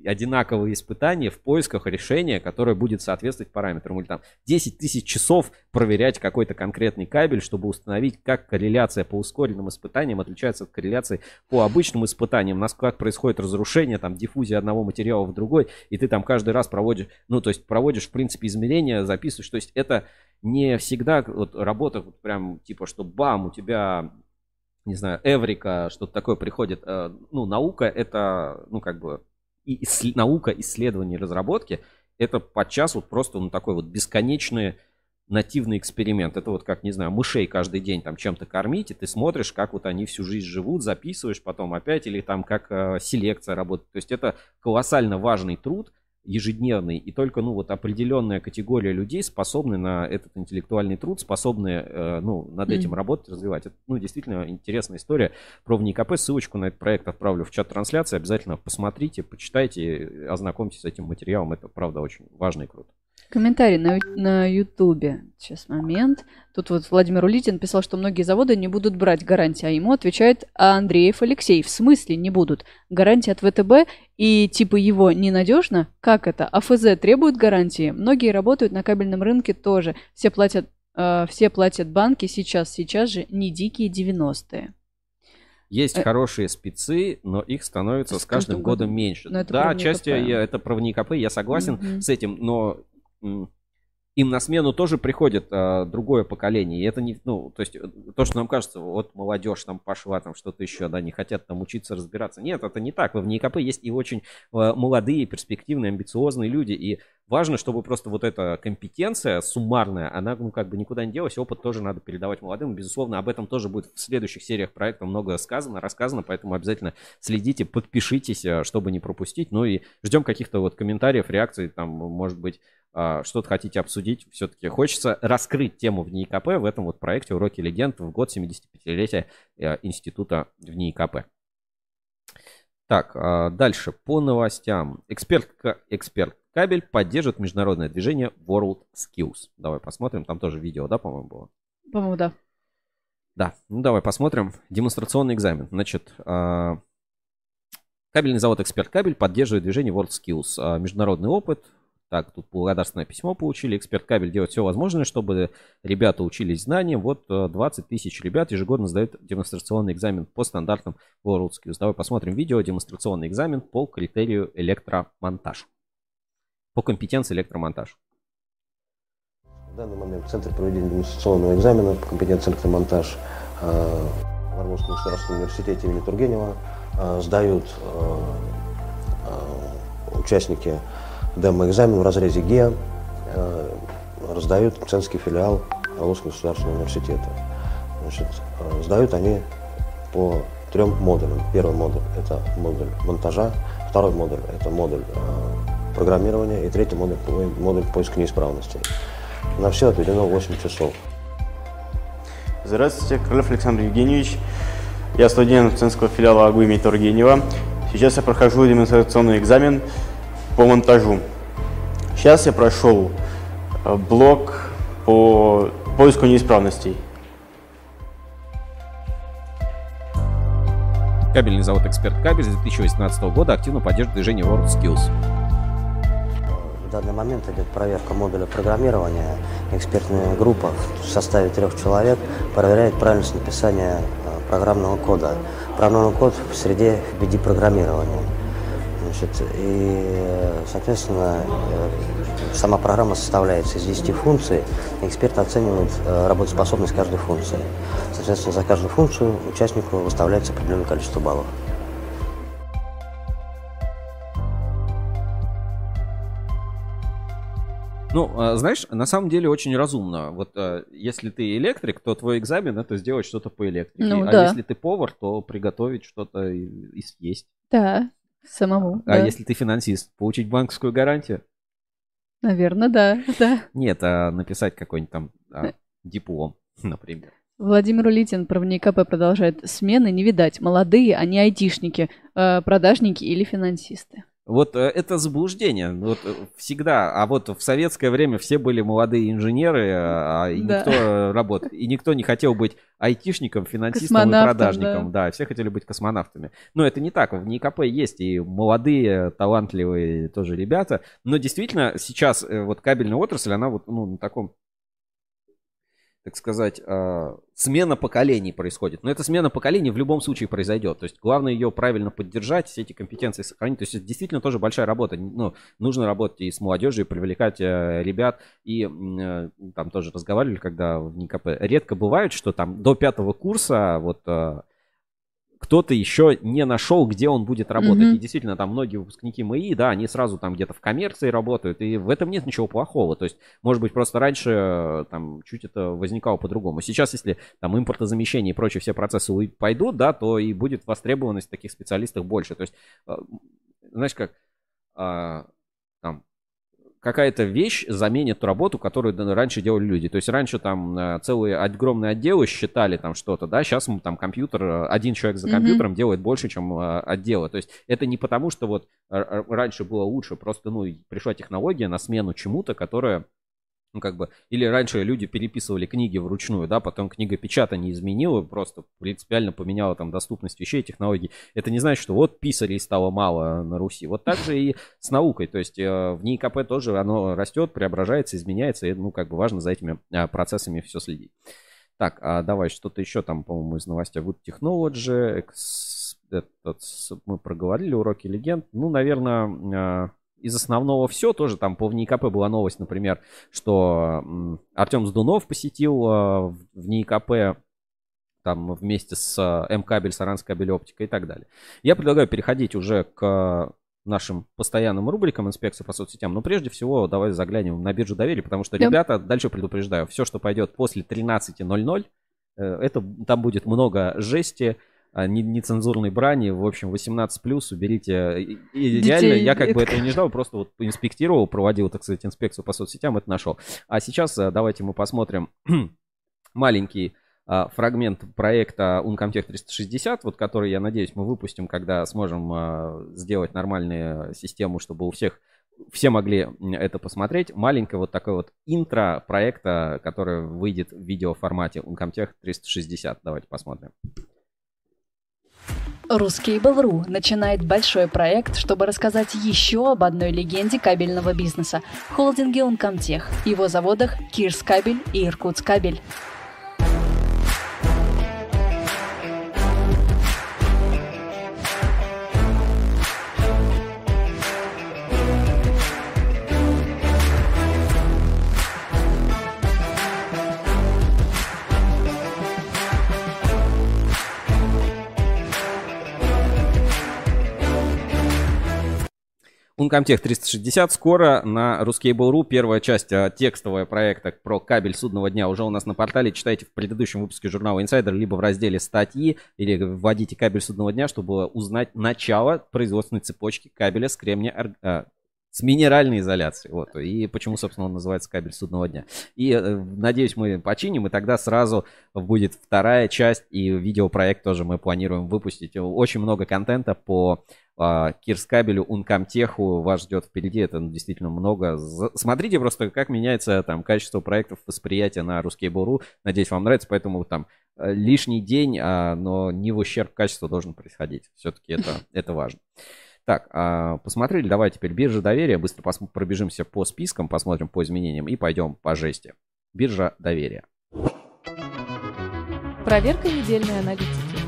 [SPEAKER 1] одинаковые испытания в поисках решения, которое будет соответствовать параметрам. Или там 10 тысяч часов проверять какой-то конкретный кабель, чтобы установить, как корреляция по ускоренным испытаниям отличается от корреляции по обычным испытаниям, как происходит разрушение, там, диффузия одного материала в другой, и ты там каждый раз проводишь, ну, то есть проводишь, в принципе, измерения, записываешь. То есть это не всегда вот работа вот прям типа, что бам, у тебя, не знаю, эврика, что-то такое приходит. Ну, наука это, ну, как бы, наука, исследования, разработки, это подчас вот просто, ну, такой вот бесконечный нативный эксперимент. Это вот как, не знаю, мышей каждый день там чем-то кормить, и ты смотришь, как вот они всю жизнь живут, записываешь потом опять, или там как селекция работает. То есть это колоссально важный труд, ежедневный, и только, ну, вот определенная категория людей способны на этот интеллектуальный труд, способны, ну, над этим работать, развивать. Это, ну, действительно интересная история про ВНИИКП. Ссылочку на этот проект отправлю в чат трансляции. Обязательно посмотрите, почитайте, ознакомьтесь с этим материалом. Это, правда, очень важно и круто.
[SPEAKER 2] Комментарий на Ютубе. Сейчас, момент. Тут вот Владимир Улитин писал, что многие заводы не будут брать гарантии, а ему отвечает Андреев Алексей. В смысле не будут? Гарантия от ВТБ и типа его ненадежно? Как это? АФЗ требует гарантии? Многие работают на кабельном рынке тоже. Все платят банки сейчас же, не дикие 90-е.
[SPEAKER 1] Есть хорошие спецы, но их становится с каждым годом меньше. Да, отчасти это про ВНИИКП, я согласен с этим, но им на смену тоже приходит другое поколение. И это не, ну, то есть то, что нам кажется, вот молодежь там пошла, там что-то еще, да, не хотят там учиться разбираться. Нет, это не так. В ВНИИКП есть и очень молодые, перспективные, амбициозные люди. И важно, чтобы просто вот эта компетенция суммарная, она, ну, как бы никуда не делась. Опыт тоже надо передавать молодым. Безусловно, об этом тоже будет в следующих сериях проекта много сказано, рассказано. Поэтому обязательно следите, подпишитесь, чтобы не пропустить. Ну и ждем каких-то вот комментариев, реакций, там, может быть, что-то хотите обсудить. Все-таки хочется раскрыть тему ВНИИКП в этом вот проекте «Уроки легенд» в год 75-летия института ВНИИКП. Так, дальше по новостям. Эксперт кабель поддержит международное движение WorldSkills. Давай посмотрим. Там тоже видео, да, по-моему, было?
[SPEAKER 2] По-моему, да.
[SPEAKER 1] Да, ну давай посмотрим. Демонстрационный экзамен. Значит, кабельный завод «Эксперт Кабель» поддерживает движение WorldSkills. Международный опыт. Так, тут благодарственное письмо получили. «Эксперт Кабель» делает все возможное, чтобы ребята учились знаниям. Вот 20 тысяч ребят ежегодно сдают демонстрационный экзамен по стандартам WorldSkills. Давай посмотрим видео. Демонстрационный экзамен по критерию электромонтаж. По компетенции электромонтаж.
[SPEAKER 11] В данный момент в Центре проведения демонстрационного экзамена по компетенции электромонтаж в Орловском государственном университете имени Тургенева сдают участники демо-экзамен в разрезе ГИА, раздают Ценский филиал Орловского государственного университета. Значит, сдают они по 3 модулям. Первый модуль – это модуль монтажа, второй модуль – это модуль программирования, и третий модуль поиска неисправностей. На все отведено 8 часов.
[SPEAKER 12] Здравствуйте, Крылов Александр Евгеньевич. Я студент Ценского филиала АГУ имени Тургенева. Сейчас я прохожу демонстрационный экзамен по монтажу. Сейчас я прошел блок по поиску неисправностей.
[SPEAKER 1] Кабельный завод «Эксперт Кабель» с 2018 года активно поддерживает движение WorldSkills.
[SPEAKER 11] В данный момент идет проверка модуля программирования. Экспертная группа в составе 3 человек проверяет правильность написания программного кода. Программный код в среде BD программирования. Значит, и, соответственно, сама программа составляется из 10 функций. Эксперт оценивает работоспособность каждой функции. Соответственно, за каждую функцию участнику выставляется определенное количество баллов.
[SPEAKER 1] Ну, знаешь, на самом деле очень разумно. Вот если ты электрик, то твой экзамен — это сделать что-то по электрике.
[SPEAKER 2] Ну,
[SPEAKER 1] а
[SPEAKER 2] да.
[SPEAKER 1] если ты повар, то приготовить что-то и съесть.
[SPEAKER 2] Да, самому.
[SPEAKER 1] А
[SPEAKER 2] да.
[SPEAKER 1] если ты финансист, получить банковскую гарантию?
[SPEAKER 2] Наверное, да.
[SPEAKER 1] Нет, написать какой-нибудь там диплом, например.
[SPEAKER 2] Владимир Улитин про ВНИИКП продолжает. Смены не видать. Молодые, они айтишники, продажники или финансисты.
[SPEAKER 1] Вот это заблуждение. Вот всегда. А вот в советское время все были молодые инженеры, и никто работал. И никто не хотел быть айтишником, финансистом и продажником. Да, все хотели быть космонавтами. Но это не так. В НИИКП есть и молодые, талантливые тоже ребята. Но действительно сейчас вот кабельная отрасль, она вот на таком, так сказать, смена поколений происходит. Но эта смена поколений в любом случае произойдет. То есть главное ее правильно поддержать, все эти компетенции сохранить. То есть это действительно тоже большая работа. Нужно работать и с молодежью, и привлекать ребят. И там тоже разговаривали, когда в НИИКП. Редко бывает, что там до 5-го курса вот кто-то еще не нашел, где он будет работать. И действительно, там многие выпускники МАИ, да, они сразу там где-то в коммерции работают, и в этом нет ничего плохого. То есть, может быть, просто раньше там чуть это возникало по-другому. Сейчас, если там импортозамещение и прочие все процессы пойдут, да, то и будет востребованность таких специалистов больше. То есть, знаешь, как там какая-то вещь заменит ту работу, которую раньше делали люди. То есть раньше там целые огромные отделы считали там что-то, да, сейчас там компьютер, один человек за компьютером делает больше, чем отделы. То есть это не потому, что вот раньше было лучше, просто, пришла технология на смену чему-то, которая, или раньше люди переписывали книги вручную, да, потом книгопечатание изменило, просто принципиально поменяло там доступность вещей, технологий. Это не значит, что вот писарей стало мало на Руси. Вот так же и с наукой. То есть в НИИКП тоже оно растет, преображается, изменяется, и, важно за этими процессами все следить. Так, давай, что-то еще там, по-моему, из новостей. Wood Technology, мы проговорили, уроки легенд. Наверное... Из основного все, тоже там по НИИКП была новость, например, что Артем Сдунов посетил в НИИКП там вместе с М-кабель, Саранская кабель оптика и так далее. Я предлагаю переходить уже к нашим постоянным рубрикам инспекции по соцсетям, но прежде всего давай заглянем на биржу доверия, потому что, ребята, дальше предупреждаю, все, что пойдет после 13:00, там будет много жести, нецензурной брани, в общем, 18+, уберите. И реально, я этого не ждал, просто вот инспектировал, проводил, так сказать, инспекцию по соцсетям, это нашел. А сейчас давайте мы посмотрим маленький фрагмент проекта Uncomtech 360, вот который, я надеюсь, мы выпустим, когда сможем сделать нормальную систему, чтобы у всех все могли это посмотреть. Маленькое вот такое вот интро проекта, которое выйдет в видеоформате Uncomtech 360. Давайте посмотрим.
[SPEAKER 13] Ruscable.ru начинает большой проект, чтобы рассказать еще об одной легенде кабельного бизнеса – холдинге Uncomtech, его заводах Кирскабель и Иркутскабель.
[SPEAKER 1] Uncomtech 360 скоро на Ruscable.ru. Первая часть текстового проекта про кабель судного дня уже у нас на портале. Читайте в предыдущем выпуске журнала Insider, либо в разделе статьи, или вводите кабель судного дня, чтобы узнать начало производственной цепочки кабеля с с минеральной изоляцией. Вот. И почему, собственно, он называется кабель судного дня. И, надеюсь, мы починим, и тогда сразу будет вторая часть, и видеопроект тоже мы планируем выпустить. Очень много контента по Кирскабелю, Uncomtech вас ждет впереди. Это действительно много. Смотрите просто, как меняется там качество проектов, восприятия на Ruscable.ru. Надеюсь, вам нравится, поэтому там лишний день, но не в ущерб качеству должен происходить. Все-таки это важно. Так, посмотрели, давай теперь биржа доверия. Быстро пробежимся по спискам, посмотрим по изменениям и пойдем по жести. Биржа доверия.
[SPEAKER 14] Проверка недельной аналитики.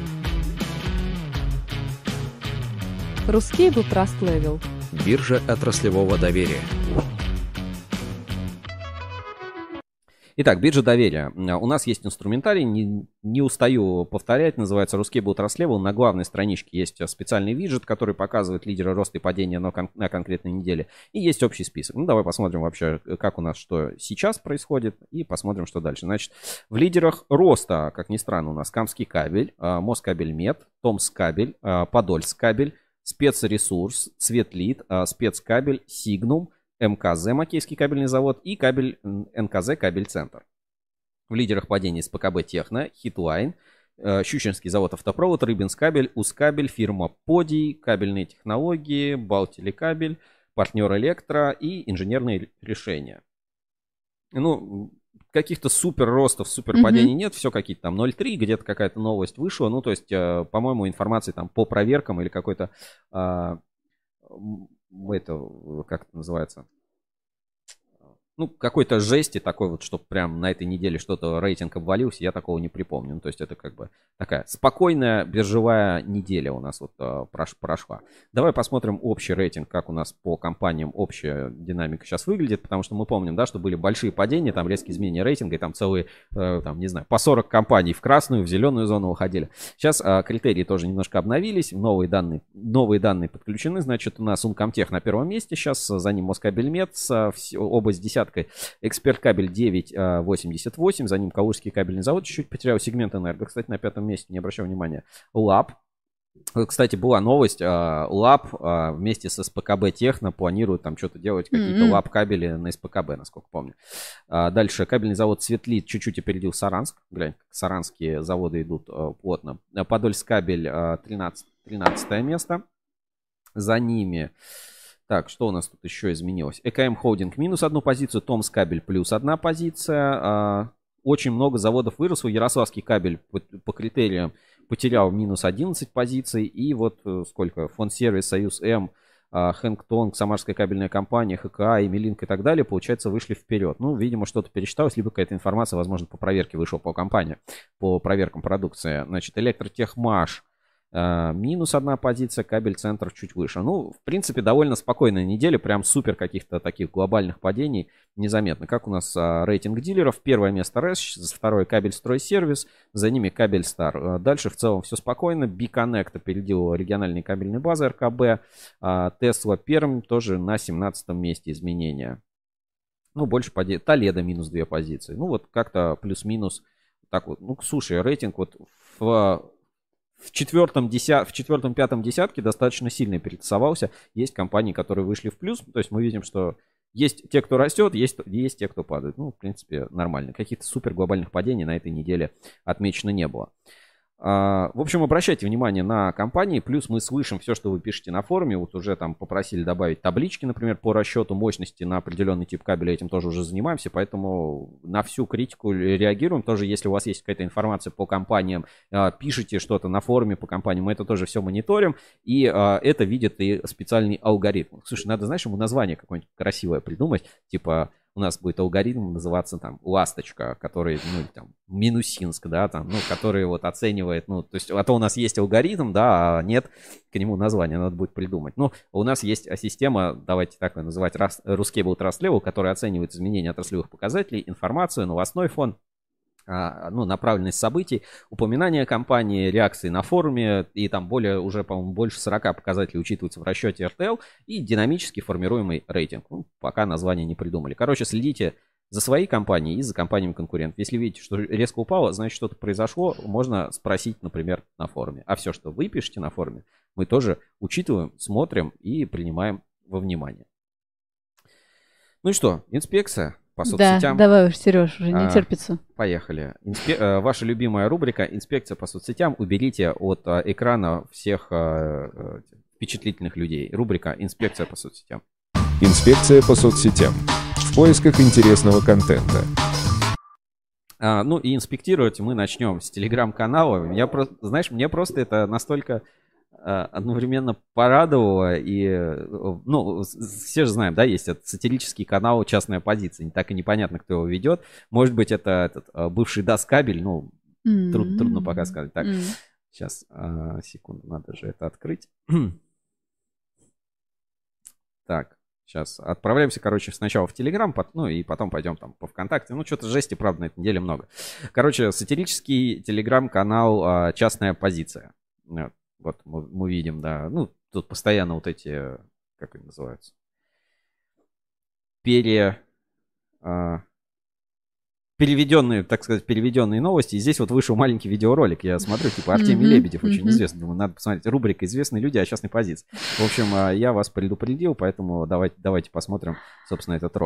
[SPEAKER 14] Ruscable Trust Level.
[SPEAKER 3] Биржа отраслевого доверия.
[SPEAKER 1] Итак, биржа доверия. У нас есть инструментарий, не устаю повторять, называется Ruscable Trust Level. На главной страничке есть специальный виджет, который показывает лидеры роста и падения на конкретной неделе. И есть общий список. Давай посмотрим вообще, как у нас что сейчас происходит, и посмотрим, что дальше. Значит, в лидерах роста, как ни странно, у нас Камский кабель, Москабель Мед, Томскабель, Подольскабель, Спецресурс, Цветлит, Спецкабель, Сигнум, МКЗ, Макейский кабельный завод, и кабель НКЗ, кабель Центр. В лидерах падений СПКБ Техно, Хитлайн, Щучинский завод «Автопровод», Рыбинскабель, Ускабель, фирма «Подий», кабельные технологии, Балтелекабель, партнер «Электро» и инженерные решения. Ну, каких-то супер ростов, супер падений нет, все какие-то там 0,3, где-то какая-то новость вышла, ну, то есть, по-моему, информации там по проверкам или какой-то, это, как это называется, ну, какой-то жести такой вот, чтобы прям на этой неделе что-то рейтинг обвалился, я такого не припомню. Ну, то есть это как бы такая спокойная биржевая неделя у нас вот прошла. Давай посмотрим общий рейтинг, как у нас по компаниям общая динамика сейчас выглядит, потому что мы помним, да, что были большие падения, там резкие изменения рейтинга, и там целые, там, не знаю, по 40 компаний в красную, в зеленую зону уходили. Сейчас критерии тоже немножко обновились, новые данные подключены, значит, у нас Uncomtech на первом месте сейчас, за ним Москабельмет, оба с десяткой. Эксперткабель 9,88, за ним Калужский кабельный завод чуть-чуть потерял, Сегмент Энерго, кстати, на пятом месте, не обращал внимания. ЛАБ. Кстати, была новость, ЛАБ вместе с СПКБ Техно планируют там что-то делать, какие-то ЛАБ кабели на СПКБ, насколько помню. Дальше кабельный завод Светлит чуть-чуть опередил Саранск, глянь, как саранские заводы идут плотно. Подольскабель 13 место, за ними... Так, что у нас тут еще изменилось? ЭКМ Холдинг минус одну позицию, Томскабель плюс одна позиция. Очень много заводов выросло. Ярославский кабель по критериям потерял минус 11 позиций. И вот сколько? Фонд-сервис, Союз М, Хэнгтонг, Самарская кабельная компания, ХКА, Емелинк и так далее, получается, вышли вперед. Ну, видимо, что-то пересчиталось, либо какая-то информация, возможно, по проверке вышла по компании, по проверкам продукции. Значит, Электротехмаш. Минус одна позиция, Кабель-центр чуть выше. Ну, в принципе, довольно спокойная неделя, прям супер каких-то таких глобальных падений незаметно. Как у нас рейтинг дилеров? Первое место РЭС, второе Кабель-стройсервис, за ними Кабель-стар. Дальше в целом все спокойно. B-Connect опередил региональные кабельные базы РКБ. Тесла Пермь тоже на 17 месте изменения. Ну, больше падений. Толедо минус 2 позиции. Ну, вот как-то плюс-минус так вот. Ну, слушай, рейтинг вот в четвертом-пятом десятке достаточно сильно перетасовался. Есть компании, которые вышли в плюс. То есть мы видим, что есть те, кто растет, есть те, кто падает. Ну, в принципе, нормально. Каких-то супер глобальных падений на этой неделе отмечено не было. В общем, обращайте внимание на компании, плюс мы слышим все, что вы пишете на форуме. Вот уже там попросили добавить таблички, например, по расчету мощности на определенный тип кабеля, этим тоже уже занимаемся, поэтому на всю критику реагируем. Тоже, если у вас есть какая-то информация по компаниям, пишите что-то на форуме по компаниям, мы это тоже все мониторим, и это видит и специальный алгоритм. Слушай, надо, знаешь, ему название какое-нибудь красивое придумать, типа... У нас будет алгоритм называться там «Ласточка», который, ну, там, Минусинск, да, там, ну, который вот оценивает, ну, то есть, а то у нас есть алгоритм, да, а нет к нему названия, надо будет придумать. Ну, у нас есть система, давайте так ее называть, Ruscable Trust Level, которая оценивает изменения отраслевых показателей, информацию, новостной фон, ну, направленность событий, упоминания компании, реакции на форуме, и там уже, по-моему, больше 40 показателей учитываются в расчете RTL, и динамически формируемый рейтинг. Ну, пока название не придумали. Короче, следите за своей компанией и за компаниями конкурентов. Если видите, что резко упало, значит, что-то произошло, можно спросить, например, на форуме. А все, что вы пишете на форуме, мы тоже учитываем, смотрим и принимаем во внимание. Ну и что, инспекция по соцсетям.
[SPEAKER 2] Да, давай уж, Сереж, уже не терпится.
[SPEAKER 1] Поехали. Ваша любимая рубрика «Инспекция по соцсетям». Уберите от экрана всех впечатлительных людей. Рубрика «Инспекция по соцсетям».
[SPEAKER 15] Инспекция по соцсетям. В поисках интересного контента.
[SPEAKER 1] Ну и инспектировать мы начнем с телеграм-канала. Знаешь, мне просто это настолько... одновременно порадовало, и, ну, все же знаем, да, есть этот сатирический канал «Частная позиция», так и непонятно, кто его ведет. Может быть, это этот бывший Даскабель, ну, трудно пока сказать. Так, сейчас, секунду, надо же это открыть. Так, сейчас отправляемся, короче, сначала в Телеграм, ну, и потом пойдем там по ВКонтакте. Ну, что-то жести, правда, на этой неделе много. Короче, сатирический Телеграм-канал «Частная позиция». Вот мы видим, да, ну, тут постоянно вот эти, как они называются, переведенные, так сказать, переведенные новости. И здесь вот вышел маленький видеоролик, я смотрю, типа Артемий Лебедев, очень известный. Думаю, надо посмотреть, рубрика «Известные люди о частной позиции». В общем, я вас предупредил, поэтому давайте посмотрим, собственно, этот ролик.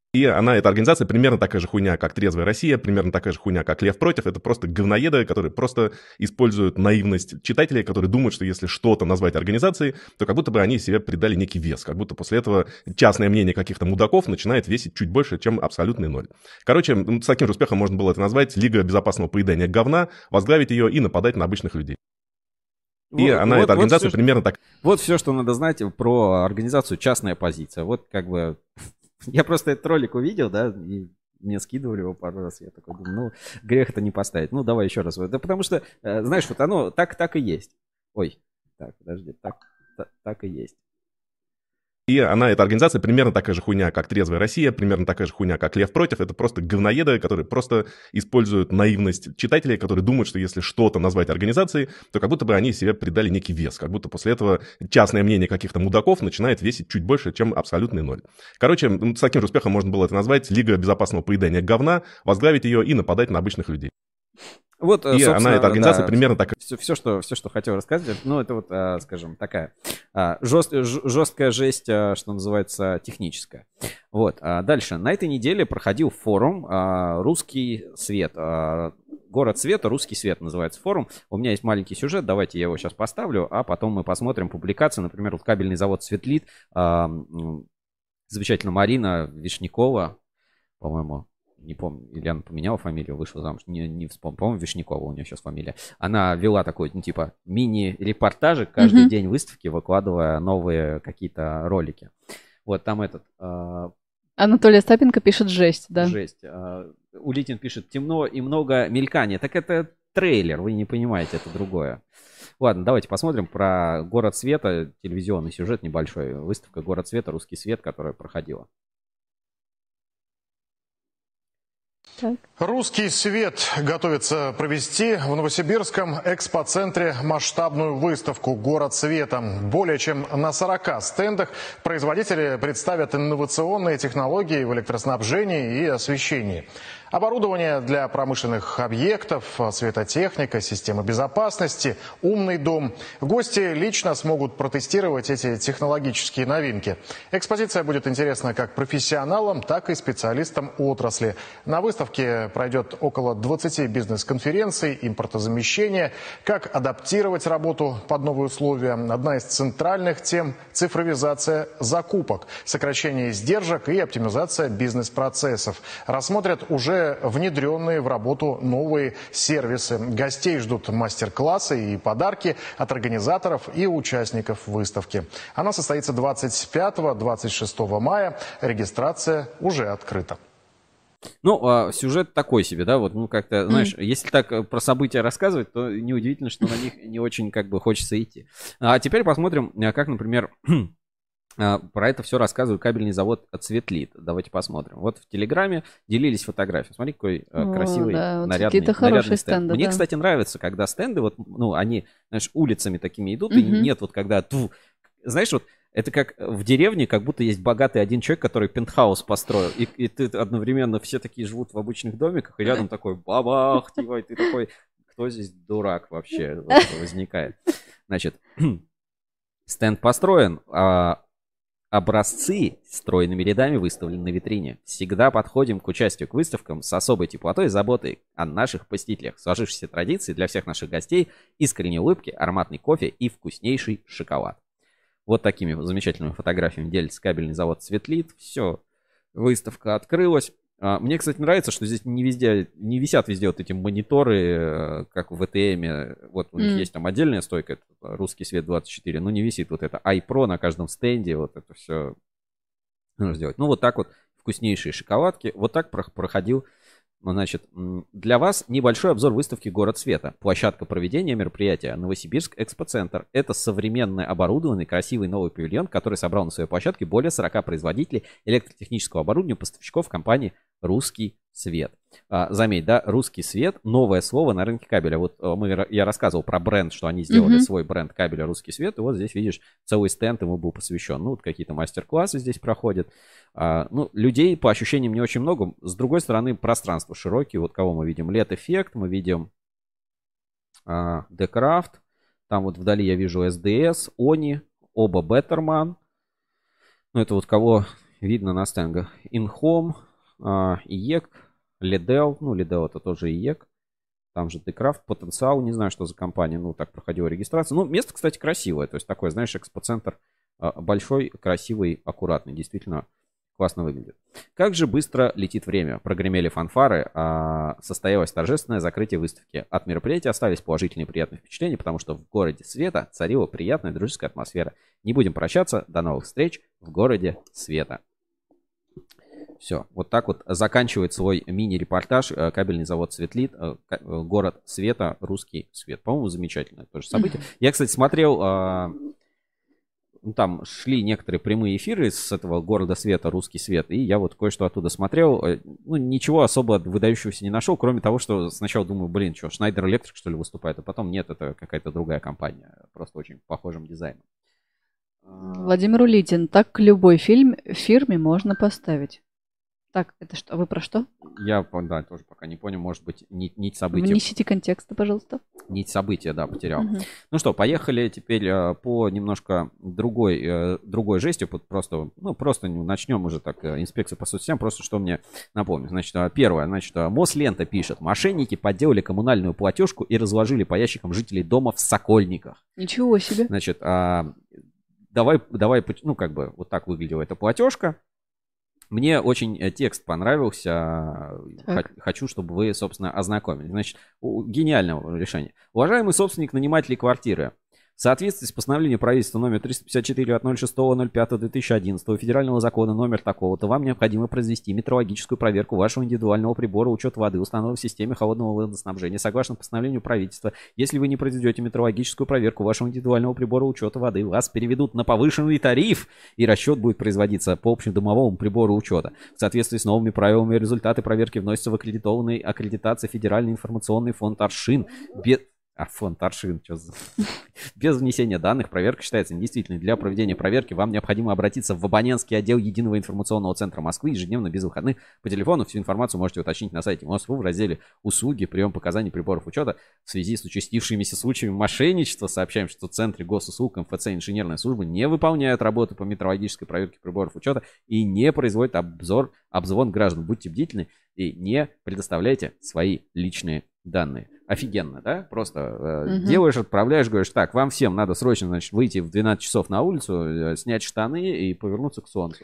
[SPEAKER 16] И она, эта организация, примерно такая же хуйня, как «Трезвая Россия», примерно такая же хуйня, как «Лев против». Это просто говноеды, которые просто используют наивность читателей, которые думают, что если что-то назвать организацией, то как будто бы они себе придали некий вес. Как будто после этого частное мнение каких-то мудаков начинает весить чуть больше, чем абсолютный ноль. Короче, с таким же успехом можно было это назвать «Лига безопасного поедания говна», возглавить ее и нападать на обычных людей. И она, эта организация, примерно так.
[SPEAKER 1] Вот все, что надо знать про организацию «Частная позиция». Вот как бы... Я просто этот ролик увидел, да, и мне скидывали его пару раз. Я такой думаю, ну, грех это не поставить. Ну, давай еще раз. Да потому что, знаешь, вот оно так и есть. Ой, так, подожди, так и есть.
[SPEAKER 16] И она, эта организация, примерно такая же хуйня, как «Трезвая Россия», примерно такая же хуйня, как «Лев против». Это просто говноеды, которые просто используют наивность читателей, которые думают, что если что-то назвать организацией, то как будто бы они себе придали некий вес. Как будто после этого частное мнение каких-то мудаков начинает весить чуть больше, чем абсолютный ноль. Короче, с таким же успехом можно было это назвать «Лига безопасного поедания говна», возглавить ее и нападать на обычных людей.
[SPEAKER 1] Вот,
[SPEAKER 16] и она, эта организация,
[SPEAKER 1] да,
[SPEAKER 16] примерно так.
[SPEAKER 1] Все, что хотел рассказать, ну, это вот, скажем, такая жесткая жесть, что называется, техническая. Вот, дальше. На этой неделе проходил форум «Русский свет». «Город света», «Русский свет» называется форум. У меня есть маленький сюжет, давайте я его сейчас поставлю, а потом мы посмотрим публикации. Например, вот кабельный завод «Светлит», замечательно Марина Вишнякова, по-моему, не помню, или она поменяла фамилию, вышла замуж, не вспомню, по-моему, Вишнякова у нее сейчас фамилия. Она вела такой, ну, типа, мини-репортажи каждый день выставки, выкладывая новые какие-то ролики. Вот там этот...
[SPEAKER 2] Анатолий Остапенко пишет «жесть», да.
[SPEAKER 1] Жесть. Улитин пишет «темно и много мелькания». Так это трейлер, вы не понимаете, это другое. Ладно, давайте посмотрим про «Город света», телевизионный сюжет небольшой. Выставка «Город света», «Русский свет», которая проходила.
[SPEAKER 17] Так. «Русский свет» готовится провести в Новосибирском экспоцентре масштабную выставку «Город света». Более чем на 40 стендах производители представят инновационные технологии в электроснабжении и освещении. Оборудование для промышленных объектов, светотехника, система безопасности, умный дом. Гости лично смогут протестировать эти технологические новинки. Экспозиция будет интересна как профессионалам, так и специалистам отрасли. На выставке пройдет около 20 бизнес-конференций, импортозамещения, как адаптировать работу под новые условия. Одна из центральных тем – цифровизация закупок, сокращение издержек и оптимизация бизнес-процессов. Рассмотрят уже внедренные в работу новые сервисы. Гостей ждут мастер-классы и подарки от организаторов и участников выставки. Она состоится 25-26 мая. Регистрация уже открыта.
[SPEAKER 1] Ну, сюжет такой себе, да, вот, ну, как-то, знаешь, если так про события рассказывать, то неудивительно, что на них не очень, как бы, хочется идти. А теперь посмотрим, как, например, про это все рассказывает кабельный завод «Светлит». Давайте посмотрим. Вот в Телеграме делились фотографии. Смотри, какой красивый,
[SPEAKER 2] да,
[SPEAKER 1] нарядный стенд.
[SPEAKER 2] Стенды,
[SPEAKER 1] Мне,
[SPEAKER 2] да.
[SPEAKER 1] кстати, нравится, когда стенды, вот, ну, они, знаешь, улицами такими идут, и нет вот когда... Знаешь, вот это как в деревне, как будто есть богатый один человек, который пентхаус построил, и ты одновременно все такие живут в обычных домиках, и рядом такой бабах, типа, и ты такой, кто здесь дурак вообще вот, возникает. Значит, стенд построен, образцы стройными рядами выставлены на витрине. Всегда подходим к участию к выставкам с особой теплотой и заботой о наших посетителях. Сложившиеся традиции для всех наших гостей, искренние улыбки, ароматный кофе и вкуснейший шоколад. Вот такими замечательными фотографиями делится кабельный завод «Светлит». Все, выставка открылась. Мне, кстати, нравится, что здесь не висят везде вот эти мониторы, как в ВТМе. Вот у них есть там отдельная стойка, это «Русский свет 24», но не висит вот это iPro на каждом стенде. Вот это все нужно сделать. Ну, вот так вот вкуснейшие шоколадки. Вот так проходил. Значит, для вас небольшой обзор выставки «Город света». Площадка проведения мероприятия Новосибирск Экспоцентр. Это современный оборудованный красивый новый павильон, который собрал на своей площадке более 40 производителей электротехнического оборудования, поставщиков компании «Русский свет». Заметь, да, «Русский свет» — новое слово на рынке кабеля. Вот я рассказывал про бренд, что они сделали свой бренд кабеля «Русский свет», и вот здесь видишь целый стенд ему был посвящен. Ну, вот какие-то мастер-классы здесь проходят. Ну, людей по ощущениям не очень много. С другой стороны, пространство широкие. Вот кого мы видим? LED-эффект, мы видим Decraft. Там вот вдали я вижу SDS, Они, оба Betterman. Ну, это вот кого видно на стендах. InHome, ИЕК, Lidl, ну, Lidl это тоже ИЕК. Там же Декрафт, Потенциал, не знаю, что за компания, ну, так проходила регистрация. Ну, место, кстати, красивое, то есть такое, знаешь, экспоцентр большой, красивый, аккуратный, действительно классно выглядит. Как же быстро летит время. Прогремели фанфары, состоялось торжественное закрытие выставки. От мероприятия остались положительные и приятные впечатления, потому что в городе света царила приятная дружеская атмосфера. Не будем прощаться, до новых встреч в городе света. Все, вот так вот заканчивает свой мини-репортаж кабельный завод «Светлит», город света, русский свет. По-моему, замечательное тоже событие. Я, кстати, смотрел, там шли некоторые прямые эфиры с этого города света, русский свет, и я вот кое-что оттуда смотрел. Ну, ничего особо выдающегося не нашел, кроме того, что сначала думаю, блин, что, Schneider Electric, что ли, выступает, а потом нет, это какая-то другая компания, просто очень похожим дизайном.
[SPEAKER 2] Владимир Улитин, так к любой фирме можно поставить. Так, это что? Вы про что?
[SPEAKER 1] Я, да, тоже пока не понял. Может быть, нить событий.
[SPEAKER 2] Внесите контекста, пожалуйста.
[SPEAKER 1] Нить события, да, потерял. Ну что, поехали теперь по немножко другой жести. Просто начнем уже так инспекцию по соцсетям. Просто что мне напомню. Значит, первое. Значит, Мослента пишет. Мошенники подделали коммунальную платежку и разложили по ящикам жителей дома в Сокольниках.
[SPEAKER 2] Ничего себе.
[SPEAKER 1] Значит, давай, ну как бы вот так выглядела эта платежка. Мне очень текст понравился. Хочу, чтобы вы, собственно, ознакомились. Значит, гениальное решение. Уважаемый собственник нанимателей квартиры, в соответствии с постановлением правительства номер 354 от 06.05.2011 федерального закона номер такого-то, вам необходимо произвести метрологическую проверку вашего индивидуального прибора учета воды, установленного в системе холодного водоснабжения. Согласно постановлению правительства, если вы не произведете метрологическую проверку вашего индивидуального прибора учета воды, вас переведут на повышенный тариф, и расчет будет производиться по общедомовому прибору учета. В соответствии с новыми правилами результаты проверки вносятся в аккредитованный аккредитации Федеральный информационный фонд Аршин. Фонд Аршин, что за... Без внесения данных проверка считается недействительной. Для проведения проверки вам необходимо обратиться в абонентский отдел Единого информационного центра Москвы ежедневно без выходных по телефону. Всю информацию можете уточнить на сайте МОСРУ в разделе «Услуги, прием показаний приборов учета». В связи с участившимися случаями мошенничества сообщаем, что в Центре госуслуг МФЦ инженерная служба не выполняют работу по метрологической проверке приборов учета и не производят обзвон граждан. Будьте бдительны и не предоставляйте свои личные данные. Офигенно, да? Просто делаешь, отправляешь, говоришь, так, вам всем надо срочно, значит, выйти в 12 часов на улицу, снять штаны и повернуться к солнцу.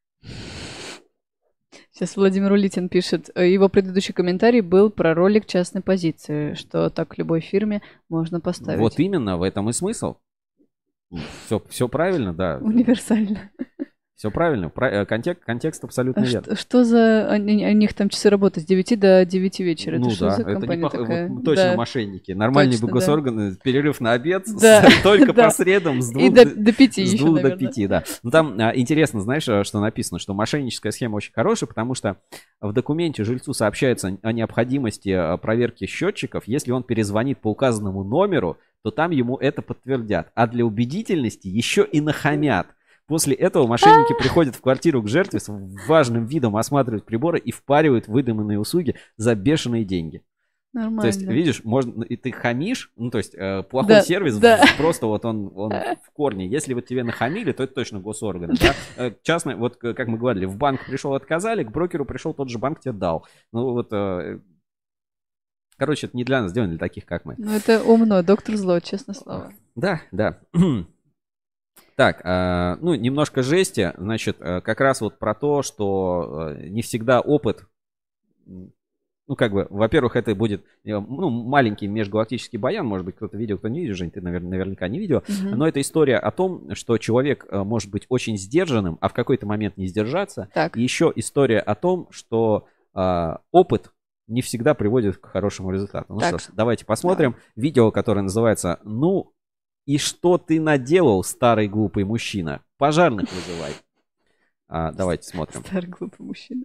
[SPEAKER 2] Сейчас Владимир Улитин пишет, его предыдущий комментарий был про ролик частной позиции, что так любой фирме можно поставить.
[SPEAKER 1] Вот именно, в этом и смысл. Все правильно, да.
[SPEAKER 2] Универсально.
[SPEAKER 1] Все правильно, контекст абсолютно верно.
[SPEAKER 2] Что за... У них там часы работы с 9 до 9 вечера.
[SPEAKER 1] Ну
[SPEAKER 2] это
[SPEAKER 1] да,
[SPEAKER 2] что за компания
[SPEAKER 1] это
[SPEAKER 2] такая?
[SPEAKER 1] Вот, точно
[SPEAKER 2] да.
[SPEAKER 1] мошенники. Нормальные бы госорганы, перерыв на обед,
[SPEAKER 2] да.
[SPEAKER 1] только по средам с 2
[SPEAKER 2] до 5 еще,
[SPEAKER 1] с 2 до 5, да. Ну там интересно, знаешь, что написано, что мошенническая схема очень хорошая, потому что в документе жильцу сообщается о необходимости проверки счетчиков. Если он перезвонит по указанному номеру, то там ему это подтвердят. А для убедительности еще и нахамят. После этого мошенники приходят в квартиру к жертве с важным видом, осматривают приборы и впаривают выдуманные услуги за бешеные деньги.
[SPEAKER 2] Нормально.
[SPEAKER 1] То есть, видишь, можно, и ты хамишь, ну, то есть, плохой сервис, просто вот он в корне. Если вот тебе нахамили, то это точно госорганы. Да? Частно, вот как мы говорили, в банк пришел, отказали, к брокеру пришел, тот же банк тебе дал. Ну, вот... Короче, это не для нас сделано, для таких, как мы.
[SPEAKER 2] Ну, это умно, доктор зло, честное слово.
[SPEAKER 1] Да, да. Так, ну, немножко жести. Значит, как раз вот про то, что не всегда опыт... Ну, как бы, во-первых, это будет, ну, маленький межгалактический баян, может быть, кто-то видел, кто не видел, Жень, ты наверняка не видел, но это история о том, что человек может быть очень сдержанным, а в какой-то момент не сдержаться.
[SPEAKER 2] Так.
[SPEAKER 1] И еще история о том, что опыт не всегда приводит к хорошему результату. Ну что ж, давайте посмотрим видео, которое называется «Ну и что ты наделал, старый глупый мужчина? Пожарных вызывай». Давайте смотрим.
[SPEAKER 2] Старый глупый мужчина.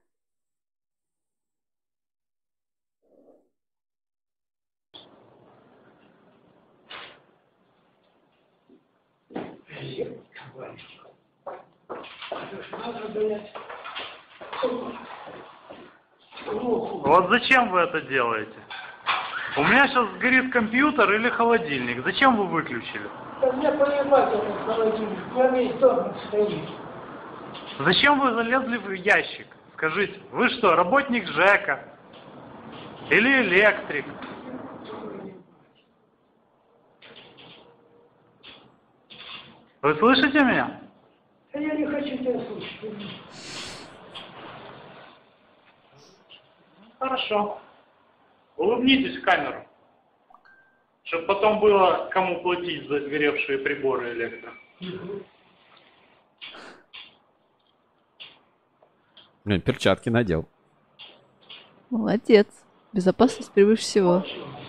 [SPEAKER 18] Вот зачем вы это делаете? У меня сейчас сгорит компьютер или холодильник. Зачем вы выключили?
[SPEAKER 19] Да мне поебать этот холодильник. У меня весь дом стоит.
[SPEAKER 18] Зачем вы залезли в ящик? Скажите, вы что, работник ЖЭКа? Или электрик? Вы слышите меня?
[SPEAKER 19] Я не хочу тебя слушать.
[SPEAKER 18] Хорошо. Улыбнитесь в камеру. Чтобы потом было кому платить за сгоревшие приборы электро.
[SPEAKER 1] Блин, перчатки надел.
[SPEAKER 2] Молодец. Безопасность превыше всего.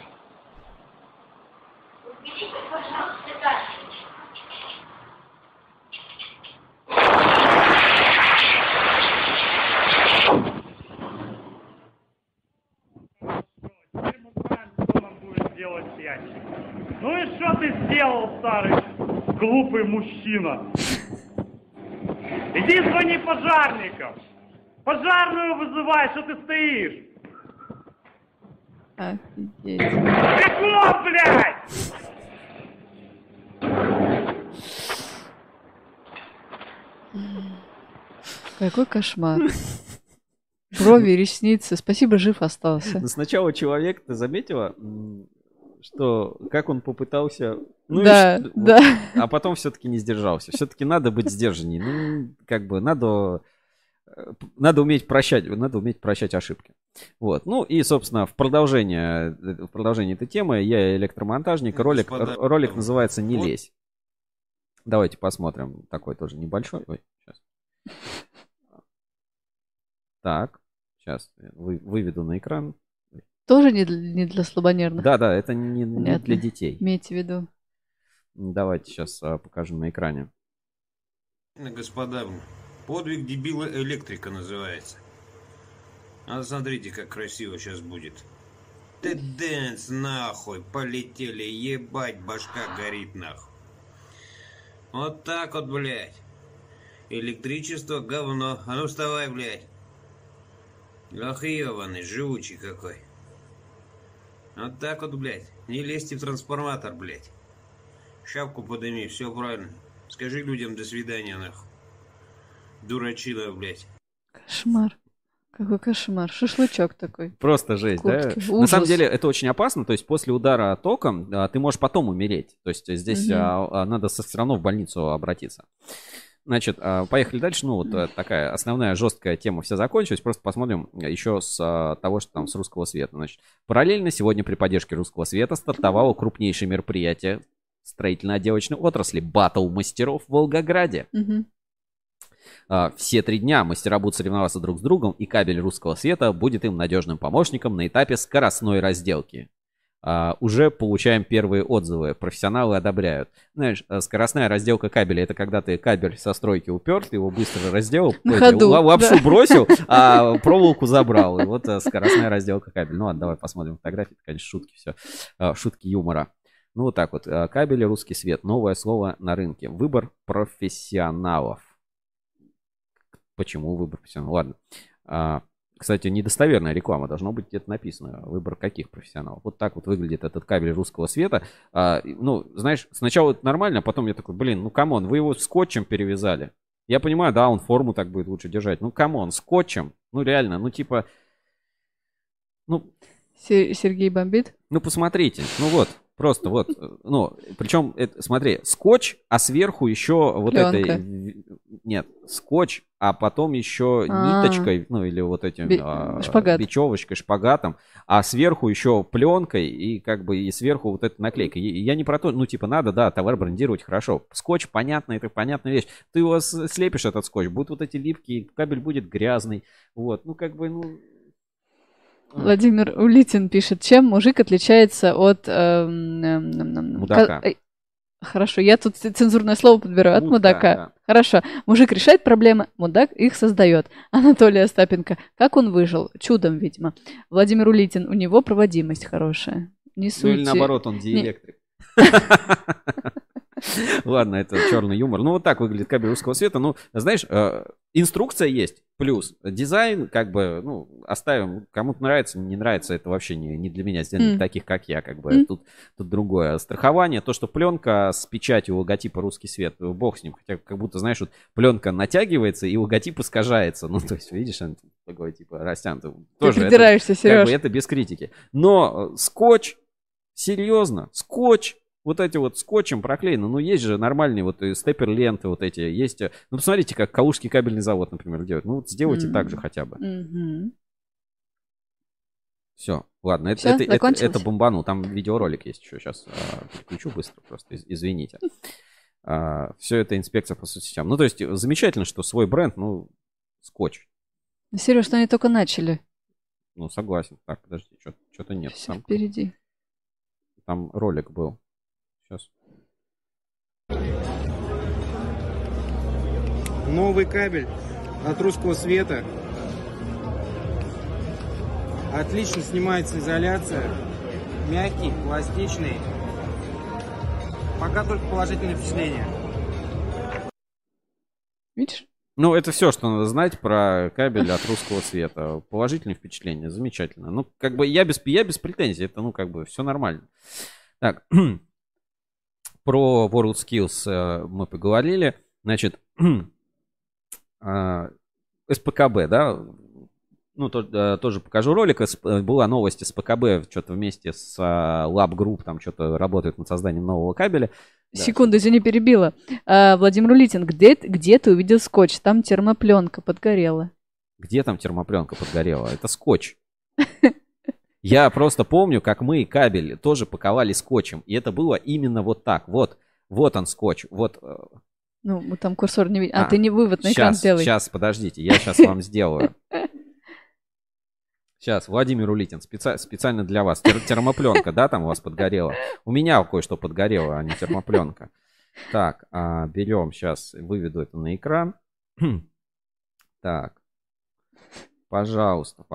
[SPEAKER 18] Ну и что ты сделал, старый глупый мужчина? Иди звони пожарникам. Пожарную вызывай, что ты стоишь?
[SPEAKER 2] Офигеть.
[SPEAKER 18] Какого, блядь?
[SPEAKER 2] Какой кошмар. Брови, ресницы. Спасибо, жив остался.
[SPEAKER 1] Но сначала человек, ты заметила, что как он попытался... Ну,
[SPEAKER 2] да,
[SPEAKER 1] и,
[SPEAKER 2] да.
[SPEAKER 1] Вот, а потом все-таки не сдержался. Все-таки надо быть сдержанней. Ну, как бы надо уметь прощать ошибки. Вот. Ну и, собственно, в продолжение этой темы я электромонтажник. Ролик называется «Не лезь». Давайте посмотрим. Такой тоже небольшой. Ой, сейчас. Так, сейчас выведу на экран.
[SPEAKER 2] Тоже не для слабонервных?
[SPEAKER 1] Да, это не для детей.
[SPEAKER 2] Имейте в виду.
[SPEAKER 1] Давайте сейчас покажу на экране.
[SPEAKER 20] Господа, подвиг дебила электрика называется. А смотрите, как красиво сейчас будет. Теденс, нахуй, полетели, ебать, башка горит, нахуй. Вот так вот, блядь. Электричество говно. А ну вставай, блядь. Ах, ебаный, живучий какой. Вот так вот, блядь. Не лезьте в трансформатор, блядь. Шапку подними, все правильно. Скажи людям до свидания, нахуй. Дурачина, блядь.
[SPEAKER 2] Кошмар. Какой кошмар. Шашлычок такой.
[SPEAKER 1] Просто жесть, да?
[SPEAKER 2] Ужас.
[SPEAKER 1] На самом деле это очень опасно. То есть после удара током ты можешь потом умереть. То есть здесь надо все равно в больницу обратиться. Значит, поехали дальше. Ну, вот такая основная жесткая тема вся закончилась. Просто посмотрим еще с того, что там с русского света. Значит, параллельно сегодня при поддержке русского света стартовало крупнейшее мероприятие строительно-отделочной отрасли «Баттл мастеров» в Волгограде. Все 3 дня мастера будут соревноваться друг с другом, и кабель русского света будет им надежным помощником на этапе скоростной разделки. Уже получаем первые отзывы. Профессионалы одобряют. Знаешь, скоростная разделка кабеля — это когда ты кабель со стройки упер, ты его быстро разделал, лапшу бросил, а проволоку забрал. И вот скоростная разделка кабеля. Ну ладно, давай посмотрим фотографии. Это, конечно, шутки все. Шутки юмора. Ну вот так вот. Кабели русский свет. Новое слово на рынке. Выбор профессионалов. Почему выбор профессионалов? Ладно. Кстати, недостоверная реклама, должно быть где-то написано. Выбор каких профессионалов. Вот так вот выглядит этот кабель русского света. Ну, знаешь, сначала это нормально, а потом я такой, блин, ну камон, вы его скотчем перевязали. Я понимаю, да, он форму так будет лучше держать. Ну камон, скотчем. Ну реально, ну типа... Ну...
[SPEAKER 2] Сергей бомбит?
[SPEAKER 1] Ну посмотрите, ну вот. Просто вот, ну, причем, смотри, скотч, а сверху еще вот этой... Нет, скотч, а потом еще ниточкой, ну, или вот этим бечевочкой, шпагатом, а сверху еще пленкой и как бы и сверху вот эта наклейка. Я не про то, ну, типа, надо, да, товар брендировать хорошо. Скотч, понятно, это понятная вещь. Ты его слепишь, этот скотч, будут вот эти липкие, кабель будет грязный, вот, ну, как бы, ну...
[SPEAKER 2] Владимир Улитин пишет, чем мужик отличается от...
[SPEAKER 1] мудака.
[SPEAKER 2] Хорошо, я тут цензурное слово подберу. От мудака. Да. Хорошо. Мужик решает проблемы, мудак их создает. Анатолий Остапенко. Как он выжил? Чудом, видимо. Владимир Улитин. У него проводимость хорошая. Не суть...
[SPEAKER 1] Ну или наоборот, он диэлектрик. Ладно, это черный юмор. Ну, вот так выглядит кабель узкого света. Ну, знаешь, инструкция есть, плюс дизайн, как бы, ну, оставим. Кому-то нравится, не нравится, это вообще не для меня. Сделано таких, как я, как бы. Тут другое. Страхование, то, что пленка с печатью логотипа «Русский свет», бог с ним. Хотя, как будто, знаешь, вот пленка натягивается, и логотип искажается. Ну, то есть, видишь, он такой, типа, растянутый.
[SPEAKER 2] Ты придираешься, Сереж.
[SPEAKER 1] Как бы, это без критики. Но скотч, серьезно, скотч, вот эти вот скотчем проклеены. Ну, есть же нормальные вот степер-ленты вот эти. Есть. Ну, посмотрите, как Калужский кабельный завод, например, делает. Ну, вот сделайте так же хотя бы. Все, ладно, это бомбану. Там видеоролик есть еще. Сейчас включу быстро, просто извините. Все это инспекция по соцсетям. Ну, то есть, замечательно, что свой бренд, ну, скотч.
[SPEAKER 2] Сереж, что они только начали.
[SPEAKER 1] Ну, согласен. Так, подожди, что-то нет.
[SPEAKER 2] Все впереди.
[SPEAKER 1] Там ролик был. Сейчас.
[SPEAKER 21] Новый кабель от Русского света. Отлично снимается изоляция. Мягкий, пластичный. Пока только положительные впечатления.
[SPEAKER 2] Видишь?
[SPEAKER 1] Ну, это все, что надо знать про кабель от Русского света. Положительные впечатления, замечательно. Ну, как бы я без претензий, это, ну, как бы все нормально. Так, про WorldSkills мы поговорили. Значит, СПКБ, да, ну, тоже покажу ролик. Была новость СПКБ, что-то вместе с Lab Group, там что-то работает над созданием нового кабеля. Да.
[SPEAKER 2] Секунду, извини, перебила. Владимир Улитин, где ты увидел скотч? Там термопленка подгорела.
[SPEAKER 1] Где там термопленка подгорела? Это скотч. Я просто помню, как мы кабель тоже паковали скотчем. И это было именно вот так. Вот он скотч. Вот.
[SPEAKER 2] Ну, мы там курсор не видим. Ты не вывод на экран сделай.
[SPEAKER 1] Сейчас, подождите, я сейчас вам сделаю. Сейчас, Владимир Улитин, специально для вас. Термопленка, да, там у вас подгорела? У меня кое-что подгорело, а не термопленка. Так, берем, сейчас выведу это на экран. Так, пожалуйста.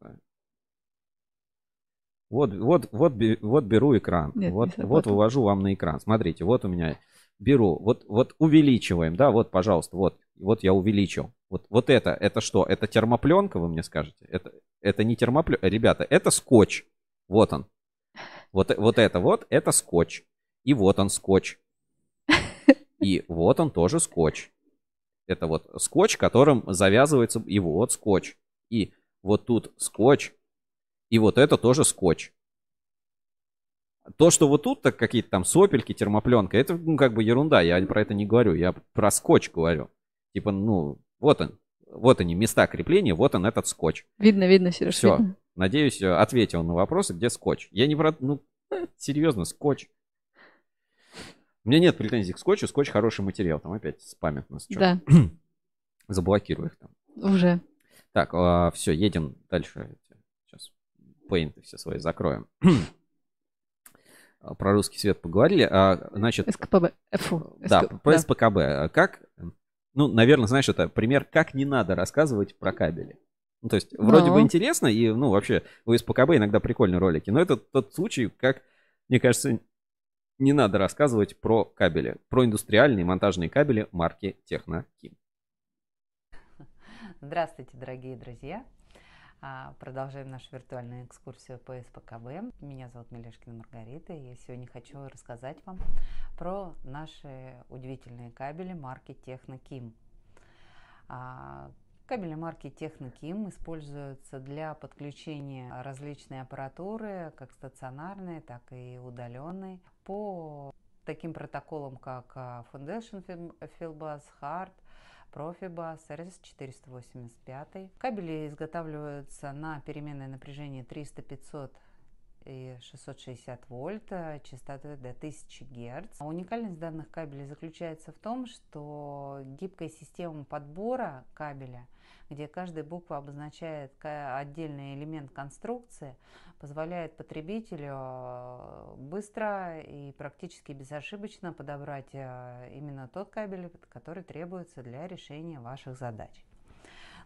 [SPEAKER 1] Вот беру экран.
[SPEAKER 2] Нет,
[SPEAKER 1] вот вывожу вам на экран. Смотрите, вот у меня беру. Вот увеличиваем, да, вот, пожалуйста, вот я увеличил. Вот это что? Это термопленка, вы мне скажете? Это не термопленка. Ребята, это скотч. Вот он. Вот это скотч. И вот он скотч. И вот он тоже скотч. Это вот скотч, которым завязывается, и вот скотч. И вот тут скотч. И вот это тоже скотч. То, что вот тут так какие-то там сопельки, термопленка, это, ну, как бы ерунда. Я про это не говорю. Я про скотч говорю. Типа, ну, вот он. Вот они, места крепления, вот он, этот скотч.
[SPEAKER 2] Видно, Сереж.
[SPEAKER 1] Все.
[SPEAKER 2] Видно.
[SPEAKER 1] Надеюсь, ответил на вопросы, где скотч. Я не про... Ну, серьезно, скотч. У меня нет претензий к скотчу. Скотч хороший материал. Там опять спамят нас.
[SPEAKER 2] Да.
[SPEAKER 1] Заблокирую их там.
[SPEAKER 2] Уже.
[SPEAKER 1] Так, все, едем дальше. Сейчас пейнты все свои закроем. Про русский свет поговорили. Значит,
[SPEAKER 2] СКПБ.
[SPEAKER 1] Да, по СПКБ. Как... Ну, наверное, знаешь, это пример, как не надо рассказывать про кабели. Ну, то есть, вроде бы интересно, и, ну, вообще, у СПКБ иногда прикольные ролики, но это тот случай, как, мне кажется, не надо рассказывать про кабели, про индустриальные монтажные кабели марки Техноким.
[SPEAKER 22] Здравствуйте, дорогие друзья! Продолжаем нашу виртуальную экскурсию по СПКБ. Меня зовут Мелешкина Маргарита, и я сегодня хочу рассказать вам про наши удивительные кабели марки Техноким. Кабели марки Техноким используются для подключения различной аппаратуры, как стационарной, так и удаленной, по таким протоколам, как Foundation Fieldbus, Hard, Profibus, RS485. Кабели изготавливаются на переменное напряжение 300, 500 и 660 вольт, частотой до 1000 Гц. Уникальность данных кабелей заключается в том, что гибкая система подбора кабеля, где каждая буква обозначает отдельный элемент конструкции, позволяет потребителю быстро и практически безошибочно подобрать именно тот кабель, который требуется для решения ваших задач.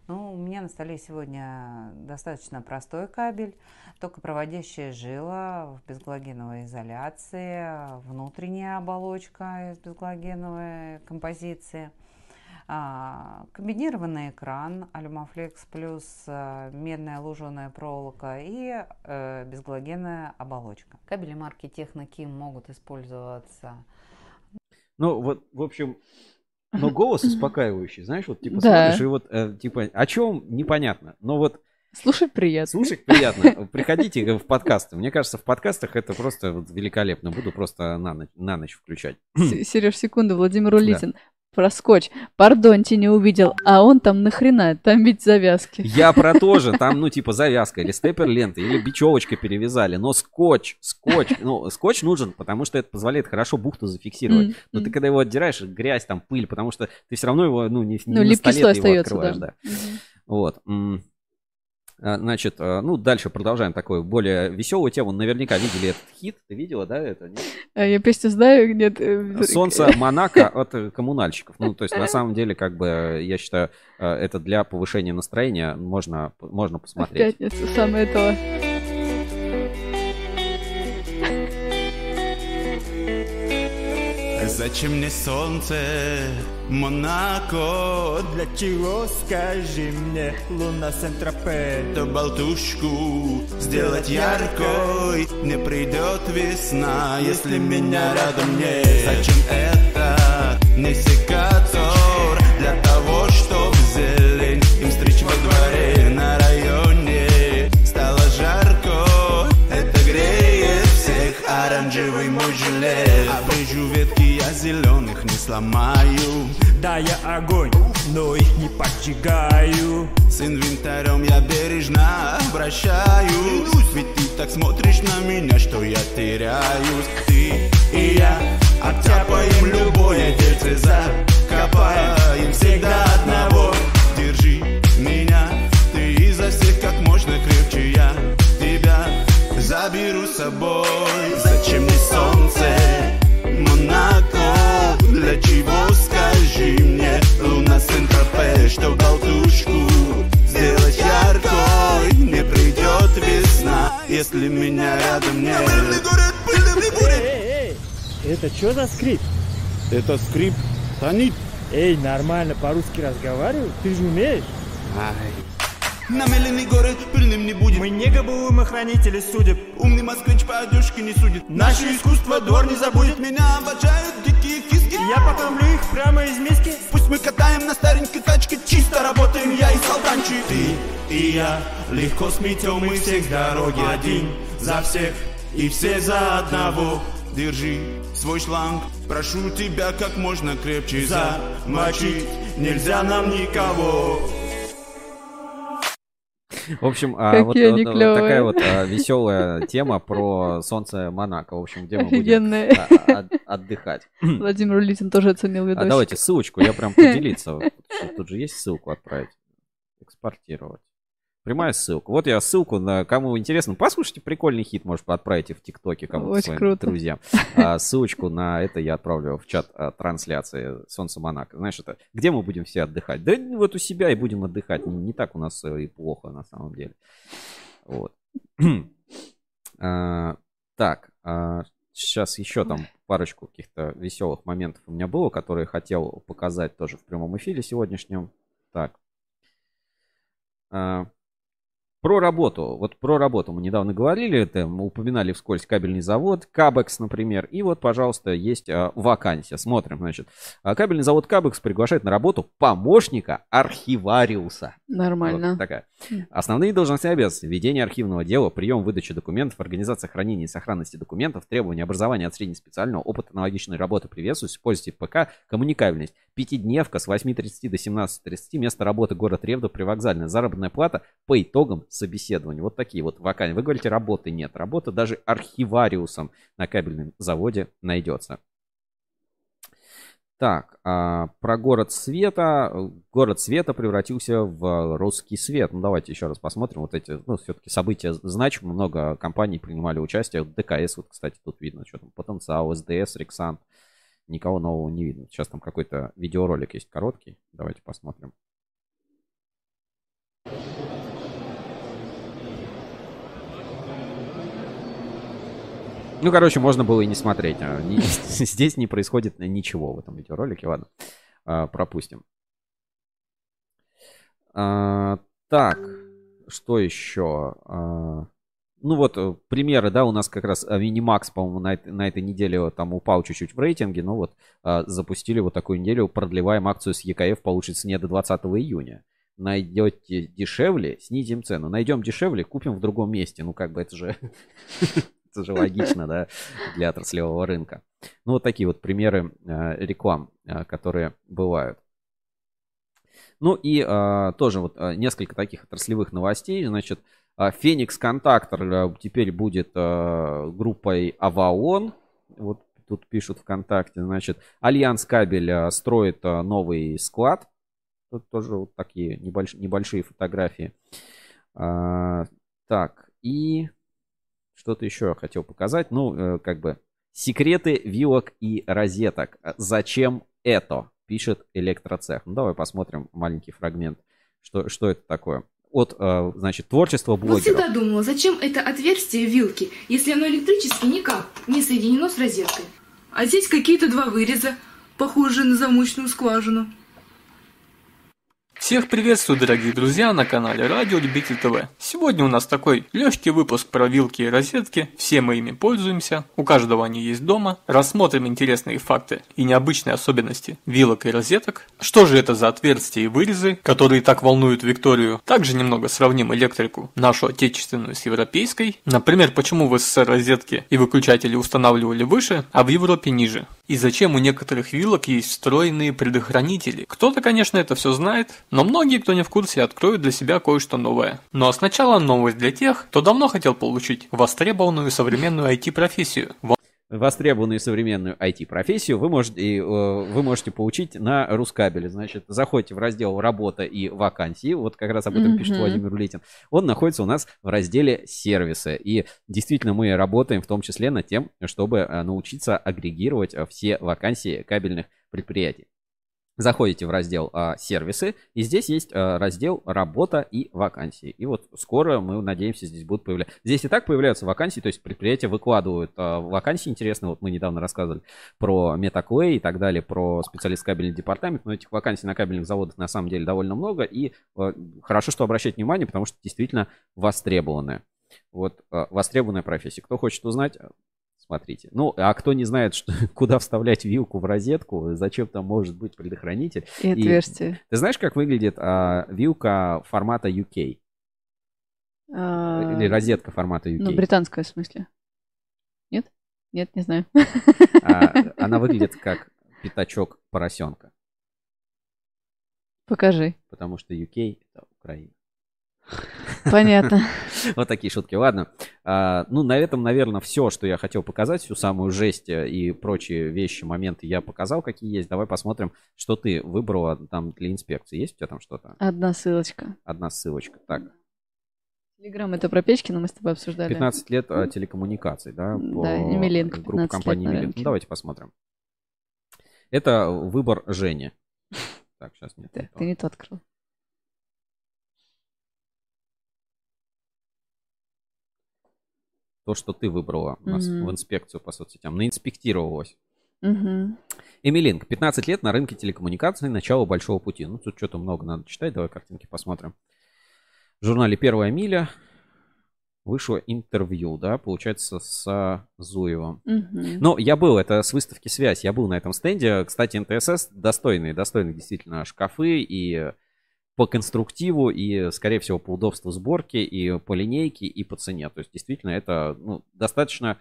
[SPEAKER 22] Ну, у меня на столе сегодня достаточно простой кабель, только проводящая жила в безгалогеновой изоляции, внутренняя оболочка из безгалогеновой композиции, комбинированный экран Alumaflex плюс медная луженая проволока и безгалогеновая оболочка. Кабели марки Техноким могут использоваться.
[SPEAKER 1] Ну, вот, в общем, но голос успокаивающий, знаешь, вот типа
[SPEAKER 2] Да.
[SPEAKER 1] смотришь, и вот типа о чем непонятно, но вот
[SPEAKER 2] Слушать приятно.
[SPEAKER 1] слушать приятно. Приходите в подкасты. Мне кажется, в подкастах это просто вот великолепно. Буду просто на ночь включать.
[SPEAKER 2] Сереж, секунду, Владимир
[SPEAKER 1] Да.
[SPEAKER 2] Улитин. Про скотч. Пардоньте, не увидел. А он там нахрена? Там ведь завязки.
[SPEAKER 1] Я про то же, там, ну, типа завязка, или степер ленты, или бечевочкой перевязали, но скотч, ну, скотч нужен, потому что это позволяет хорошо бухту зафиксировать. Но ты когда его отдираешь, грязь, там, пыль, потому что ты все равно его, ну, не на
[SPEAKER 2] липкий
[SPEAKER 1] столе
[SPEAKER 2] слой
[SPEAKER 1] ты его
[SPEAKER 2] остается,
[SPEAKER 1] открываешь,
[SPEAKER 2] да.
[SPEAKER 1] да. Вот. Значит, ну, дальше продолжаем такую более веселую тему. Наверняка видели этот хит. Ты видела, да, это? Нет?
[SPEAKER 2] Я песню знаю, нет.
[SPEAKER 1] «Солнце Монако» от коммунальщиков. Ну, то есть, на самом деле, как бы, я считаю, это для повышения настроения можно
[SPEAKER 2] В
[SPEAKER 1] посмотреть.
[SPEAKER 2] пятницу самое то.
[SPEAKER 4] Зачем мне солнце, Монако? Для чего, скажи мне, луна Сент-Тропе? Эту болтушку сделать яркой, не придет весна, если меня рядом нет. Зачем это не секатор? Для того, чтоб зелень им стричь во дворе. На районе стало жарко, это греет всех, оранжевый мой жилет. Обрежу ветки, я зеленых не сломаю. Да, я огонь, но их не поджигаю. С инвентарем я бережно обращаюсь. Ведь ты так смотришь на меня, что я теряюсь. Ты и я оттяпаем любое дельце, закопаем всегда одного. Держи меня, ты изо всех как можно крепче. Я тебя заберу с собой. Зачем мне солнце, Монако? Для чего, скажи мне, луна Сент-Тропе? Что болтушку сделать яркой, не придет весна, если меня рядом нет.
[SPEAKER 6] Эй, это что за скрип?
[SPEAKER 4] Это скрип тонит.
[SPEAKER 6] Эй, нормально по-русски разговаривай, ты же умеешь?
[SPEAKER 4] Намеленный город пыльным не будет. Мы не ГБУ, мы хранители судеб. Умный москвич по одежке не судит. Наше искусство двор не забудет. Меня обожают дикие фиски. Я покормлю их прямо из миски. Пусть мы катаем на старенькой тачке, чисто работаем я и солданчик. Ты и я легко сметем мы всех с дороги. Один за всех и все за одного. Держи свой шланг, прошу тебя как можно крепче. Замочить нельзя нам никого.
[SPEAKER 1] В общем, вот
[SPEAKER 2] они клёвые.
[SPEAKER 1] такая вот веселая тема про солнце Монако. В общем, где мы
[SPEAKER 2] Офигенная.
[SPEAKER 1] будем отдыхать.
[SPEAKER 2] Владимир Улитин тоже оценил видосик.
[SPEAKER 1] Давайте ссылочку, я прям поделиться. Тут же есть ссылку отправить. Экспортировать. Прямая ссылка. Вот я ссылку на кому интересно. Послушайте, прикольный хит, может, отправите в ТикТоке кому-то
[SPEAKER 2] Очень
[SPEAKER 1] своим
[SPEAKER 2] круто.
[SPEAKER 1] друзьям. Ссылочку на это я отправлю в чат трансляции «Солнце Монако». Знаешь, это где мы будем все отдыхать? Да вот у себя и будем отдыхать. Не так у нас и плохо на самом деле. Вот. Так, сейчас еще там парочку каких-то веселых моментов у меня было, которые хотел показать тоже в прямом эфире сегодняшнем. Так. Про работу. Вот про работу мы недавно говорили, это мы упоминали вскользь кабельный завод, Кабекс, например. И вот, пожалуйста, есть вакансия. Смотрим, значит. Кабельный завод Кабекс приглашает на работу помощника архивариуса.
[SPEAKER 2] Нормально.
[SPEAKER 1] Вот такая. Основные должностные обязанности: ведение архивного дела, прием, выдача документов, организация хранения и сохранности документов, требования образования от среднеспециального, опыт аналогичной работы приветствуется, используйте ПК, коммуникабельность. Пятидневка с 8:30 до 17:30, место работы город Ревда, привокзальная, заработная плата по итогам собеседования. Вот такие вот вакансии. Вы говорите, работы нет. Работа даже архивариусом на кабельном заводе найдется. Так, про город света. Город света превратился в русский свет. Ну, давайте еще раз посмотрим. Вот эти, ну, все-таки события значимы. Много компаний принимали участие. ДКС, вот, кстати, тут видно, что там. Потенциал, СДС, Рексант. Никого нового не видно. Сейчас там какой-то видеоролик есть короткий. Давайте посмотрим. Ну, короче, можно было и не смотреть. Здесь не происходит ничего в этом видеоролике. Ладно, пропустим. Так, что еще? Ну вот, примеры, да, у нас как раз Minimax, по-моему, на этой неделе там упал чуть-чуть в рейтинге. Но вот запустили вот такую неделю, продлеваем акцию с ЕКФ по лучшей цене до 20 июня. Найдете дешевле, снизим цену. Найдем дешевле, купим в другом месте. Ну, как бы это же... Это же логично, да, для отраслевого рынка. Ну, вот такие вот примеры реклам, которые бывают. Ну, и тоже вот несколько таких отраслевых новостей. Значит, Феникс Контактор теперь будет группой Аваон. Вот тут пишут ВКонтакте. Значит, Альянс Кабель строит новый склад. Тут тоже вот такие небольшие фотографии. Так, и... Что-то еще я хотел показать. Ну, как бы, секреты вилок и розеток. Зачем это? Пишет Электроцех. Ну, давай посмотрим маленький фрагмент. Что это такое? От, значит, творчества блогеров.
[SPEAKER 5] Вот всегда думала, зачем это отверстие вилки, если оно электрически никак не соединено с розеткой. А здесь какие-то два выреза, похожие на замочную скважину.
[SPEAKER 7] Всех приветствую, дорогие друзья, на канале Радио Любитель ТВ. Сегодня у нас такой легкий выпуск про вилки и розетки. Все мы ими пользуемся, у каждого они есть дома. Рассмотрим интересные факты и необычные особенности вилок и розеток. Что же это за отверстия и вырезы, которые так волнуют Викторию? Также немного сравним электрику, нашу отечественную с европейской. Например, почему в СССР розетки и выключатели устанавливали выше, а в Европе ниже. И зачем у некоторых вилок есть встроенные предохранители. Кто-то, конечно, это все знает, но многие, кто не в курсе, откроют для себя кое-что новое. Ну а сначала новость для тех, кто давно хотел получить востребованную современную IT-профессию.
[SPEAKER 1] Востребованную современную IT-профессию вы можете получить на Рускабеле. Значит, заходите в раздел «Работа и вакансии». Вот как раз об этом пишет Владимир Улитин. Он находится у нас в разделе «Сервисы». И действительно мы работаем в том числе над тем, чтобы научиться агрегировать все вакансии кабельных предприятий. Заходите в раздел «Сервисы», и здесь есть раздел «Работа и вакансии». И вот скоро, мы надеемся, здесь будут появляться. Здесь и так появляются вакансии, то есть предприятия выкладывают вакансии интересные. Вот мы недавно рассказывали про Метаклей и так далее, про специалист кабельный департамент. Но этих вакансий на кабельных заводах на самом деле довольно много. И хорошо, что обращать внимание, потому что действительно востребованная. Вот востребованная профессия. Кто хочет узнать... Смотрите. Ну, а кто не знает, куда вставлять вилку в розетку, зачем там может быть предохранитель.
[SPEAKER 2] И отверстие.
[SPEAKER 1] Ты знаешь, как выглядит вилка формата UK? Или розетка формата UK?
[SPEAKER 2] Ну, британская в смысле. Нет? Нет, не знаю.
[SPEAKER 1] Она выглядит как пятачок поросенка.
[SPEAKER 2] Покажи.
[SPEAKER 1] Потому что UK — это Украина.
[SPEAKER 2] Понятно.
[SPEAKER 1] Вот такие шутки. Ладно. Ну, на этом, наверное, все, что я хотел показать. Всю самую жесть и прочие вещи, моменты я показал, какие есть. Давай посмотрим, что ты выбрала там для инспекции. Есть у тебя там что-то?
[SPEAKER 2] Одна ссылочка.
[SPEAKER 1] Одна ссылочка. Так.
[SPEAKER 2] Телеграм — это про Печкина, мы с тобой обсуждали.
[SPEAKER 1] 15 лет телекоммуникаций, да?
[SPEAKER 2] Да, Емелинк.
[SPEAKER 1] Группа компании Емелинк. Ну, давайте посмотрим. Это выбор Жени. Так, сейчас нет.
[SPEAKER 2] Ты не то открыл.
[SPEAKER 1] То, что ты выбрала у нас в инспекцию по соцсетям, наинспектировалась.
[SPEAKER 2] Угу.
[SPEAKER 1] Емелинк. 15 лет на рынке телекоммуникаций, начало большого пути. Ну, тут что-то много надо читать. Давай картинки посмотрим. В журнале «Первая миля» вышло интервью, да, получается, с Зуевым. Но я был, это с выставки «Связь», я был на этом стенде. Кстати, НТСС достойные действительно шкафы и по конструктиву, и, скорее всего, по удобству сборки, и по линейке, и по цене. То есть, действительно, это достаточно...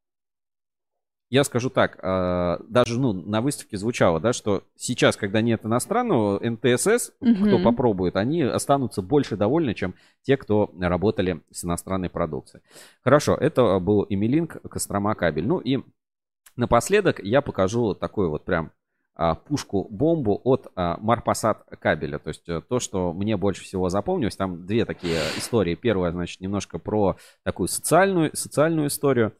[SPEAKER 1] Я скажу так, даже на выставке звучало, да, что сейчас, когда нет иностранного, НТСС, кто попробует, они останутся больше довольны, чем те, кто работали с иностранной продукцией. Хорошо, это был Емелинк, Кострома кабель. Ну и напоследок я покажу такой вот прям пушку-бомбу от Марпасад кабеля. То есть то, что мне больше всего запомнилось. Там две такие истории. Первая, значит, немножко про такую социальную историю.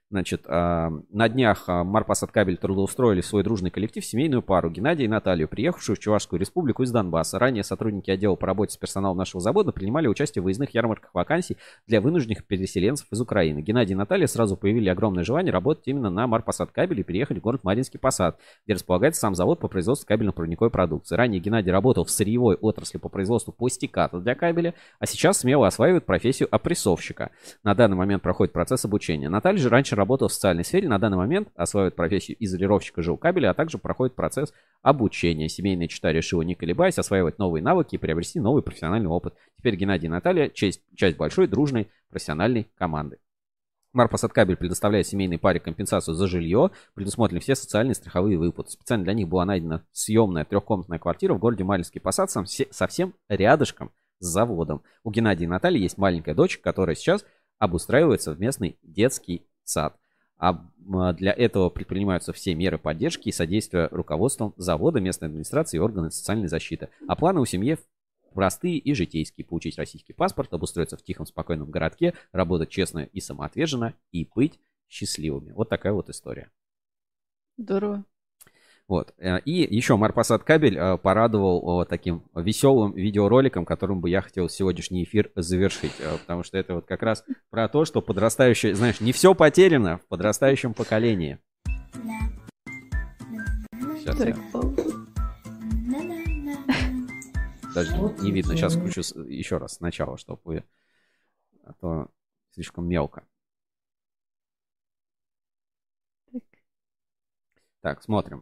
[SPEAKER 1] Значит, на днях Марпасадкабель трудоустроили в свой дружный коллектив семейную пару Геннадия и Наталью, приехавшую в Чувашскую республику из Донбасса. Ранее сотрудники отдела по работе с персоналом нашего завода принимали участие в выездных ярмарках вакансий для вынужденных переселенцев из Украины. Геннадий и Наталья сразу появили огромное желание работать именно на Марпасадкабель и переехали в город Маринский Посад, где располагается сам завод по производству кабельно-проводниковой продукции. Ранее Геннадий работал в сырьевой отрасли по производству пластиката для кабеля, а сейчас смело осваивает профессию опрессовщика. На данный момент проходит процесс обучения. Наталья же раньше работала в социальной сфере, на данный момент осваивает профессию изолировщика жилкабеля, а также проходит процесс обучения. Семейная чета решила, не колебаясь, осваивать новые навыки и приобрести новый профессиональный опыт. Теперь Геннадий и Наталья часть большой дружной профессиональной команды. Марпасадкабель предоставляет семейной паре компенсацию за жилье, предусмотрены все социальные страховые выплаты. Специально для них была найдена съемная трехкомнатная квартира в городе Маринский Посад, совсем рядышком с заводом. У Геннадия и Натальи есть маленькая дочь, которая сейчас обустраивается в местный детский сад. А для этого предпринимаются все меры поддержки и содействия руководством завода, местной администрации и органов социальной защиты. А планы у семьи простые и житейские. Получить российский паспорт, обустроиться в тихом, спокойном городке, работать честно и самоотверженно и быть счастливыми. Вот такая вот история.
[SPEAKER 2] Здорово.
[SPEAKER 1] Вот. И еще Марпасадкабель порадовал таким веселым видеороликом, которым бы я хотел сегодняшний эфир завершить. Потому что это вот как раз про то, что подрастающее, знаешь, не все потеряно в подрастающем поколении. Сейчас я... Даже не видно. Сейчас включу еще раз сначала, чтобы вы... А то слишком мелко. Так, смотрим.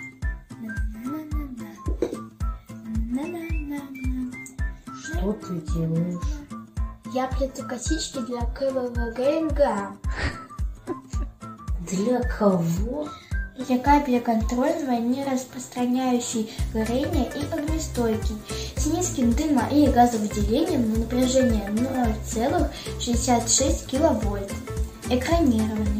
[SPEAKER 8] Что ты делаешь? Я плету косички для КВВГ. Для кого? Для кабеля контрольного, не распространяющий горение и огнестойкий, с низким дыма- и газовыделением на напряжение 0,66 киловольт. Экранированный.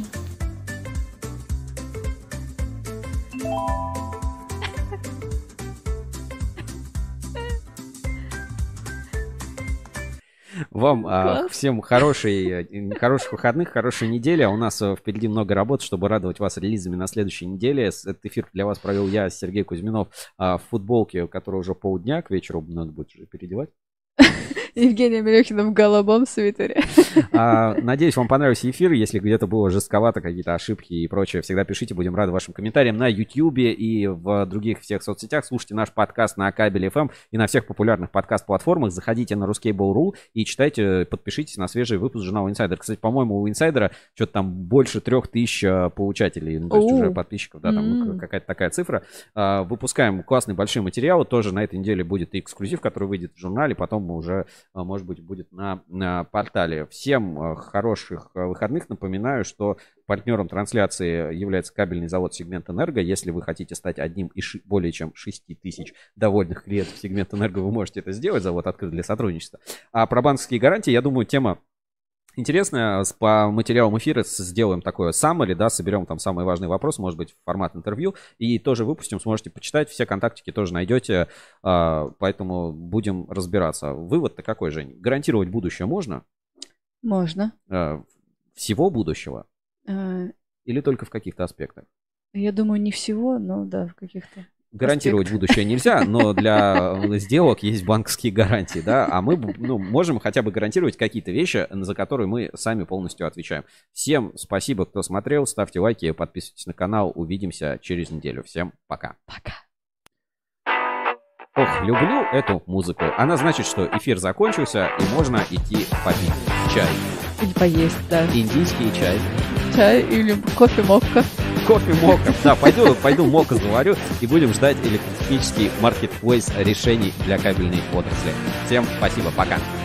[SPEAKER 1] Вам всем хороших выходных, хорошей недели. А у нас впереди много работы, чтобы радовать вас релизами на следующей неделе. Этот эфир для вас провел я, Сергей Кузьминов, в футболке, которая уже полдня, к вечеру надо будет уже переодевать.
[SPEAKER 2] Евгения Мелехина в голубом свитере.
[SPEAKER 1] Надеюсь, вам понравился эфир. Если где-то было жестковато, какие-то ошибки и прочее, всегда пишите, будем рады вашим комментариям на YouTube и в других всех соцсетях. Слушайте наш подкаст на Кабель FM и на всех популярных подкаст-платформах. Заходите на Ruskable.ru и читайте, подпишитесь на свежий выпуск журнала Insider. Кстати, по-моему, у Insider что-то там больше 3000 получателей, ну, то есть уже подписчиков, да, там какая-то такая цифра. Выпускаем классные большие материалы. Тоже на этой неделе будет и эксклюзив, который выйдет в журнале, потом мы уже, может быть, будет на портале. Всем хороших выходных. Напоминаю, что партнером трансляции является кабельный завод «Сегмент Энерго». Если вы хотите стать одним из более чем 6000 довольных клиентов «Сегмент Энерго», вы можете это сделать. Завод открыт для сотрудничества. А про банковские гарантии, я думаю, тема интересная. По материалам эфира сделаем такое summary, да, соберем там самые важные вопросы, может быть, формат интервью, и тоже выпустим, сможете почитать, все контактики тоже найдете, поэтому будем разбираться. Вывод-то какой, Жень? Гарантировать будущее можно?
[SPEAKER 2] Можно.
[SPEAKER 1] Всего будущего? Или только в каких-то аспектах?
[SPEAKER 2] Я думаю, не всего, но да, в каких-то...
[SPEAKER 1] Гарантировать будущее нельзя, но для сделок есть банковские гарантии, да, а мы можем хотя бы гарантировать какие-то вещи, за которые мы сами полностью отвечаем. Всем спасибо, кто смотрел, ставьте лайки, подписывайтесь на канал, увидимся через неделю. Всем пока.
[SPEAKER 2] Пока.
[SPEAKER 1] Ох, люблю эту музыку. Она значит, что эфир закончился и можно идти попить чай.
[SPEAKER 2] Или поесть, да.
[SPEAKER 1] Индийский чай.
[SPEAKER 2] Чай или кофе-мокко.
[SPEAKER 1] Кофе-мокко. Да, пойду мокко заварю и будем ждать электротехнический маркетплейс решений для кабельной отрасли. Всем спасибо, пока.